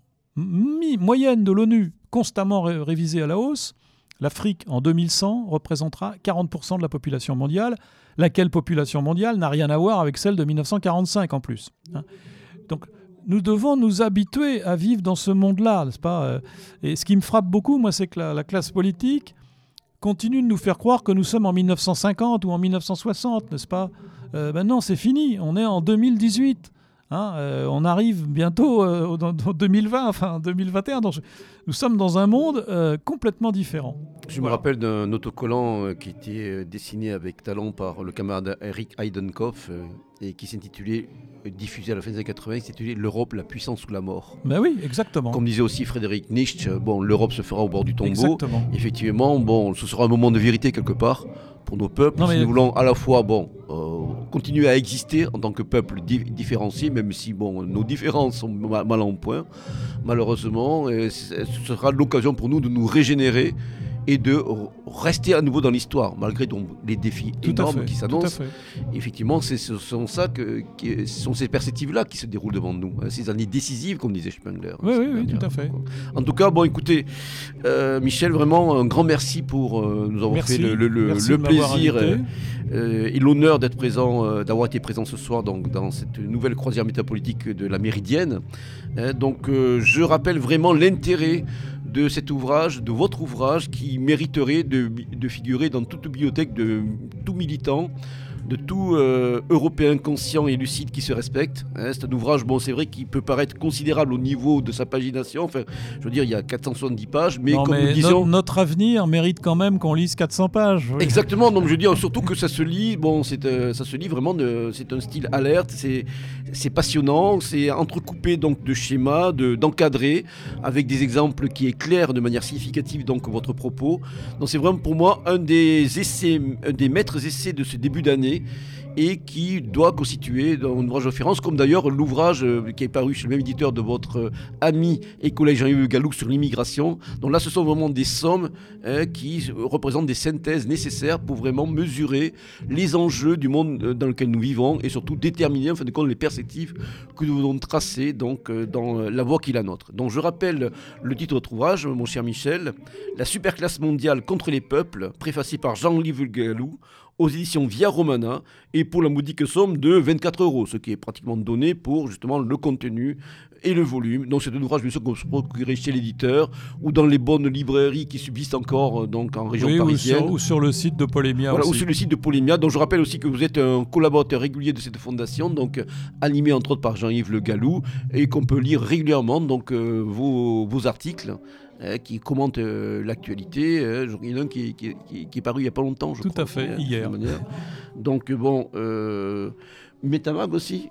moyennes de l'ONU, constamment révisées à la hausse, l'Afrique, en 2100, représentera 40% de la population mondiale, laquelle population mondiale n'a rien à voir avec celle de 1945 en plus. Hein. Donc, nous devons nous habituer à vivre dans ce monde-là, n'est-ce pas ? Et ce qui me frappe beaucoup, moi, c'est que la classe politique continue de nous faire croire que nous sommes en 1950 ou en 1960, n'est-ce pas ? Non, c'est fini, on est en 2018. Hein, on arrive bientôt dans 2020, enfin 2021. Donc nous sommes dans un monde complètement différent. Je me rappelle d'un autocollant qui était dessiné avec talent par le camarade Eric Heidenkopf et qui s'intitulait, diffusé à la fin des années 80, s'intitulait « L'Europe, la puissance ou la mort ». Ben oui, exactement. Comme disait aussi Frédéric Nietzsche, l'Europe se fera au bord du tombeau. Exactement. Effectivement, ce sera un moment de vérité quelque part pour nos peuples. Si nous voulons à la fois continuer à exister en tant que peuple différencié, même si nos différences sont mal en point, malheureusement, ce sera l'occasion pour nous de nous régénérer et de rester à nouveau dans l'histoire, malgré donc les défis énormes qui s'annoncent. Effectivement, ce sont ces perspectives-là qui se déroulent devant nous, ces années décisives, comme disait Spengler. Oui, tout à fait. En tout cas, écoutez, Michel, vraiment un grand merci pour nous avoir fait le plaisir et l'honneur d'être présent, d'avoir été présent ce soir donc, dans cette nouvelle croisière métapolitique de la Méridienne. Donc je rappelle vraiment l'intérêt de cet ouvrage, de votre ouvrage, qui mériterait de figurer dans toute bibliothèque de tout militant, de tout Européen conscient et lucide qui se respecte. C'est un ouvrage, bon, c'est vrai qu'il peut paraître considérable au niveau de sa pagination. Enfin, je veux dire, il y a 470 pages, mais non, comme mais nous disions... Notre avenir mérite quand même qu'on lise 400 pages. Oui. Exactement, donc je veux dire, surtout que ça se lit, bon, ça se lit vraiment, c'est un style alerte, c'est passionnant, c'est entrecoupé donc de schémas, d'encadrés, avec des exemples qui éclairent de manière significative donc votre propos. Donc c'est vraiment pour moi un des maîtres essais de ce début d'année, et qui doit constituer un ouvrage de référence, comme d'ailleurs l'ouvrage qui est paru chez le même éditeur de votre ami et collègue Jean-Yves Gallou sur l'immigration. Donc là, ce sont vraiment des sommes qui représentent des synthèses nécessaires pour vraiment mesurer les enjeux du monde dans lequel nous vivons et surtout déterminer en fin de compte les perspectives que nous devons tracer donc, dans la voie qui est la nôtre. Donc je rappelle le titre de votre ouvrage, mon cher Michel, La superclasse mondiale contre les peuples, préfacé par Jean-Yves Gallou, aux éditions Via Romana, et pour la modique somme de 24 €, ce qui est pratiquement donné pour justement le contenu et le volume. Donc c'est un ouvrage bien sûr qu'on se procurerait chez l'éditeur ou dans les bonnes librairies qui subsistent encore donc en région parisienne. Ou sur le site de Polémia. Voilà, aussi. ou sur le site de Polémia. Donc je rappelle aussi que vous êtes un collaborateur régulier de cette fondation, donc animé entre autres par Jean-Yves Le Gallou, et qu'on peut lire régulièrement donc vos articles qui commentent l'actualité. Il y en a un qui est paru il n'y a pas longtemps, je crois. Tout à fait, hier. Donc bon... Metamag aussi.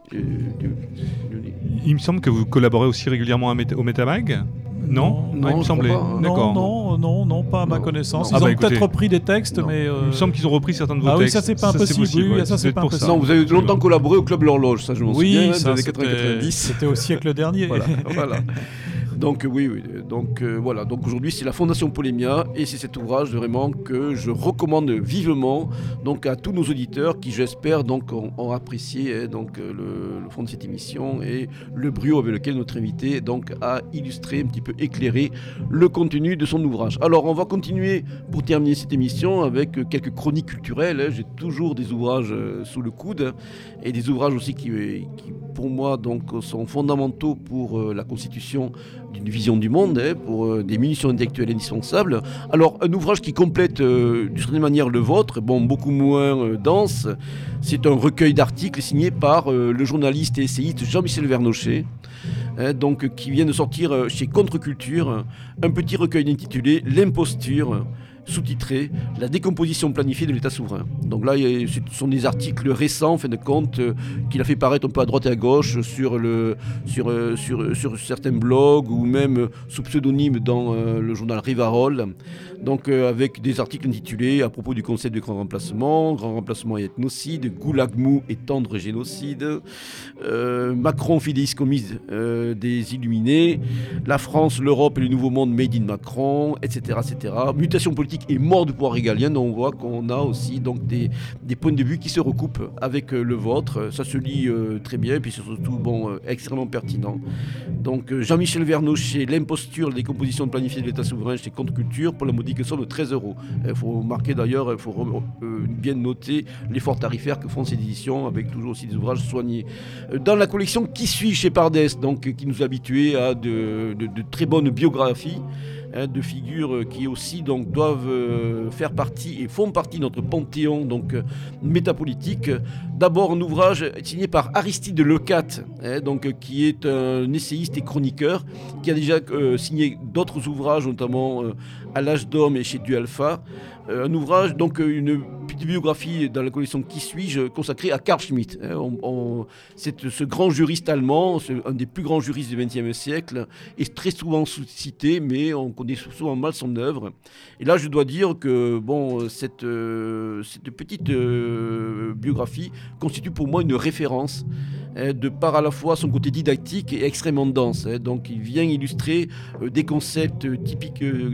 Il me semble que vous collaborez aussi régulièrement au Metamag. Non, il me semblait. D'accord. Non, pas à ma connaissance. Ils ont peut-être repris des textes, mais... Il me semble qu'ils ont repris certains de vos textes. Oui, ça c'est pas impossible. C'est pas impossible. Non, vous avez longtemps collaboré au Club L'Horloge, ça je m'en souviens, dans les années 90. C'était au siècle dernier. Voilà. Donc oui. Donc voilà. Donc aujourd'hui c'est la Fondation Polémia et c'est cet ouvrage vraiment que je recommande vivement donc à tous nos auditeurs qui j'espère donc ont apprécié donc le fond de cette émission et le brio avec lequel notre invité donc a illustré un petit peu éclairé le contenu de son ouvrage. Alors on va continuer pour terminer cette émission avec quelques chroniques culturelles. J'ai toujours des ouvrages sous le coude et des ouvrages aussi qui pour moi donc sont fondamentaux pour la constitution d'une vision du monde, pour des munitions intellectuelles indispensables. Alors un ouvrage qui complète d'une certaine manière le vôtre, bon beaucoup moins dense, c'est un recueil d'articles signé par le journaliste et essayiste Jean-Michel Vernochet, donc qui vient de sortir chez Contre-Culture un petit recueil intitulé L'imposture, sous-titré La décomposition planifiée de l'État souverain. Donc là, ce sont des articles récents, en fin de compte, qu'il a fait paraître un peu à droite et à gauche sur certains blogs ou même sous pseudonyme dans le journal Rivarol. Donc avec des articles intitulés à propos du concept de grand remplacement et ethnocide, goulag mou et tendre génocide, Macron fidéis commis des illuminés, la France, l'Europe et le nouveau monde made in Macron, etc. Mutation politique et mort du pouvoir régalien. Donc on voit qu'on a aussi donc des points de vue qui se recoupent avec le vôtre. Ça se lit très bien et puis c'est surtout extrêmement pertinent. Donc Jean-Michel Vernochet, L'imposture, la décomposition planifiée de l'État souverain chez Contre-Culture pour la modique somme de 13 €. Il faut marquer d'ailleurs, il faut bien noter l'effort tarifaire que font ces éditions avec toujours aussi des ouvrages soignés. Dans la collection Qui suis chez Pardès, donc qui nous a habitués à de très bonnes biographies, de figures qui aussi donc doivent faire partie et font partie de notre panthéon donc métapolitique. D'abord un ouvrage signé par Aristide Lecate, donc qui est un essayiste et chroniqueur qui a déjà signé d'autres ouvrages, notamment à l'âge d'homme et chez Du Alpha. Un ouvrage, donc une petite biographie dans la collection Qui suis-je consacrée à Carl Schmitt. C'est ce grand juriste allemand, un des plus grands juristes du XXe siècle, est très souvent cité, mais on connaît souvent mal son œuvre. Et là, je dois dire que cette petite biographie constitue pour moi une référence, de par à la fois son côté didactique et extrêmement dense. Donc il vient illustrer des concepts typiques de l'œuvre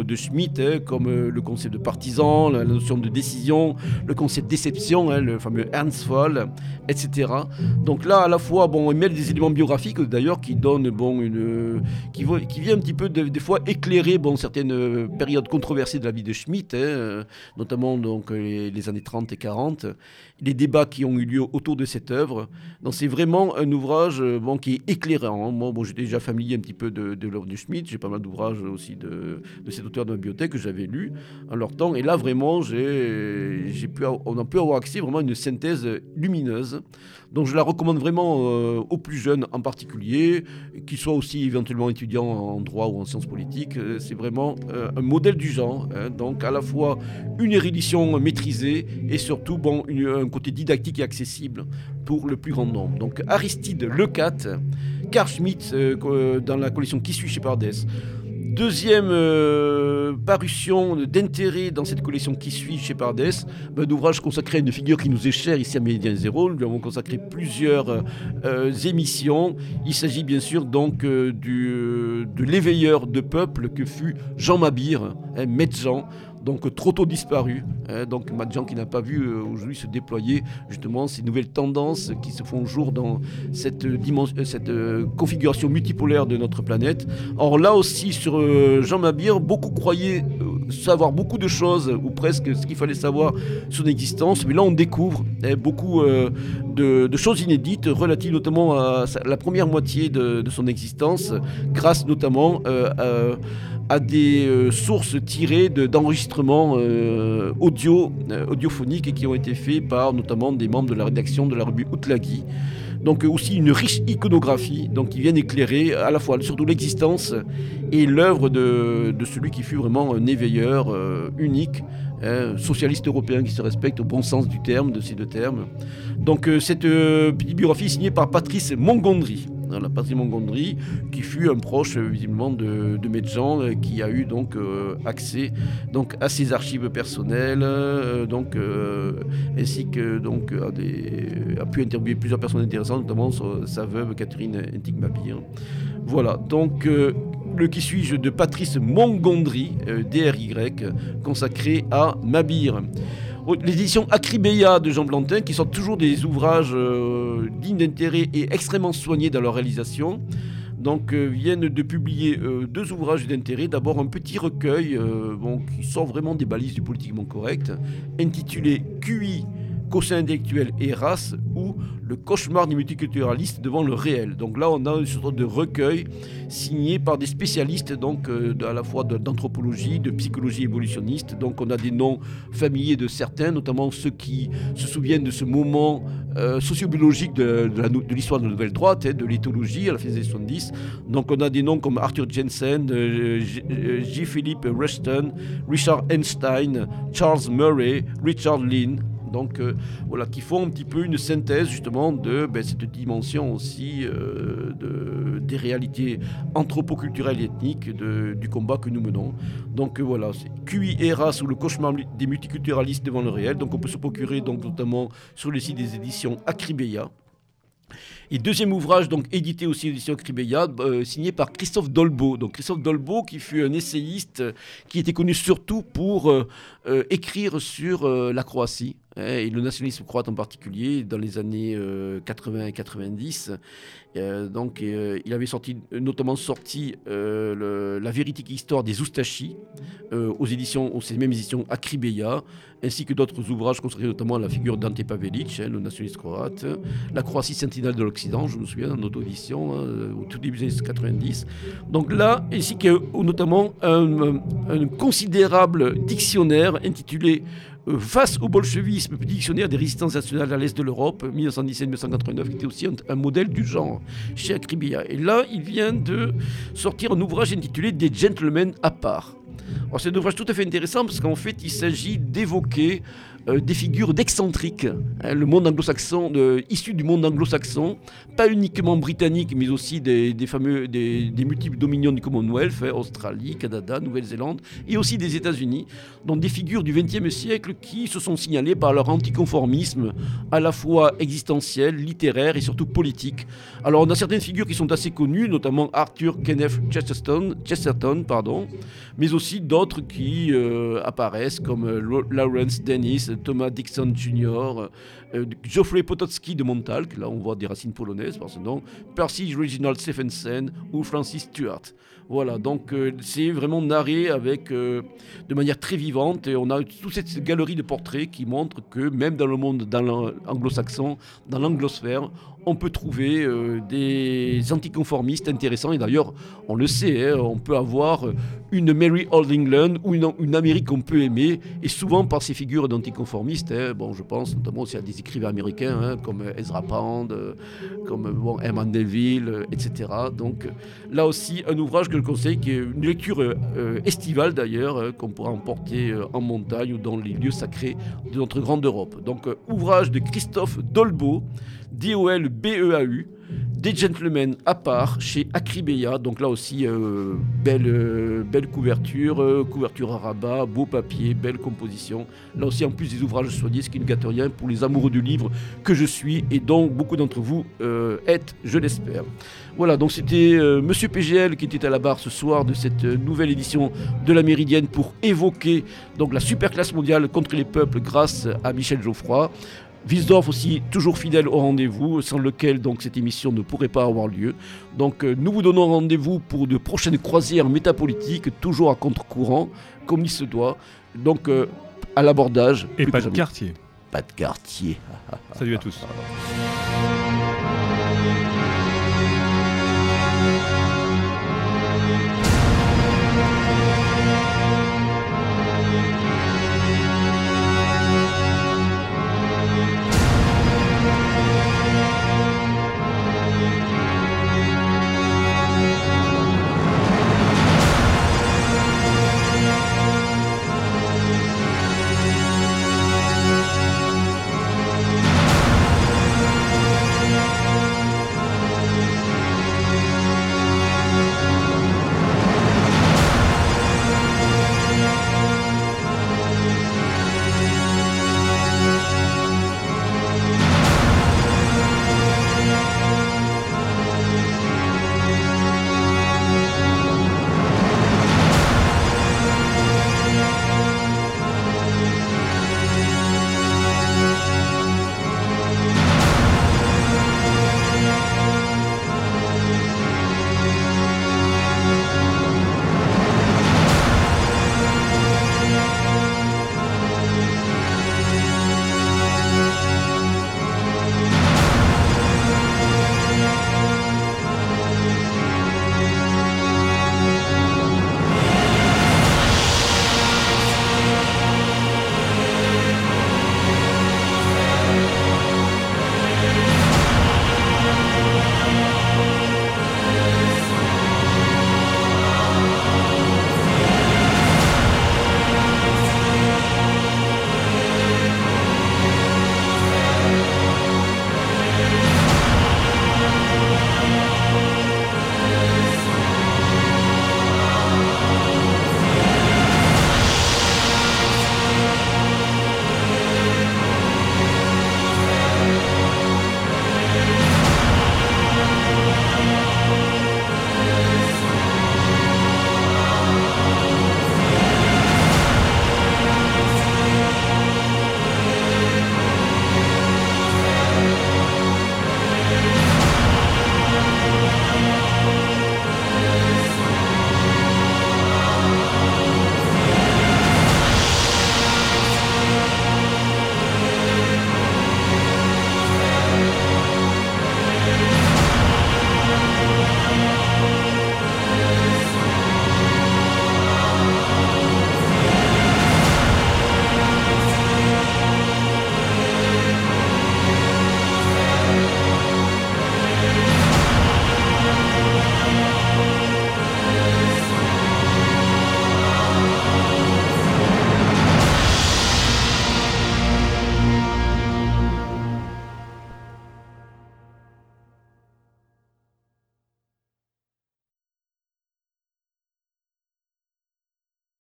de Schmitt, comme le concept de partisan, la notion de décision, le concept déception, le fameux Ernstfall, etc. Donc là, à la fois, il mêle des éléments biographiques d'ailleurs qui donnent qui vient un petit peu des fois éclairer certaines périodes controversées de la vie de Schmitt, notamment donc les années 30 et 40, les débats qui ont eu lieu autour de cette œuvre. Donc c'est vraiment un ouvrage qui est éclairant. Moi, j'étais déjà familier un petit peu de l'œuvre de Schmitt. J'ai pas mal d'ouvrages aussi de cet auteur de ma bibliothèque que j'avais lu en leur temps. Et là, vraiment, on a pu avoir accès vraiment à une synthèse lumineuse. Donc je la recommande vraiment aux plus jeunes en particulier, qu'ils soient aussi éventuellement étudiants en droit ou en sciences politiques. C'est vraiment un modèle du genre. Donc à la fois une érudition maîtrisée et surtout un côté didactique et accessible pour le plus grand nombre. Donc Aristide Lecate, Carl Schmitt dans la collection Qui suis chez Pardès. Deuxième parution d'intérêt dans cette collection Qui suis chez Pardès, d'ouvrage consacré à une figure qui nous est chère ici à Méridien Zéro. Nous lui avons consacré plusieurs émissions. Il s'agit bien sûr donc de l'éveilleur de peuple que fut Jean Mabire, Maître Jean. Donc trop tôt disparu, donc Maître Jean qui n'a pas vu aujourd'hui se déployer justement ces nouvelles tendances qui se font jour dans cette configuration multipolaire de notre planète. Or là aussi sur Jean Mabire, beaucoup croyaient savoir beaucoup de choses, ou presque ce qu'il fallait savoir sur son existence, mais là on découvre beaucoup de choses inédites relatives notamment à la première moitié de son existence, grâce notamment à des sources tirées d'enregistrements audiophoniques qui ont été faits par notamment des membres de la rédaction de la revue Outlagi. Donc aussi une riche iconographie qui viennent éclairer à la fois surtout l'existence et l'œuvre de celui qui fut vraiment un éveilleur unique, socialiste européen qui se respecte au bon sens du terme, de ces deux termes. Donc cette petite biographie est signée par Patrice Mongondry. Voilà, Patrice Mongondry, qui fut un proche visiblement de Maître Jean, qui a eu donc accès à ses archives personnelles, ainsi que a pu interviewer plusieurs personnes intéressantes, notamment sa veuve Catherine Intig-Mabire. Voilà, donc le Qui suis-je de Patrice Mongondry, DRY, consacré à Mabire. Les éditions Acribeia de Jean Plantin, qui sont toujours des ouvrages dignes d'intérêt et extrêmement soignés dans leur réalisation, viennent de publier deux ouvrages d'intérêt. D'abord un petit recueil qui sort vraiment des balises du politiquement correct, intitulé QI, quotient intellectuel et race, ou le cauchemar du multiculturaliste devant le réel. Donc là, on a une sorte de recueil signé par des spécialistes à la fois d'anthropologie, de psychologie évolutionniste. Donc on a des noms familiers de certains, notamment ceux qui se souviennent de ce moment sociobiologique de l'histoire de la nouvelle droite, de l'éthologie à la fin des années 70. Donc on a des noms comme Arthur Jensen, J. Philip Rushton, Richard Einstein, Charles Murray, Richard Lynn. Qui font un petit peu une synthèse justement de cette dimension aussi des réalités anthropoculturelles et ethniques du combat que nous menons. C'est QI et race ou le cauchemar des multiculturalistes devant le réel. Donc on peut se procurer notamment sur le site des éditions Acribeia. Et deuxième ouvrage, édité aussi aux éditions Acribeia, signé par Christophe Dolbeau. Donc Christophe Dolbeau, qui fut un essayiste qui était connu surtout pour écrire sur la Croatie, et le nationalisme croate en particulier, dans les années 80 et 90. Il avait notamment sorti La véridique histoire des Oustachis aux ces mêmes éditions Acribeia, ainsi que d'autres ouvrages consacrés notamment à la figure d'Ante Pavelić, le nationaliste croate, La Croatie sentinelle de l'Occident, je me souviens dans notre audition, au tout début des années 90. Donc là, ainsi que notamment un considérable dictionnaire intitulé Face au bolchevisme, dictionnaire des résistances nationales à l'est de l'Europe, 1917-1989, qui était aussi un modèle du genre chez Acribeia. Et là, il vient de sortir un ouvrage intitulé Des gentlemen à part. Alors, c'est un ouvrage tout à fait intéressant parce qu'en fait, il s'agit d'évoquer des figures d'excentriques, le monde anglo-saxon, issus du monde anglo-saxon, pas uniquement britannique, mais aussi des multiples dominions du Commonwealth, Australie, Canada, Nouvelle-Zélande, et aussi des États-Unis, donc des figures du XXe siècle qui se sont signalées par leur anticonformisme, à la fois existentiel, littéraire et surtout politique. Alors on a certaines figures qui sont assez connues, notamment Arthur Kenneth Chesterton, mais aussi d'autres qui apparaissent comme Lawrence Dennis, Thomas Dixon Jr., Geoffrey Potocki de Montague, là on voit des racines polonaises par ce nom, Percy Reginald Stephenson ou Francis Stuart. Voilà, donc c'est vraiment narré de manière très vivante, et on a toute cette galerie de portraits qui montre que même dans le monde anglo-saxon, dans l'anglosphère, on peut trouver des anticonformistes intéressants. Et d'ailleurs, on le sait, on peut avoir une Mary Old England ou une Amérique qu'on peut aimer, et souvent par ces figures d'anticonformistes. Je pense notamment aussi à des écrivains américains comme Ezra Pound, comme Herman Melville, etc. Donc là aussi, un ouvrage que je conseille, qui est une lecture estivale d'ailleurs, qu'on pourra emporter en montagne ou dans les lieux sacrés de notre grande Europe. Donc ouvrage de Christophe Dolbeau, D-O-L-B-E-A-U, Des gentlemen à part, chez Acribeia. Donc là aussi, belle couverture, couverture à rabat, beau papier, belle composition. Là aussi, en plus des ouvrages soignés, ce qui ne gâte rien pour les amoureux du livre que je suis, et dont beaucoup d'entre vous êtes, je l'espère. Voilà, donc c'était Monsieur PGL qui était à la barre ce soir de cette nouvelle édition de la Méridienne pour évoquer donc la superclasse mondiale contre les peuples grâce à Michel Geoffroy. Wilsdorf aussi, toujours fidèle au rendez-vous, sans lequel donc cette émission ne pourrait pas avoir lieu. Donc nous vous donnons rendez-vous pour de prochaines croisières métapolitiques, toujours à contre-courant, comme il se doit. Donc à l'abordage. Et pas de quartier. Pas de quartier. Salut à tous.